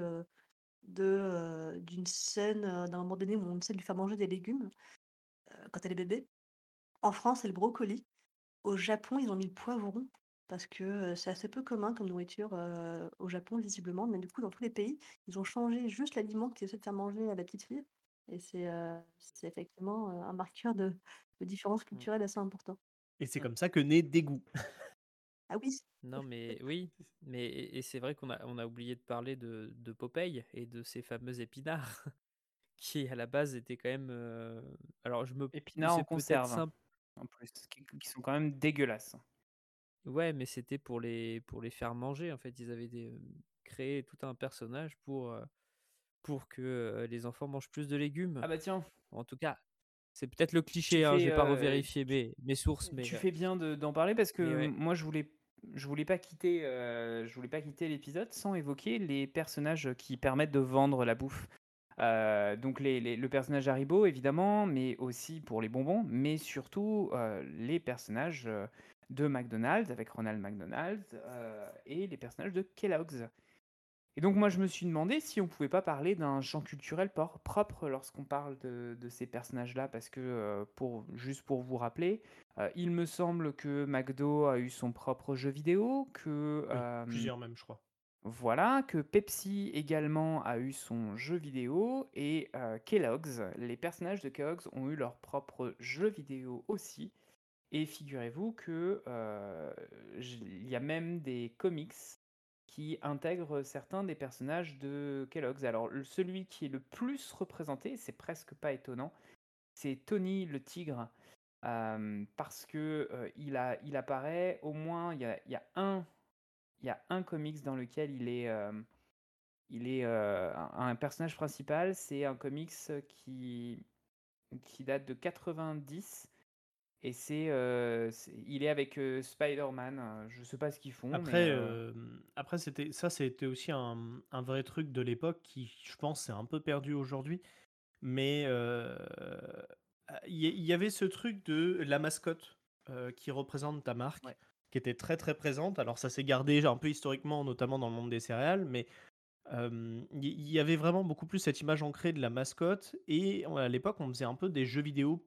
Speaker 1: d'une scène, d'un moment donné où on essaie de lui faire manger des légumes quand elle est bébé. En France, c'est le brocoli. Au Japon, ils ont mis le poivron parce que c'est assez peu commun comme nourriture au Japon, visiblement. Mais du coup, dans tous les pays, ils ont changé juste l'aliment qu'ils essaient de faire manger à la petite fille. Et c'est effectivement un marqueur de différence
Speaker 4: Mm.
Speaker 1: culturelle assez important.
Speaker 3: Et c'est
Speaker 4: Mm.
Speaker 3: comme ça que naît Dégoût.
Speaker 1: Ah oui,
Speaker 4: Non, mais oui, mais et c'est vrai on a oublié de parler de Popeye et de ces fameux épinards qui à la base étaient quand même. Alors
Speaker 2: épinards en
Speaker 4: c'est peut-être
Speaker 2: conserve,
Speaker 4: simple.
Speaker 2: en plus, qui sont quand même dégueulasses.
Speaker 4: Ouais, mais c'était pour les faire manger. En fait, ils avaient créé tout un personnage pour que les enfants mangent plus de légumes.
Speaker 2: Ah bah tiens,
Speaker 4: En tout cas, c'est peut-être le
Speaker 2: tu
Speaker 4: cliché, hein,
Speaker 2: fais,
Speaker 4: j'ai pas revérifié mes sources,
Speaker 2: tu fais bien d'en parler parce que
Speaker 4: mais ouais.
Speaker 2: moi je voulais pas quitter l'épisode sans évoquer les personnages qui permettent de vendre la bouffe. Donc le personnage Haribo évidemment, mais aussi pour les bonbons, mais surtout les personnages de McDonald's avec Ronald McDonald et les personnages de Kellogg's. Et donc moi je me suis demandé si on pouvait pas parler d'un champ culturel propre lorsqu'on parle de ces personnages-là, parce que juste pour vous rappeler, il me semble que McDo a eu son propre jeu vidéo, que
Speaker 3: Oui, plusieurs même, je crois.
Speaker 2: voilà, que Pepsi également a eu son jeu vidéo, et Kellogg's, les personnages de Kellogg's ont eu leur propre jeu vidéo aussi. Et figurez-vous que il y a même des comics qui intègrent certains des personnages de Kellogg's. Alors celui qui est le plus représenté, c'est presque pas étonnant, c'est Tony le tigre, parce que il apparaît au moins, il y a un comics dans lequel il est un personnage principal. C'est un comics qui date de 90 Et il est avec Spider-Man. Je sais pas ce qu'ils font, mais
Speaker 3: Après, c'était aussi un vrai truc de l'époque qui, je pense, s'est un peu perdu aujourd'hui. Mais il y avait ce truc de la mascotte qui représente ta marque,
Speaker 2: ouais.
Speaker 3: qui était très très présente. Alors ça s'est gardé un peu historiquement, notamment dans le monde des céréales, mais il y avait vraiment beaucoup plus cette image ancrée de la mascotte. Et à l'époque, on faisait un peu des jeux vidéo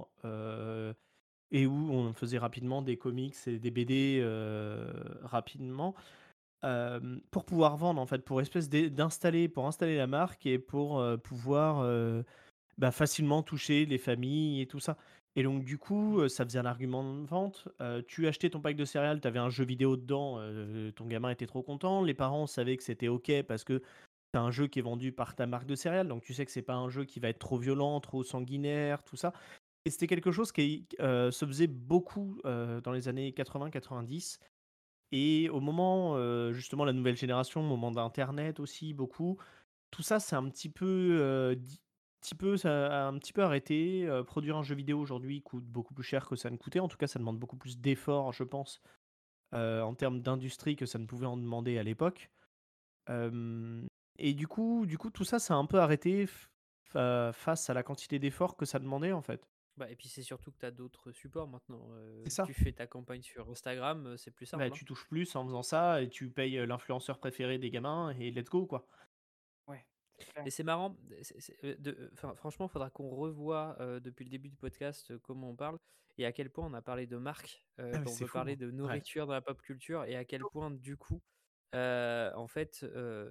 Speaker 3: et où on faisait rapidement des comics et des BD rapidement pour pouvoir vendre en fait, pour installer la marque et pour pouvoir facilement toucher les familles et tout ça. Et donc du coup, ça faisait un argument de vente. Tu achetais ton pack de céréales, tu avais un jeu vidéo dedans, ton gamin était trop content. Les parents savaient que c'était OK parce que c'est un jeu qui est vendu par ta marque de céréales, donc tu sais que c'est pas un jeu qui va être trop violent, trop sanguinaire, tout ça. Et c'était quelque chose qui se faisait beaucoup dans les années 80-90. Et au moment, justement, la nouvelle génération, au moment d'internet aussi, beaucoup, tout ça, c'est un petit peu, ça a un petit peu arrêté. Produire un jeu vidéo aujourd'hui coûte beaucoup plus cher que ça ne coûtait. En tout cas, ça demande beaucoup plus d'efforts, je pense, en termes d'industrie que ça ne pouvait en demander à l'époque. Hem et du coup, tout ça, c'est un peu arrêté face à la quantité d'efforts que ça demandait, en fait.
Speaker 4: Bah, et puis c'est surtout que tu as d'autres supports maintenant.
Speaker 3: C'est ça.
Speaker 4: Tu fais ta campagne sur Instagram, c'est plus
Speaker 3: Bah,
Speaker 4: simple, hein.
Speaker 3: tu touches plus en faisant ça et tu payes, l'influenceur préféré des gamins et let's go, quoi.
Speaker 2: Ouais, c'est clair.
Speaker 4: Et c'est marrant, enfin, franchement, il faudra qu'on revoie depuis le début du podcast comment on parle et à quel point on a parlé de marque
Speaker 3: Ah mais
Speaker 4: quand on
Speaker 3: c'est
Speaker 4: veut
Speaker 3: fou,
Speaker 4: parler
Speaker 3: hein.
Speaker 4: de
Speaker 3: Ouais.
Speaker 4: nourriture dans la pop culture et à quel point, du coup, en fait,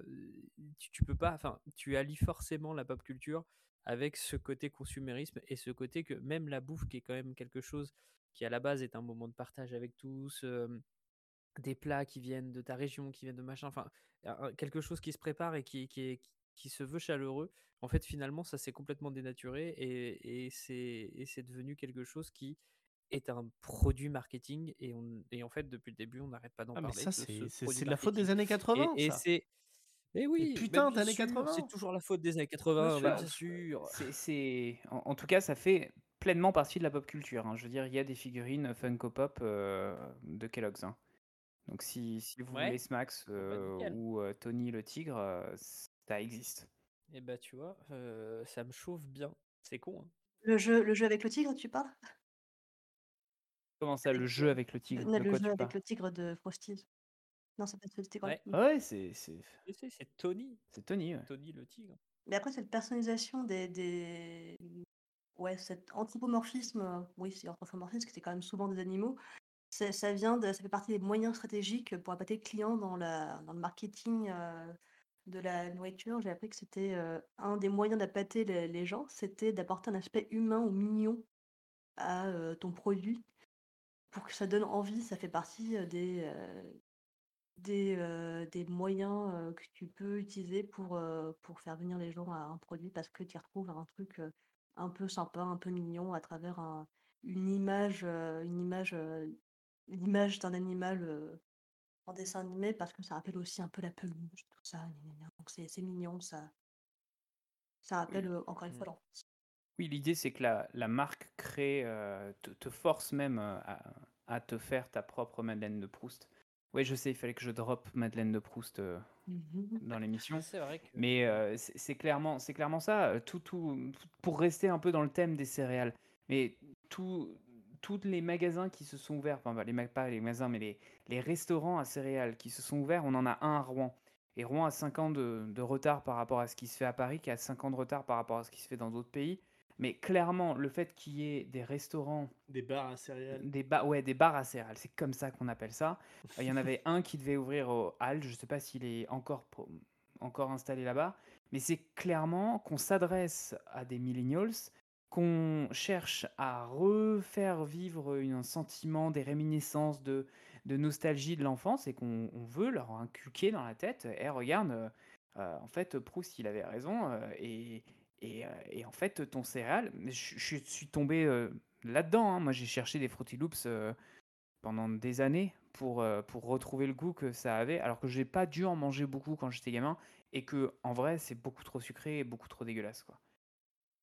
Speaker 4: tu peux pas, enfin, tu allies forcément la pop culture avec ce côté consumérisme et ce côté que même la bouffe, qui est quand même quelque chose qui à la base est un moment de partage avec tous, des plats qui viennent de ta région, qui viennent de machin, enfin, quelque chose qui se prépare et qui se veut chaleureux. En fait, finalement, ça s'est complètement dénaturé et c'est devenu quelque chose qui est un produit marketing et en fait, depuis le début, on n'arrête pas d'en
Speaker 3: Ah mais
Speaker 4: parler
Speaker 3: ça,
Speaker 4: de ce
Speaker 3: c'est
Speaker 4: produit
Speaker 3: de la faute
Speaker 4: marketing.
Speaker 3: des années 80
Speaker 4: Et
Speaker 3: ça.
Speaker 4: c'est. Et
Speaker 3: Les
Speaker 4: oui, mais
Speaker 3: putains
Speaker 4: bien
Speaker 3: d'années
Speaker 4: sûr, c'est
Speaker 3: 80.
Speaker 4: toujours la faute des années
Speaker 3: Bien
Speaker 4: 80, mais
Speaker 2: Bah,
Speaker 4: bien
Speaker 3: sûr.
Speaker 4: sûr.
Speaker 2: en tout cas, ça fait pleinement partie de la pop culture, hein. Je veux dire, il y a des figurines Funko Pop de Kellogg's, hein. Donc si vous voulez
Speaker 4: Ouais,
Speaker 2: Smax
Speaker 4: bon bah nickel.
Speaker 2: ou Tony le tigre, ça existe.
Speaker 4: Et bah tu vois, ça me chauffe bien. C'est con, hein.
Speaker 1: Le jeu avec le tigre, tu parles?
Speaker 2: Comment ça,
Speaker 1: Avec,
Speaker 2: le jeu avec le tigre? De
Speaker 1: le
Speaker 2: quoi
Speaker 1: jeu
Speaker 2: tu
Speaker 1: avec
Speaker 2: parles?
Speaker 1: le tigre de Frosties. Non, c'est pas ce tigre-là.
Speaker 4: Ouais,
Speaker 2: Ouais,
Speaker 4: je sais, c'est Tony.
Speaker 2: c'est Tony, ouais.
Speaker 4: Tony le tigre.
Speaker 1: Mais après, cette personnalisation des ouais, cet anthropomorphisme, oui, c'est anthropomorphisme, qui était quand même souvent des animaux, ça fait partie des moyens stratégiques pour appâter le client dans le marketing, de la nourriture. J'ai appris que c'était, un des moyens d'appâter les gens, c'était d'apporter un aspect humain ou mignon à, ton produit pour que ça donne envie. Ça fait partie, des moyens, que tu peux utiliser pour faire venir les gens à un produit parce que tu y retrouves un truc, un peu sympa, un peu mignon à travers l'image d'un animal, en dessin animé parce que ça rappelle aussi un peu la peluche, tout ça, gna gna gna. Donc c'est mignon, ça rappelle,
Speaker 2: Oui.
Speaker 1: encore une
Speaker 4: Mm.
Speaker 1: fois l'enfance.
Speaker 2: Oui, l'idée c'est que la marque crée, te force même à te faire ta propre Madeleine de Proust. Oui, je sais, il fallait que je drop Madeleine de Proust
Speaker 1: Mmh.
Speaker 2: dans l'émission,
Speaker 4: C'est vrai que.
Speaker 2: mais c'est clairement ça. Pour rester un peu dans le thème des céréales, mais tous les magasins qui se sont ouverts, enfin pas les magasins, mais les restaurants à céréales qui se sont ouverts, on en a un à Rouen. Et Rouen a 5 ans de retard par rapport à ce qui se fait à Paris, qui a 5 ans de retard par rapport à ce qui se fait dans d'autres pays. Mais clairement, le fait qu'il y ait des restaurants,
Speaker 3: Des bars à céréales.
Speaker 2: des bars à céréales, c'est comme ça qu'on appelle ça. Il y en avait un qui devait ouvrir au Halles, je ne sais pas s'il est encore installé là-bas, mais c'est clairement qu'on s'adresse à des millennials, qu'on cherche à refaire vivre un sentiment, des réminiscences de nostalgie de l'enfance et qu'on veut leur inculquer dans la tête, eh, regarde, en fait, Proust, il avait raison, et en fait, ton céréal, je suis tombé là-dedans, hein. Moi, j'ai cherché des Fruity Loops pendant des années pour retrouver le goût que ça avait, alors que j'ai pas dû en manger beaucoup quand j'étais gamin, et que en vrai, c'est beaucoup trop sucré et beaucoup trop dégueulasse, quoi.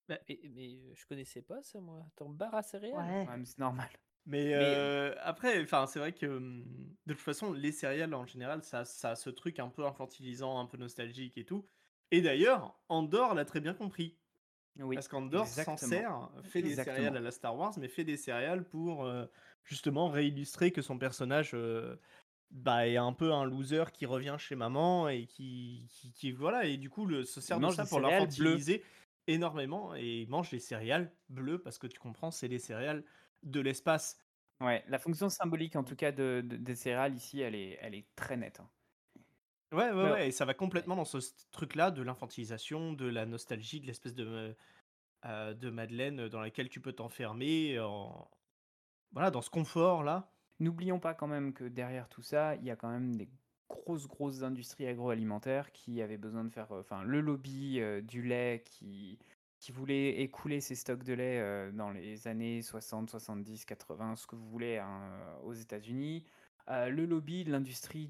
Speaker 3: Bah,
Speaker 4: Mais je connaissais pas ça, moi. Attends, bar à céréales?
Speaker 1: Ouais.
Speaker 2: Ouais, mais c'est normal.
Speaker 3: Mais
Speaker 2: Mais
Speaker 3: après, enfin, c'est vrai que de toute façon, les céréales en général, ça a ce truc un peu infantilisant, un peu nostalgique et tout. Et d'ailleurs, Andorre l'a très bien compris.
Speaker 2: oui,
Speaker 3: Parce qu'Andorre s'en
Speaker 2: exactement.
Speaker 3: sert, fait des
Speaker 2: Exactement.
Speaker 3: céréales à la Star Wars, mais fait des céréales pour justement réillustrer que son personnage est un peu un loser qui revient chez maman et voilà, et du coup se
Speaker 2: Il
Speaker 3: sert de
Speaker 2: mange
Speaker 3: ça
Speaker 2: des
Speaker 3: pour
Speaker 2: céréales bleues.
Speaker 3: l'infantiliser énormément et il mange des céréales bleues parce que tu comprends, c'est les céréales de l'espace.
Speaker 2: Ouais, la fonction symbolique, en
Speaker 3: Mm.
Speaker 2: tout cas, des céréales ici, elle est très nette, hein.
Speaker 3: Ouais, ouais,
Speaker 2: Mais
Speaker 3: ouais, et ça va
Speaker 4: Ouais.
Speaker 3: complètement dans ce truc-là de l'infantilisation, de la nostalgie, de l'espèce de Madeleine dans laquelle tu peux t'enfermer, voilà, dans ce confort-là.
Speaker 2: n'oublions pas quand même que derrière tout ça, il y a quand même des grosses industries agroalimentaires qui avaient besoin de faire, enfin, le lobby du lait qui voulait écouler ses stocks de lait dans les années 60, 70, 80, ce que vous voulez, hein, aux États-Unis. Le lobby de l'industrie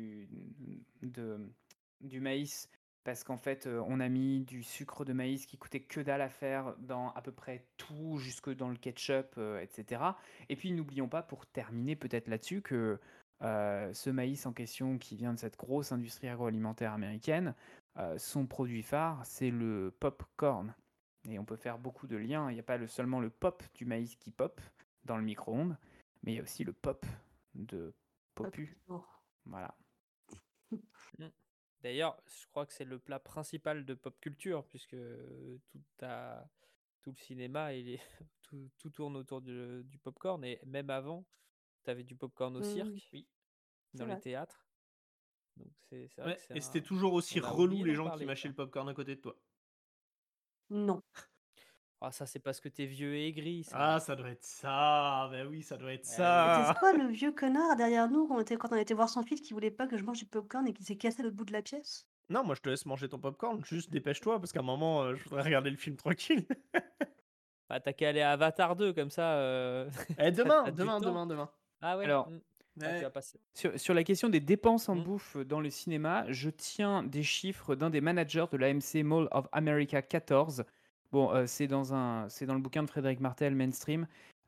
Speaker 2: du maïs, parce qu'en fait, on a mis du sucre de maïs qui coûtait que dalle à faire dans à peu près tout, jusque dans le ketchup, etc. Et puis n'oublions pas, pour terminer peut-être là-dessus, que ce maïs en question qui vient de cette grosse industrie agroalimentaire américaine, son produit phare, c'est le popcorn. Et on peut faire beaucoup de liens. Il n'y a pas seulement le pop du maïs qui pop dans le micro-ondes, mais il y a aussi le pop de
Speaker 1: Hop,
Speaker 2: Popu.
Speaker 1: toujours.
Speaker 2: Voilà.
Speaker 4: Mm. D'ailleurs, je crois que c'est le plat principal de pop culture, puisque tout le cinéma, tout tourne autour du popcorn. Et même avant, tu avais du popcorn au cirque,
Speaker 3: Oui.
Speaker 4: dans
Speaker 1: C'est
Speaker 4: les
Speaker 1: vrai.
Speaker 4: théâtres. Donc c'est vrai
Speaker 3: Ouais,
Speaker 4: que c'est
Speaker 3: et c'était
Speaker 4: un.
Speaker 3: toujours aussi
Speaker 4: On a
Speaker 3: relou
Speaker 4: oublié
Speaker 3: les
Speaker 4: d'en
Speaker 3: gens qui
Speaker 4: parler,
Speaker 3: mâchaient
Speaker 4: ça.
Speaker 3: le popcorn à côté de toi.
Speaker 1: Non.
Speaker 4: Ah, ça, c'est parce que t'es vieux et aigri, ça.
Speaker 3: Ah, ça doit être ça. Ben oui, ça doit être
Speaker 4: Eh oui.
Speaker 1: C'était
Speaker 3: ça.
Speaker 1: quoi le vieux connard derrière nous quand on était voir son fils qui voulait pas que je mange du popcorn et qui s'est cassé l'autre bout de la pièce?
Speaker 3: Non, moi je te laisse manger ton popcorn. Juste dépêche-toi parce qu'à un moment, je voudrais regarder le film tranquille.
Speaker 4: Bah, t'as qu'à aller à Avatar 2, comme ça,
Speaker 3: Eh,
Speaker 4: t'as
Speaker 3: demain,
Speaker 4: du
Speaker 3: demain,
Speaker 4: temps.
Speaker 3: demain, demain.
Speaker 4: Ah ouais.
Speaker 2: Alors,
Speaker 4: Ah, tu
Speaker 3: Ouais.
Speaker 4: vas passer.
Speaker 2: sur la question des dépenses en
Speaker 4: Mm.
Speaker 2: bouffe dans le cinéma, je tiens des chiffres d'un des managers de l'AMC Mall of America 14. Bon, c'est dans le bouquin de Frédéric Martel, Mainstream.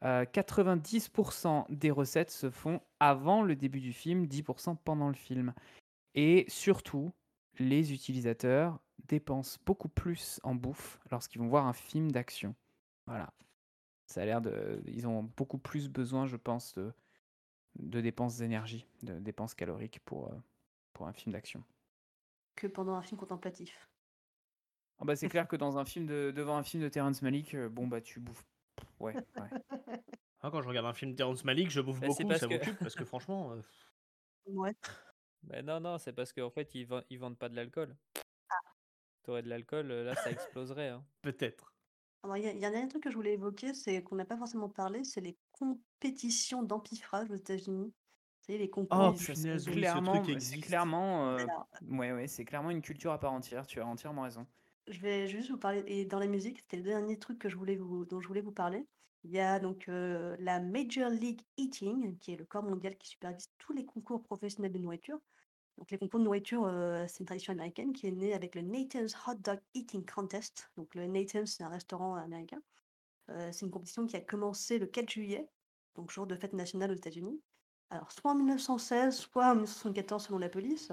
Speaker 2: 90% des recettes se font avant le début du film, 10% pendant le film. Et surtout, les utilisateurs dépensent beaucoup plus en bouffe lorsqu'ils vont voir un film d'action. Voilà. Ça a l'air ils ont beaucoup plus besoin, je pense, de dépenses d'énergie, de dépenses caloriques pour un film d'action.
Speaker 1: Que pendant un film contemplatif.
Speaker 2: Ah bah c'est clair que devant un film de Terrence Malick, bon bah tu bouffes. Ouais, ouais.
Speaker 3: Ah, quand je regarde un film de Terrence Malick, je bouffe
Speaker 4: Bah, c'est
Speaker 3: beaucoup,
Speaker 4: parce
Speaker 3: ça
Speaker 4: que.
Speaker 3: m'occupe parce que franchement,
Speaker 1: Ouais.
Speaker 4: Bah, non, c'est parce qu'en fait, ils vendent pas de l'alcool. T'aurais de l'alcool, là, ça exploserait, hein.
Speaker 3: peut-être.
Speaker 1: Alors, il y a un dernier truc que je voulais évoquer, c'est qu'on n'a pas forcément parlé, c'est les compétitions d'empiffrage aux États-Unis. Vous savez, les concours
Speaker 3: Oh
Speaker 2: Oui,
Speaker 1: du
Speaker 2: ça
Speaker 3: punaise, oui, ce
Speaker 2: clairement,
Speaker 3: truc
Speaker 2: c'est
Speaker 3: existe.
Speaker 2: clairement,
Speaker 1: Alors,
Speaker 2: ouais, c'est clairement une culture à part entière. Tu as entièrement raison.
Speaker 1: je vais juste vous parler, et dans la musique, c'était le dernier truc dont je voulais vous parler. Il y a donc la Major League Eating, qui est le corps mondial qui supervise tous les concours professionnels de nourriture. Donc les concours de nourriture, c'est une tradition américaine qui est née avec le Nathan's Hot Dog Eating Contest. Donc le Nathan's, c'est un restaurant américain. C'est une compétition qui a commencé le 4 juillet, donc jour de fête nationale aux États-Unis. Alors soit en 1916, soit en 1974 selon la police.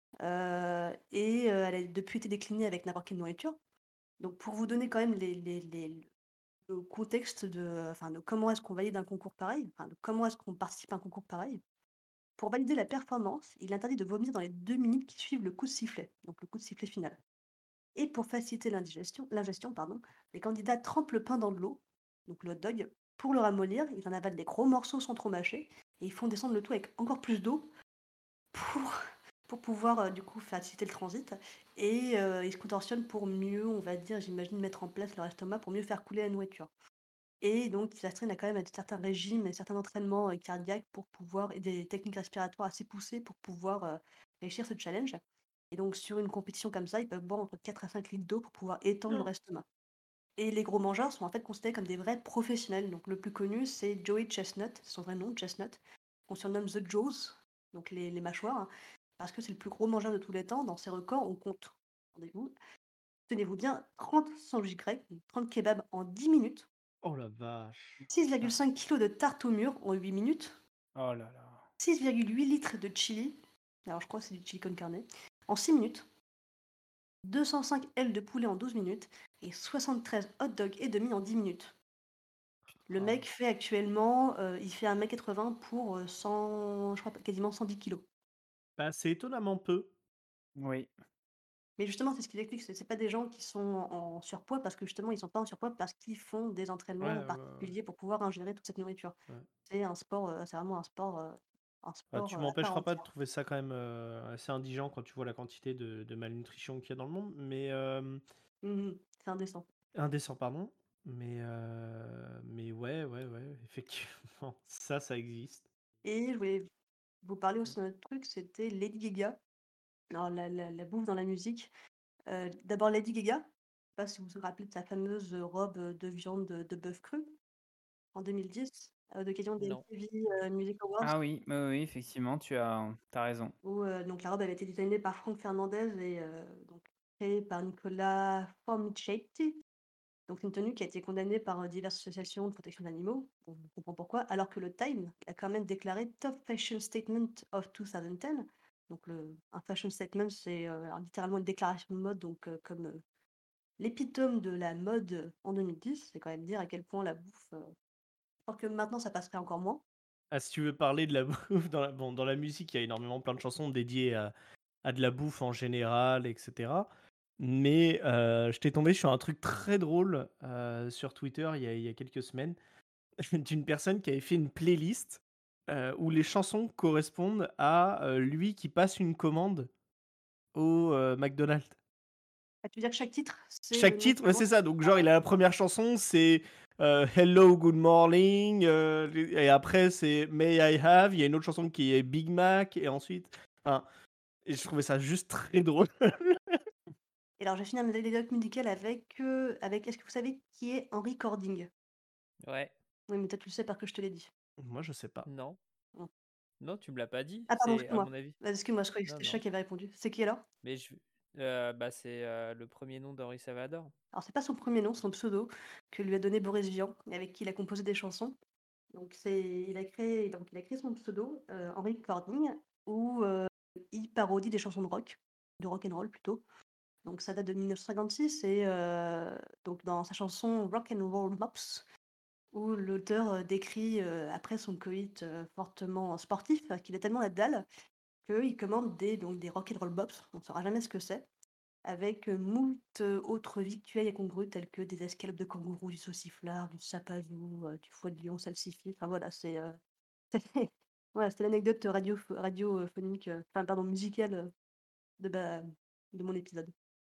Speaker 1: Elle a depuis été déclinée avec n'importe quelle nourriture. Donc pour vous donner quand même le contexte de comment est-ce qu'on valide un concours pareil, enfin de comment est-ce qu'on participe à un concours pareil. Pour valider la performance, il est interdit de vomir dans les 2 minutes qui suivent le coup de sifflet, donc le coup de sifflet final. Et pour faciliter l'ingestion, pardon, les candidats trempent le pain dans de l'eau, donc le hot dog, pour le ramollir. Ils en avalent des gros morceaux sans trop mâcher, et ils font descendre le tout avec encore plus d'eau pour, pour pouvoir du coup faciliter le transit. Et ils se contorsionnent pour mieux, on va dire, j'imagine, mettre en place leur estomac pour mieux faire couler la nourriture. Et donc, ils s'astreignent quand même à certains régimes et certains entraînements cardiaques pour pouvoir, et des techniques respiratoires assez poussées pour pouvoir réussir ce challenge. Et donc, sur une compétition comme ça, ils peuvent boire entre 4 à 5 litres d'eau pour pouvoir étendre leur estomac. Et les gros mangeurs sont en fait considérés comme des vrais professionnels. Donc, le plus connu, c'est Joey Chestnut, son vrai nom, Chestnut, qu'on surnomme The Jaws, donc les mâchoires, hein, parce que c'est le plus gros mangeur de tous les temps. Dans ses records, on compte, rendez-vous, tenez-vous bien, 30 sandwichs grecs, donc 30 kebabs en 10 minutes,
Speaker 3: Oh la vache.
Speaker 1: 6,5 kg de tarte au mur en 8 minutes,
Speaker 2: Oh là là.
Speaker 1: 6,8 litres de chili, alors je crois que c'est du chili con carne, en 6 minutes, 205 ailes de poulet en 12 minutes et 73 hot dogs et demi en 10 minutes. Le
Speaker 3: Oh.
Speaker 1: mec fait actuellement, il fait 1,80 m pour 100, je crois quasiment 110 kilos.
Speaker 3: Bah, c'est étonnamment peu.
Speaker 2: Oui.
Speaker 1: Mais justement, c'est ce qu'il explique, c'est pas des gens qui sont en surpoids parce que justement ils sont pas en surpoids parce qu'ils font des
Speaker 3: Ouais,
Speaker 1: entraînements
Speaker 3: ouais,
Speaker 1: particuliers pour pouvoir ingérer toute cette nourriture.
Speaker 3: ouais.
Speaker 1: C'est un sport, c'est vraiment un sport
Speaker 3: Bah, tu
Speaker 1: à part
Speaker 3: m'empêcheras pas de
Speaker 1: entière.
Speaker 3: trouver ça quand même assez indigent quand tu vois la quantité de malnutrition qu'il y a dans le monde, mais
Speaker 1: C'est indécent.
Speaker 3: indécent, pardon. Mais ouais, effectivement, ça existe.
Speaker 1: Et je voulais vous parler aussi d'un autre truc, c'était Lady Gaga. Alors la bouffe dans la musique. D'abord Lady Gaga, je sais pas si vous vous rappelez de sa fameuse robe de viande de bœuf cru en 2010, à l'occasion des
Speaker 4: Non.
Speaker 1: MTV Music Awards,
Speaker 2: Ah oui, oui, effectivement, tu as raison.
Speaker 1: où donc la robe avait été designée par Frank Fernandez et donc créée par Nicola Formichetti. Donc c'est une tenue qui a été condamnée par diverses associations de protection d'animaux, on comprend pourquoi, alors que le Time a quand même déclaré Top Fashion Statement of 2010. Donc un fashion statement, c'est alors littéralement une déclaration de mode, donc comme l'épitome de la mode en 2010. C'est quand même dire à quel point la bouffe, je crois que maintenant ça passerait encore moins.
Speaker 3: Ah, si tu veux parler de la bouffe dans la musique, il y a énormément plein de chansons dédiées à de la bouffe en général, etc. Mais je t'ai tombé sur un truc très drôle sur Twitter il y a quelques semaines d'une personne qui avait fait une playlist où les chansons correspondent à lui qui passe une commande au McDonald's.
Speaker 1: Ah, tu veux dire que chaque titre, c'est le
Speaker 3: Chaque
Speaker 1: nom
Speaker 3: titre,
Speaker 1: du
Speaker 3: ouais, c'est
Speaker 1: commande?
Speaker 3: ça. Donc, genre, il a la première chanson, c'est Hello, Good Morning. Et après, c'est May I Have. Il y a une autre chanson qui est Big Mac. Et ensuite. Enfin, et je trouvais ça juste très drôle.
Speaker 1: Et alors je vais finir mes anecdotes musicales avec est-ce que vous savez qui est Henry Cording?
Speaker 4: Ouais.
Speaker 1: Oui, mais toi tu le sais parce que je te l'ai dit.
Speaker 3: Moi, je sais pas.
Speaker 4: Non.
Speaker 1: Mmh.
Speaker 4: Non, tu me l'as pas dit.
Speaker 1: Ah pardon,
Speaker 4: C'est à
Speaker 1: excuse-moi.
Speaker 4: mon avis.
Speaker 1: Excuse-moi, je croyais que
Speaker 4: Non,
Speaker 1: c'était le chat
Speaker 4: non.
Speaker 1: qui avait répondu. C'est qui alors?
Speaker 4: Mais bah, c'est le premier nom d'Henri Salvador.
Speaker 1: Alors c'est pas son premier nom, son pseudo que lui a donné Boris Vian et avec qui il a composé des chansons. Donc il a créé son pseudo, Henry Cording, où il parodie des chansons de rock and roll plutôt. Donc ça date de 1956 et donc dans sa chanson Rock and Roll Mops, où l'auteur décrit après son coït fortement sportif, qu'il a tellement la dalle qu'il commande donc des rock and roll mops, on ne saura jamais ce que c'est, avec moult autres victuailles incongrues telles que des escalopes de kangourou, du sauciflard, du sapajou, du foie de lion salsifis. Enfin voilà, c'était voilà, c'était l'anecdote radiophonique, enfin pardon, musicale de mon épisode.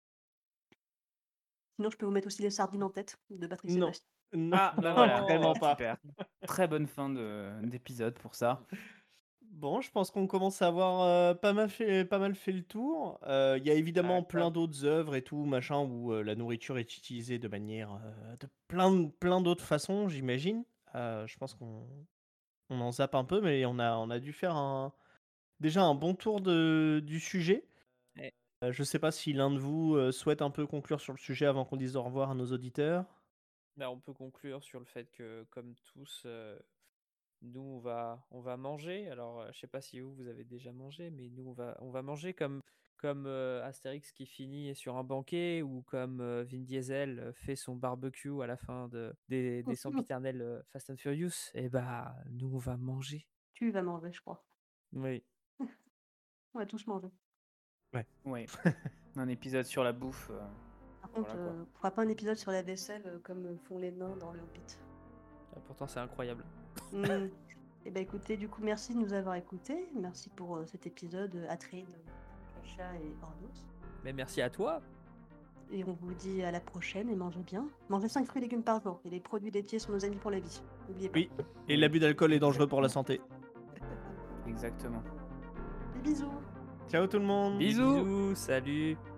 Speaker 1: Sinon, je peux vous mettre aussi les sardines en tête de Patrick
Speaker 3: Non.
Speaker 1: Sébastien.
Speaker 3: Non,
Speaker 2: Ah, bah
Speaker 3: non,
Speaker 2: voilà,
Speaker 3: vraiment pas.
Speaker 2: super. Très bonne fin d'épisode pour ça.
Speaker 3: Bon, je pense qu'on commence à avoir pas mal fait le tour. Il y a évidemment plein d'autres œuvres et tout, machin, où la nourriture est utilisée de manière, de plein d'autres façons, j'imagine. Je pense qu'on en zappe un peu, mais on a dû faire déjà un bon tour du sujet.
Speaker 4: Ouais.
Speaker 3: Je sais pas si l'un de vous souhaite un peu conclure sur le sujet avant qu'on dise au revoir à nos auditeurs.
Speaker 4: Bah, on peut conclure sur le fait que, comme tous, nous, on va manger. Alors, je sais pas si vous avez déjà mangé, mais nous, on va manger comme Astérix qui finit sur un banquet ou comme Vin Diesel fait son barbecue à la fin des sempiternels Fast and Furious. Et bah, nous, on va manger.
Speaker 1: Tu vas manger, je crois.
Speaker 4: Oui.
Speaker 1: On va tous manger.
Speaker 2: Oui. Un épisode sur la bouffe.
Speaker 1: Par contre,
Speaker 2: Voilà, quoi.
Speaker 1: on fera pas un épisode sur la vaisselle comme font les nains dans le Hobbit.
Speaker 4: Pourtant, c'est incroyable.
Speaker 1: Et bah écoutez, du coup, merci de nous avoir écoutés. Merci pour cet épisode Atreide, Chacha et Ordos.
Speaker 4: Mais merci à toi.
Speaker 1: Et on vous dit à la prochaine et mangez bien. Mangez 5 fruits et légumes par jour. Et les produits laitiers sont nos amis pour la vie. N'oubliez pas.
Speaker 3: Oui, et l'abus d'alcool est dangereux pour la santé.
Speaker 2: Exactement.
Speaker 1: Des bisous.
Speaker 3: Ciao tout le monde.
Speaker 2: Bisous.
Speaker 4: Bisous, salut.